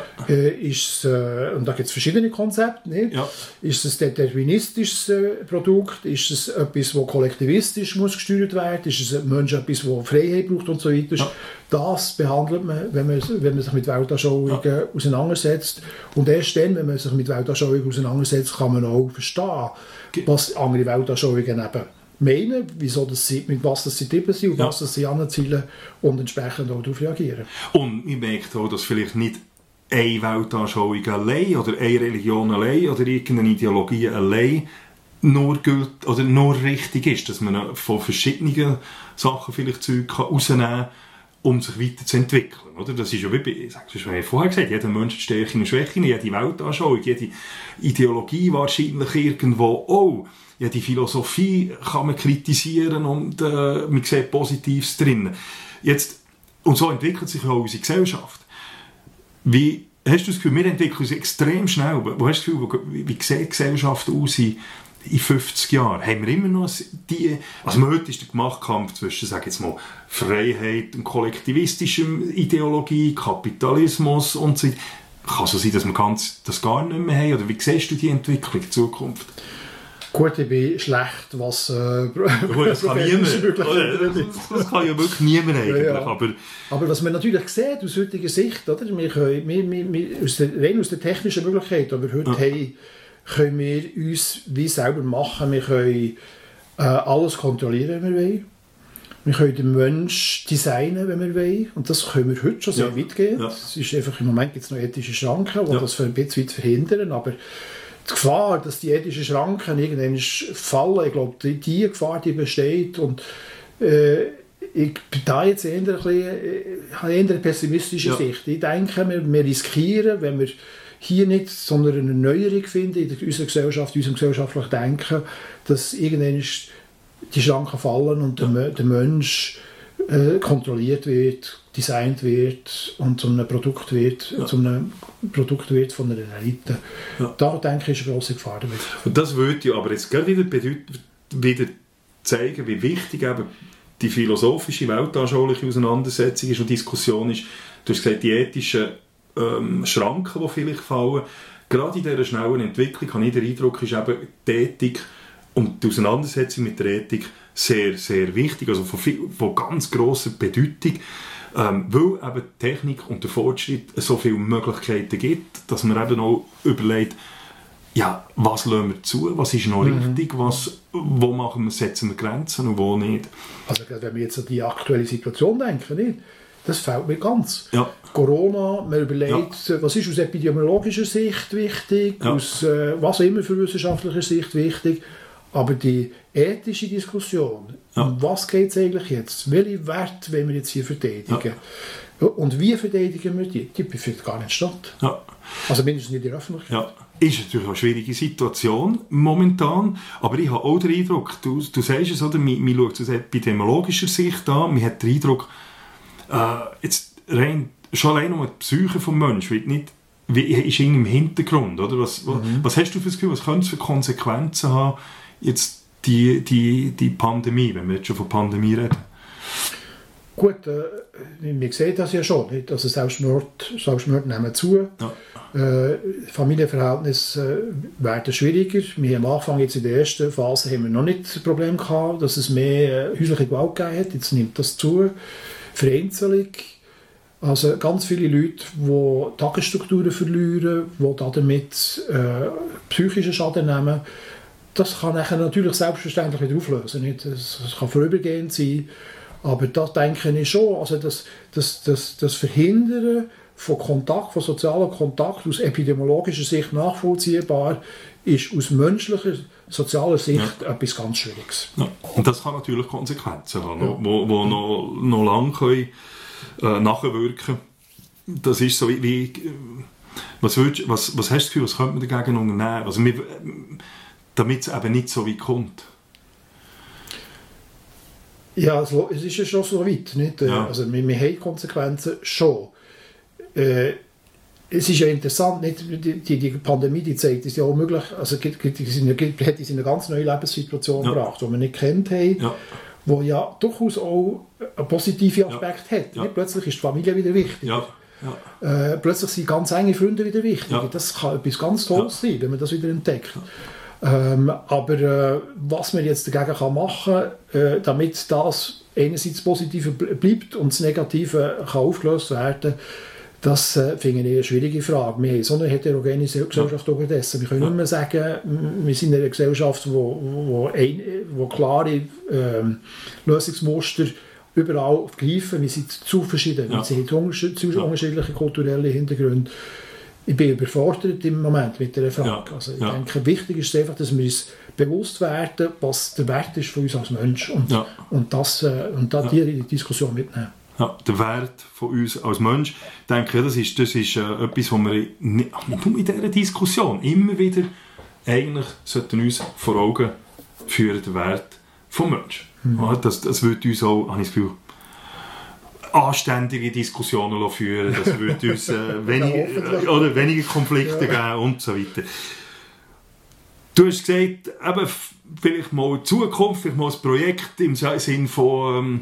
Speaker 2: Und da gibt es verschiedene Konzepte. Nicht? Ja. Ist es ein deterministisches Produkt? Ist es etwas, das kollektivistisch muss gesteuert werden? Ist es ein Mensch etwas, das Freiheit braucht und so weiter? Ja. Das behandelt man, wenn man sich mit Weltanschauungen auseinandersetzt. Und erst dann, wenn man sich mit Weltanschauungen auseinandersetzt, kann man auch verstehen, was andere Weltanschauungen eben meinen, wieso das sie, mit was das sie tippen sind und was das sie anzielen und entsprechend auch darauf reagieren.
Speaker 1: Und man merkt auch, dass vielleicht nicht eine Weltanschauung allein oder eine Religion allein oder irgendeine Ideologie allein nur gilt oder nur richtig ist, dass man von verschiedenen Sachen vielleicht Zeug rausnehmen kann, um sich weiterzuentwickeln. Oder? Das ist ja wie ich habe vorher gesagt, jeder Mensch hat Stärken und Schwächen, jede Weltanschauung, jede Ideologie wahrscheinlich irgendwo auch. Ja, die Philosophie kann man kritisieren und man sieht Positives drin. Jetzt, und so entwickelt sich auch unsere Gesellschaft. Wie hast du das Gefühl, wir entwickeln uns extrem schnell? Wo hast du das Gefühl, wie sieht die Gesellschaft aus in 50 Jahren? Haben wir immer noch die... Also heute ist der Machtkampf zwischen, sage jetzt mal, Freiheit und kollektivistischer Ideologie, Kapitalismus und so weiter. Kann so sein, dass wir das gar nicht mehr haben? Oder wie siehst du die Entwicklung in Zukunft?
Speaker 2: Gut, ich bin schlecht, was
Speaker 1: das kann niemand. Das kann ja wirklich niemand eigentlich. Ja.
Speaker 2: Aber was man natürlich sieht aus heutiger Sicht, oder? Wir können, rein aus der technischen Möglichkeit, aber heute können wir uns wie selber machen. Wir können alles kontrollieren, wenn wir wollen. Wir können den Menschen designen, wenn wir wollen. Und das können wir heute schon sehr weit gehen. Es ist einfach, im Moment gibt es noch ethische Schranken, die das ein bisschen weit verhindern. Aber die Gefahr, dass die ethischen Schranken irgendwann fallen, ich glaube, die Gefahr, die besteht. Und ich bin da jetzt eher eine pessimistische Sicht. Ich denke, wir riskieren, wenn wir hier nicht so eine Erneuerung finden in unserer Gesellschaft, in unserem gesellschaftlichen Denken, dass irgendwann die Schranken fallen und der Mensch kontrolliert wird, designt wird und zu einem Produkt wird, von einer Elite. Ja. Da denke ich, ist eine grosse Gefahr damit.
Speaker 1: Und das würde ja aber jetzt gerade wieder zeigen, wie wichtig eben die philosophische, weltanschauliche Auseinandersetzung ist und Diskussion ist. Du hast gesagt, die ethischen Schranken, die vielleicht fallen. Gerade in dieser schnellen Entwicklung habe ich den Eindruck, ist eben die Ethik und die Auseinandersetzung mit der Ethik sehr, sehr wichtig, also von ganz grosser Bedeutung, weil eben die Technik und der Fortschritt so viele Möglichkeiten gibt, dass man eben auch überlegt, ja, was lassen wir zu, was ist noch richtig, wo setzen wir Grenzen und wo nicht.
Speaker 2: Also wenn wir jetzt an die aktuelle Situation denken, nicht? Das fehlt mir ganz.
Speaker 1: Ja.
Speaker 2: Corona, man überlegt, was ist aus epidemiologischer Sicht wichtig, aus was immer für wissenschaftlicher Sicht wichtig. Aber die ethische Diskussion, um was geht es eigentlich jetzt? Welche Werte wollen wir jetzt hier verteidigen? Ja. Und wie verteidigen wir die? Die findet gar nicht statt. Ja. Also mindestens nicht in der Öffentlichkeit.
Speaker 1: Ja. Ist natürlich eine schwierige Situation momentan, aber ich habe auch den Eindruck, du sagst es, oder? Man schaut es aus epidemiologischer Sicht an, man hat den Eindruck, jetzt schon allein um die Psyche des Menschen ist im Hintergrund, oder? Was hast du für das Gefühl, was könnte es für Konsequenzen haben, jetzt die Pandemie, wenn wir jetzt schon von Pandemie reden?
Speaker 2: Gut, wir sehen das ja schon, nicht? Also Selbstmord nehmen zu. Ja. Familienverhältnisse werden schwieriger. Wir haben am Anfang, jetzt in der ersten Phase, haben wir noch nicht das Problem gehabt, dass es mehr häusliche Gewalt gegeben hat. Jetzt nimmt das zu. Vereinzelung. Also ganz viele Leute, die Tagesstrukturen verlieren, die damit psychischen Schaden nehmen. Das kann nachher natürlich selbstverständlich wieder auflösen. Nicht? Das kann vorübergehend sein. Aber das denke ich schon, also das Verhindern von Kontakt, von sozialem Kontakt aus epidemiologischer Sicht nachvollziehbar, ist aus menschlicher, sozialer Sicht etwas ganz Schwieriges.
Speaker 1: Ja. Und das kann natürlich Konsequenzen haben, die noch lange können, nachwirken. Das ist so wie was hast du das Gefühl, was könnte man dagegen unternehmen? Also damit es eben nicht so weit kommt.
Speaker 2: Ja, es ist ja schon so weit. Nicht? Ja. Also wir haben Konsequenzen schon. Es ist ja interessant, nicht? Die Pandemie, die zeigt es ja auch möglich, also hat uns in eine ganz neue Lebenssituation gebracht, die wir nicht kennt haben, die ja durchaus auch einen positiven Aspekt hat. Ja. Plötzlich ist die Familie wieder wichtig. Ja. Ja. Plötzlich sind ganz enge Freunde wieder wichtig. Ja. Das kann etwas ganz Tolles sein, wenn man das wieder entdeckt. Aber was man jetzt dagegen machen kann, damit das einerseits Positive bleibt und das Negative kann aufgelöst werden, das finde ich eine schwierige Frage. Wir haben so eine heterogene Gesellschaft unterdessen. Wir können nicht mehr sagen, wir sind in einer Gesellschaft, wo klare Lösungsmuster überall greifen. Wir sind zu verschieden. Wir sind zu unterschiedliche kulturelle Hintergründe. Ich bin überfordert im Moment mit dieser Frage. Also ich denke, wichtig ist einfach, dass wir uns bewusst werden, was der Wert ist von uns als Mensch und die Diskussion mitnehmen.
Speaker 1: Ja, der Wert von uns als Mensch, ich denke, das ist etwas, was wir in dieser Diskussion immer wieder eigentlich sollten uns vor Augen führen, der Wert vom Menschen. Ja, das würde uns auch, habe ich das Gefühl, anständige Diskussionen führen, das würde uns weniger Konflikte geben und so weiter. Du hast gesagt, eben, vielleicht mal Zukunft, vielleicht mal ein Projekt im Sinne von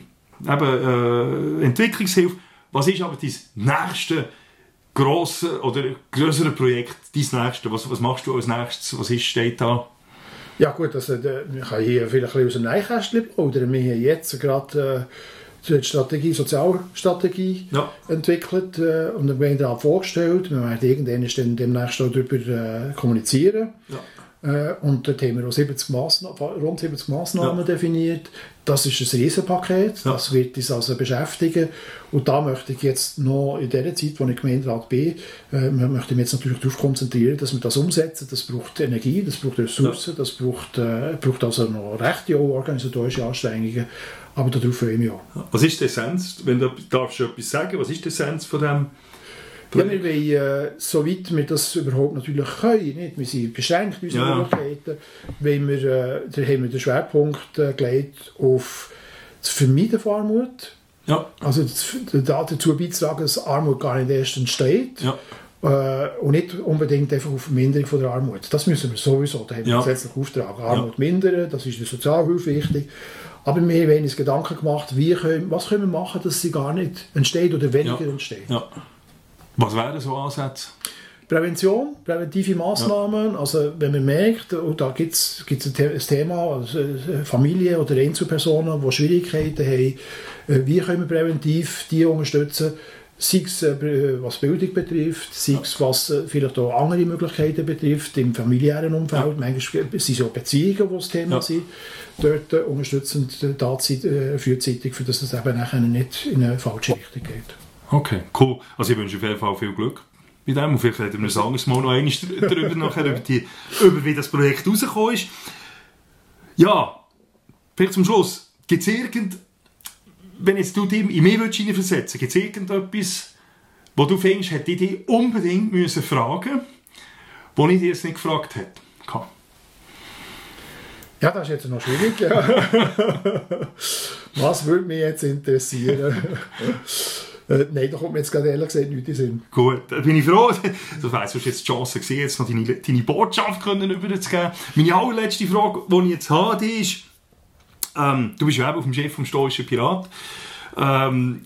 Speaker 1: Entwicklungshilfe. Was ist aber dein nächste grosse oder größere Projekt, dein nächste? Was machst du als nächstes? Was steht da?
Speaker 2: Ja gut, also, ich kann hier vielleicht ein bisschen aus dem Nähkästchen plaudern. Wir haben jetzt gerade die Sozialstrategie entwickelt und den Gemeinderat vorgestellt. Wir werden irgendwann demnächst auch darüber kommunizieren. Ja. Und dort haben wir auch rund 70 Massnahmen definiert. Das ist ein Riesenpaket, das wird uns also beschäftigen. Und da möchte ich jetzt noch in der Zeit, wo ich Gemeinderat bin, möchte ich mich jetzt natürlich darauf konzentrieren, dass wir das umsetzen. Das braucht Energie, das braucht Ressourcen, das braucht also noch rechte organisatorische Anstrengungen. Aber darauf freue ich mich auch.
Speaker 1: Was ist die Essenz? Wenn du darfst etwas sagen, was ist die Essenz von dem?
Speaker 2: Ja, wir wollen, soweit wir das überhaupt natürlich können, nicht? Wir sind beschränkt in unseren Möglichkeiten, da haben wir den Schwerpunkt gelegt auf das Vermeiden von Armut. Ja. Also dazu beizutragen, dass Armut gar nicht erst entsteht. Ja. Und nicht unbedingt einfach auf Verminderung von der Armut. Das müssen wir sowieso, da haben wir gesetzlichen Auftrag. Armut mindern, das ist in der Sozialhilfe wichtig. Aber wir haben uns Gedanken gemacht, was können wir machen, dass sie gar nicht entsteht oder weniger entsteht. Ja.
Speaker 1: Was wären so Ansätze?
Speaker 2: Prävention, präventive Massnahmen. Also wenn man merkt, da gibt es ein Thema, also Familien oder Einzelpersonen, die Schwierigkeiten haben, wie können wir präventiv die unterstützen, sei es was Bildung betrifft, sei es was vielleicht auch andere Möglichkeiten betrifft, im familiären Umfeld. Ja. Manchmal sind es auch Beziehungen, die das Thema sind. Dort unterstützend frühzeitig, für dass es eben nachher nicht in eine falsche Richtung geht.
Speaker 1: Okay, cool. Also ich wünsche auf jeden Fall viel Glück bei dem. Und vielleicht reden wir ein anderes Mal noch einmal darüber, über wie das Projekt rausgekommen ist. Ja, vielleicht zum Schluss. Gibt es wenn jetzt du dich in mich hineinversetzen willst, gibt es irgendetwas, wo du findest, hätte ich dich unbedingt müssen fragen müssen, wo ich dir jetzt nicht gefragt hätte?
Speaker 2: Ja, das ist jetzt noch schwierig. Ja. Was würde mich jetzt interessieren? Nein, da kommt mir jetzt gerade ehrlich gesagt nichts in den Sinn.
Speaker 1: Gut, da bin ich froh. Das wäre jetzt die Chance gewesen, jetzt noch deine Botschaft überzugeben. Meine allerletzte Frage, die ich jetzt habe, die ist, du bist ja eben auf dem Schiff vom Stoischen Pirat. Wenn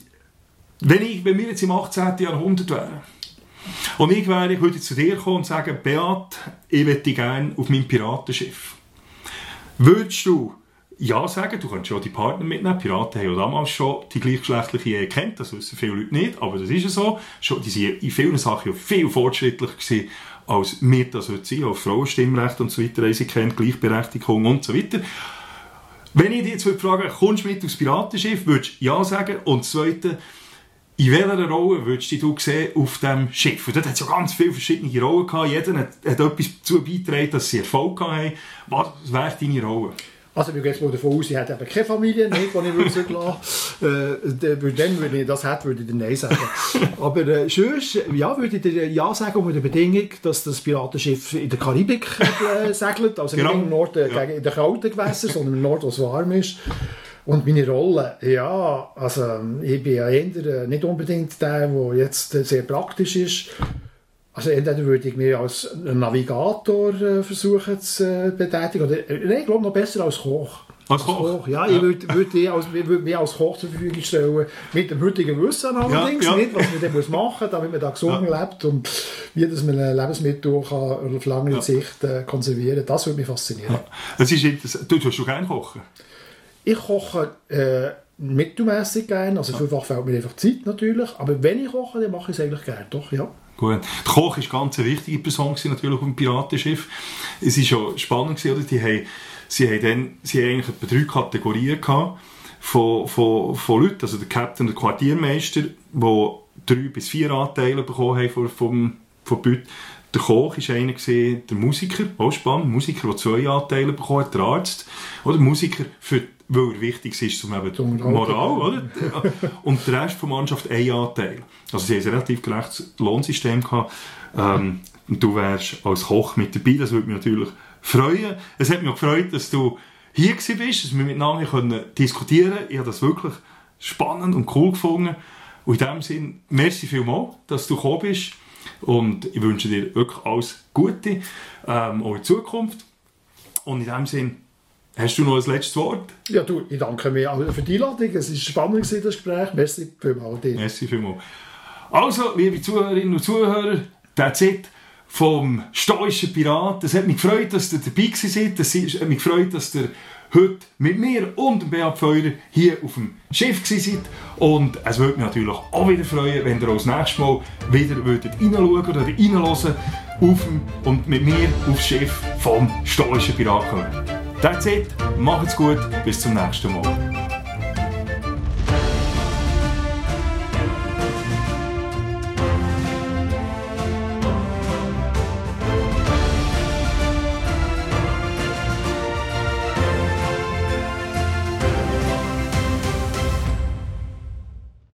Speaker 1: wir jetzt im 18. Jahrhundert wären und ich würde jetzt zu dir kommen und sagen, Beat, ich möchte gerne auf meinem Piratenschiff. Würdest du ja sagen, du könntest ja die Partner mitnehmen. Piraten haben ja damals schon die gleichgeschlechtliche Ehe gekannt, das wissen viele Leute nicht, aber das ist ja so. Die waren in vielen Sachen viel fortschrittlicher gewesen, als wir das heute sind, auch Frauenstimmrecht und so weiter, haben sie kennt, Gleichberechtigung und so weiter. Wenn ich dich jetzt frage, kommst du mit aufs Piratenschiff, würdest du ja sagen. Und das Zweite, in welcher Rolle würdest du sehen auf diesem Schiff? Und dort hat es ja ganz viele verschiedene Rollen gehabt. Jeder hat etwas dazu beigetragen, dass sie Erfolg haben. Was wäre deine Rolle?
Speaker 2: Also wir gehen jetzt mal davon aus, ich hätte eben keine Familie, nicht, die ich rauslassen würde. Dann, wenn ich das hätte, würde ich dann Nein sagen. Aber sonst, ja, würde ich dir Ja sagen, unter der Bedingung, dass das Piratenschiff in der Karibik segelt. Also nicht im Norden in den kalten Gewässern, sondern im Norden, wo es warm ist. Und meine Rolle, ja, also ich bin ja eher nicht unbedingt der, der jetzt sehr praktisch ist. Also entweder würde ich mich als Navigator versuchen zu betätigen, oder ich glaube noch besser als Koch.
Speaker 1: Als Koch?
Speaker 2: Ja, ich würde mich als Koch zur Verfügung stellen, mit dem heutigen Wissen allerdings, nicht, was man dann machen muss, damit man da gesund lebt und wie dass man Lebensmittel kann auf lange Sicht konservieren kann. Das würde mich faszinieren.
Speaker 1: Ja. Das ist interessant. Du tust gerne kochen?
Speaker 2: Ich koche mittelmässig gerne, also vielfach fehlt mir einfach Zeit natürlich, aber wenn ich koche, dann mache ich es eigentlich gerne, doch, ja.
Speaker 1: Gut. Der Koch war ganz eine wichtige Person natürlich auf dem Piratenschiff. Es war schon spannend, oder? Sie haben eigentlich etwa 3 Kategorien gehabt von Leuten, also der Captain, der Quartiermeister, die 3 bis 4 Anteile bekommen haben von Beut. Der Koch war einer, der Musiker, auch spannend, der Musiker, der 2 Anteile bekommen hat, der Arzt, oder der Musiker, weil er wichtig ist zum eben Moral, oder? Und der Rest der Mannschaft 1 Anteil. Also sie haben ein relativ gerechtes Lohnsystem gehabt. Und du wärst als Koch mit dabei, das würde mich natürlich freuen. Es hat mich auch gefreut, dass du hier bist, dass wir miteinander diskutieren können. Ich habe das wirklich spannend und cool gefunden. Und in diesem Sinne, merci vielmals, dass du gekommen bist. Und ich wünsche dir wirklich alles Gute, auch in Zukunft. Und in diesem Sinne, hast du noch ein letztes Wort?
Speaker 2: Ja, du, ich danke mir für die Einladung. Es war spannend, das Gespräch. Merci vielmals.
Speaker 1: Merci vielmals. Also, liebe Zuhörerinnen und Zuhörer, that's it vom Stoischen Pirat. Es hat mich gefreut, dass ihr dabei seid. Es hat mich gefreut, dass ihr heute mit mir und dem Beat Feurer hier auf dem Schiff seid. Und es würde mich natürlich auch wieder freuen, wenn ihr auch das nächste Mal wieder reinschauen oder reinhören und mit mir aufs Schiff vom Stoischen Pirat kommen. That's it. Macht's gut. Bis zum nächsten Mal.